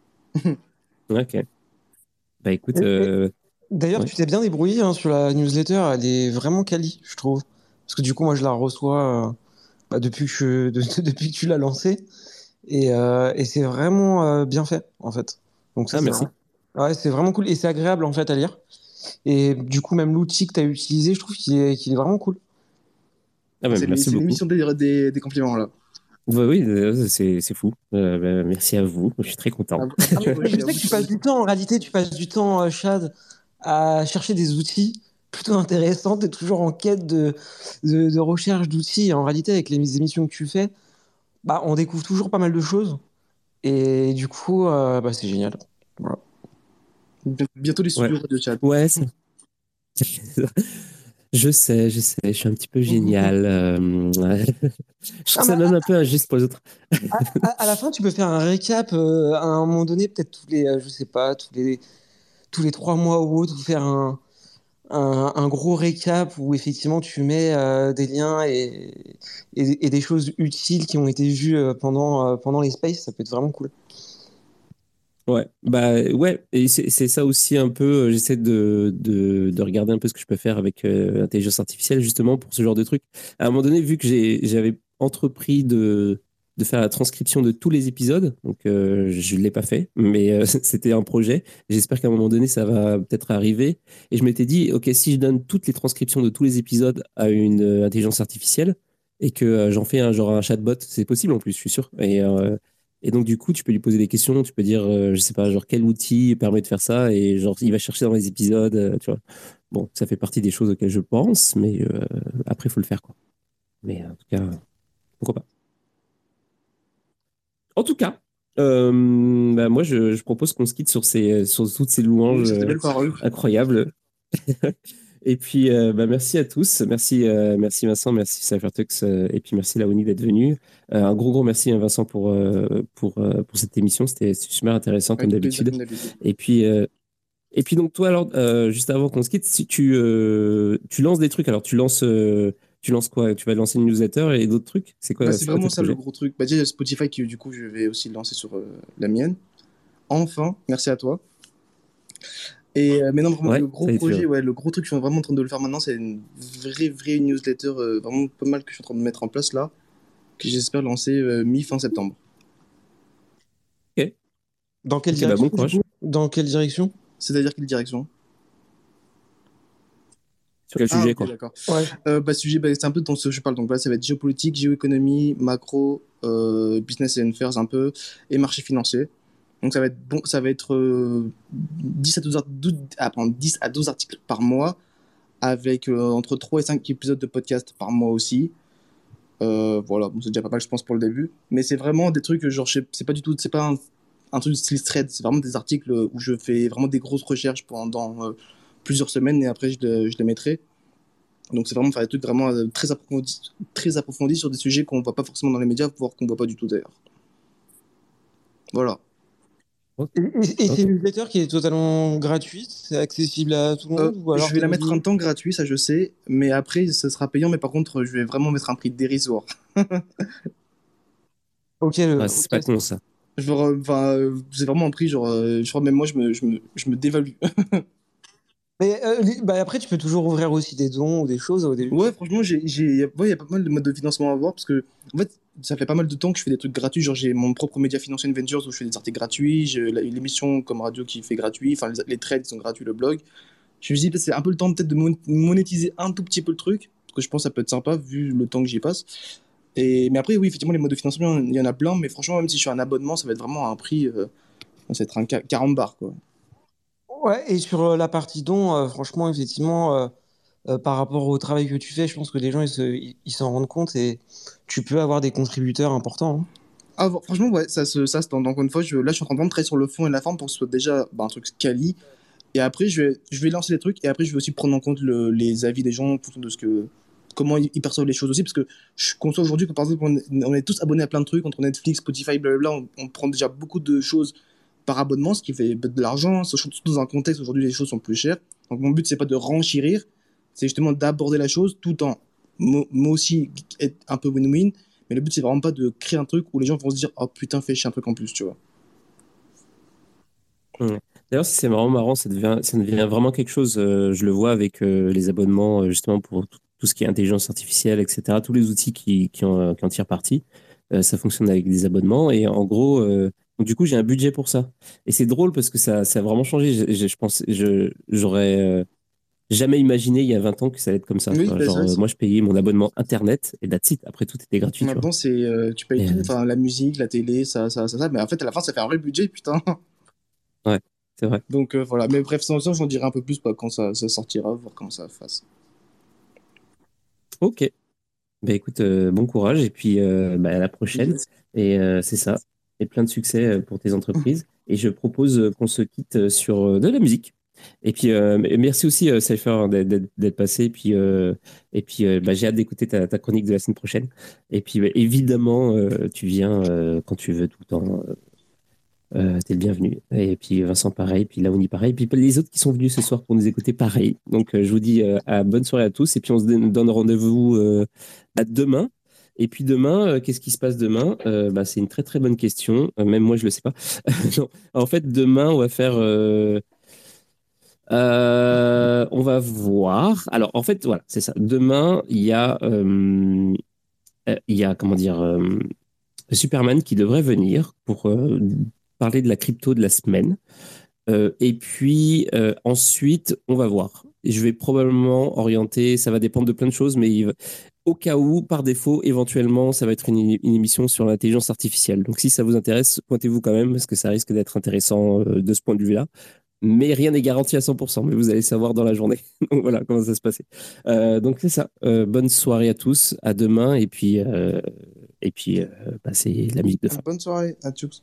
Ok. Bah écoute. Et- et Euh, D'ailleurs, ouais. tu t'es bien débrouillé hein, sur la newsletter, elle est vraiment quali, je trouve. Parce que du coup, moi, je la reçois euh, bah, depuis que je, de- depuis que tu l'as lancée. Et, euh, et c'est vraiment euh, bien fait, en fait. Donc ça, Ah, c'est merci. vraiment... Ouais, c'est vraiment cool. Et c'est agréable, en fait, à lire. Et du coup, même l'outil que tu as utilisé, je trouve qu'il est, qu'il est vraiment cool. Ah, Ah, bah, c'est les- merci c'est beaucoup. l'émission des, des, des compliments, là. Bah oui, euh, c'est c'est fou. Euh, bah, merci à vous. Je suis très À, content. vous- à Ah, vous, mais, mais je Wesley, à sais vous, que tu à passes vous. du temps, en réalité, tu passes du temps, euh, Chad, à chercher des outils plutôt intéressants. Tu es toujours en quête de, de, de recherche d'outils. Et en réalité, avec les émissions que tu fais, bah, on découvre toujours pas mal de choses. Et du coup, euh, bah, c'est génial. Voilà. Bientôt les Ouais. studios de chat. Ouais, ça- je sais, je sais, je suis un petit peu génial. euh, Je trouve Ah, mais ça même un peu injuste pour les autres. à, à- à la fin, tu peux faire un récap euh, à un moment donné, peut-être tous les, euh, je sais pas, tous les, tous les trois mois ou autre, ou faire un, un, un gros récap où effectivement tu mets euh, des liens et, et, et des choses utiles qui ont été vues euh, pendant, euh, pendant les spaces, ça peut être vraiment cool. Ouais, bah ouais, et c'est c'est ça aussi un peu. euh, J'essaie de, de, de regarder un peu ce que je peux faire avec euh, l'intelligence artificielle justement pour ce genre de truc. À un moment donné, vu que j'ai j'avais entrepris de de faire la transcription de tous les épisodes. Donc, euh, je ne l'ai pas fait, mais euh, c'était un projet. J'espère qu'à un moment donné, ça va peut-être arriver. Et je m'étais dit, OK, si je donne toutes les transcriptions de tous les épisodes à une euh, intelligence artificielle et que euh, j'en fais un genre un chatbot, c'est possible en plus, je suis sûr. Et, euh, et donc, du coup, tu peux lui poser des questions. Tu peux dire, euh, je sais pas, genre quel outil permet de faire ça et genre, il va chercher dans les épisodes, euh, tu vois. Bon, ça fait partie des choses auxquelles je pense, mais euh, après, il faut le faire, quoi. Mais en tout cas, pourquoi pas. En tout cas, euh, bah, moi, je, je propose qu'on se quitte sur, ces, sur toutes ces louanges Oui, c'était euh, belle parole. incroyables. Et puis, euh, bah, merci à tous. Merci, euh, merci Vincent, merci Cyphertux, euh, et puis merci Laoni d'être venu. Euh, un gros, gros merci à Vincent pour, euh, pour, euh, pour cette émission. C'était super intéressant, comme Avec plaisir, d'habitude. comme d'habitude. Et puis, euh, et puis donc, toi, alors, euh, juste avant qu'on se quitte, si tu, euh, tu lances des trucs, alors tu lances, euh, tu lances quoi? Tu vas lancer une newsletter et d'autres trucs? C'est Bah, quoi, c'est c'est quoi vraiment tes ça le projets? gros truc. Bah, déjà, il y a Spotify qui, du coup, je vais aussi le lancer sur euh, la mienne. Enfin, merci à toi. Et, euh, mais non, vraiment, le Ouais, gros ça y est, tu projet, ouais, le gros truc que je suis vraiment en train de le faire maintenant, c'est une vraie, vraie newsletter, euh, vraiment pas mal que je suis en train de mettre en place là, que j'espère lancer euh, mi-fin septembre. Ok, Dans quelle ok, bah bon direction, du courage. coup? Dans quelle direction? C'est-à-dire quelle direction? Sur quel Ah, sujet, ok, quoi? d'accord. Ouais. Euh, bah, sujet, bah, c'est un peu dans ce que je parle. Donc là, ça va être géopolitique, géoéconomie, macro, euh, business and affairs un peu, et marché financier. Donc ça va être bon, ça va être euh, dix à douze, art- douze ah, pardon, dix à douze articles par mois, avec euh, entre trois et cinq épisodes de podcast par mois aussi. Euh, voilà, bon, c'est déjà pas mal, je pense, pour le début. Mais c'est vraiment des trucs, genre, je sais- c'est pas du tout, c'est pas un, un truc style thread, c'est vraiment des articles où je fais vraiment des grosses recherches pendant euh, plusieurs semaines et après je, le- je les mettrai. Donc c'est vraiment faire des trucs vraiment euh, très approfondis, très approfondis sur des sujets qu'on voit pas forcément dans les médias, voire qu'on voit pas du tout d'ailleurs. Voilà. Ok, Et, et- et c'est ok. une newsletter qui est totalement gratuite, c'est accessible à tout le Euh, monde ou je alors vais t'es la mettre un obligé? temps gratuit, ça je sais, mais après ça sera payant, mais par contre je vais vraiment mettre un prix dérisoire. Ok, le- Ouais, c'est pas ok. con, ça. Je veux, re- enfin, euh, c'est vraiment un prix, genre, euh, je crois même moi je me, je me, je me dévalue. Mais euh, les- bah, après, tu peux toujours ouvrir aussi des dons ou des choses au début. Ouais, franchement, j'ai, j'ai, ouais, il y a pas mal de modes de financement à avoir parce que, en fait, ça fait pas mal de temps que je fais des trucs gratuits. Genre, j'ai mon propre média financier Ventures où je fais des articles gratuits, j'ai la- l'émission comme radio qui fait gratuit, enfin, les, les trades sont gratuits, le blog. Je me suis dit, peut-être c'est un peu le temps peut-être de mon- monétiser un tout petit peu le truc, parce que je pense que ça peut être sympa vu le temps que j'y passe. Et, mais après, oui, effectivement, les modes de financement, il y en a plein, mais franchement, même si je suis un abonnement, ça va être vraiment à un prix, euh, ça va être un qua- quarante bars, quoi. Ouais, et sur euh, la partie don, euh, franchement, effectivement, euh, euh, par rapport au travail que tu fais, je pense que les gens ils se, ils ils s'en rendent compte et tu peux avoir des contributeurs importants, hein. Ah, bon, franchement, ouais, ça se, ça se tente. Encore une fois, je, là, je suis en train de vraiment travailler sur le fond et la forme pour que ce soit déjà bah, un truc quali. Et après, je vais, je vais lancer des trucs et après, je vais aussi prendre en compte le- les avis des gens en fonction de ce que, comment ils, ils perçoivent les choses aussi. Parce que je conçois aujourd'hui que, par exemple, on est, on est tous abonnés à plein de trucs entre Netflix, Spotify, blablabla. On, on prend déjà beaucoup de choses par abonnement, ce qui fait de l'argent. Surtout dans un contexte où aujourd'hui, les choses sont plus chères. Donc, mon but, c'est pas de renchérir, c'est justement d'aborder la chose tout en, moi moi aussi, être un peu win-win. Mais le but, c'est vraiment pas de créer un truc où les gens vont se dire, oh putain, fais chier un truc en plus, tu vois. Ouais. D'ailleurs, c'est vraiment marrant, ça devient, ça devient vraiment quelque chose, euh, je le vois avec euh, les abonnements, euh, justement, pour tout, tout ce qui est intelligence artificielle, et cetera. Tous les outils qui, qui, en, qui en tirent parti, euh, ça fonctionne avec des abonnements. Et en gros, euh, donc, du coup, j'ai un budget pour ça. Et c'est drôle parce que ça, ça a vraiment changé. Je, je, je pense, je, j'aurais euh, jamais imaginé il y a vingt ans que ça allait être comme ça. Tu Oui, vois. bah, c'est Genre, vrai. euh, c'est- moi, je payais mon abonnement Internet et that's it. Après, tout était gratuit, tu vois. Maintenant, c'est, euh, tu payes Et, tout, euh, enfin, la musique, la télé, ça, ça, ça, ça. Mais en fait, à la fin, ça fait un vrai budget, putain. ouais, c'est vrai. Donc, euh, voilà. Mais bref, sans ça, j'en dirai un peu plus bah, quand ça, ça sortira, voir comment ça fasse. Ok. Ben écoute, euh, bon courage et puis euh, bah, à la prochaine. Yes. Et euh, c'est ça. Et plein de succès euh, pour tes entreprises. Et je propose euh, qu'on se quitte euh, sur euh, de la musique. Et puis euh, merci aussi, euh, Cypher, hein, d'être d'être- d'être passé. Et puis, euh, et puis euh, bah, j'ai hâte d'écouter ta, ta chronique de la semaine prochaine. Et puis bah, évidemment, euh, tu viens euh, quand tu veux tout le temps. Euh, t'es le bienvenu. Et puis Vincent, pareil. Puis Laouni, pareil. Puis les autres qui sont venus ce soir pour nous écouter, pareil. Donc euh, je vous dis euh, à bonne soirée à tous. Et puis on se donne donne rendez-vous euh, à demain. Et puis demain, euh, qu'est-ce qui se passe demain? Euh, bah, c'est une très très bonne question. Euh, même moi, je le sais pas. Non. En fait, demain, on va faire. euh, euh, on va voir. Alors, en fait, voilà, c'est ça. Demain, il y a, euh, euh, il y a comment dire. euh, Superman qui devrait venir pour euh, parler de la crypto de la semaine. Euh, et puis euh, ensuite, on va voir. Je vais probablement orienter, ça va dépendre de plein de choses, mais il va- au cas où, par défaut, éventuellement, ça va être une, une émission sur l'intelligence artificielle. Donc si ça vous intéresse, pointez-vous quand même, parce que ça risque d'être intéressant euh, de ce point de vue-là. Mais rien n'est garanti à cent pour cent, mais vous allez savoir dans la journée. Donc voilà comment ça se passait. Euh, donc c'est ça. Euh, bonne soirée à tous, à demain, et puis, euh, et puis euh, bah, c'est la musique de fin. Bonne soirée à tous.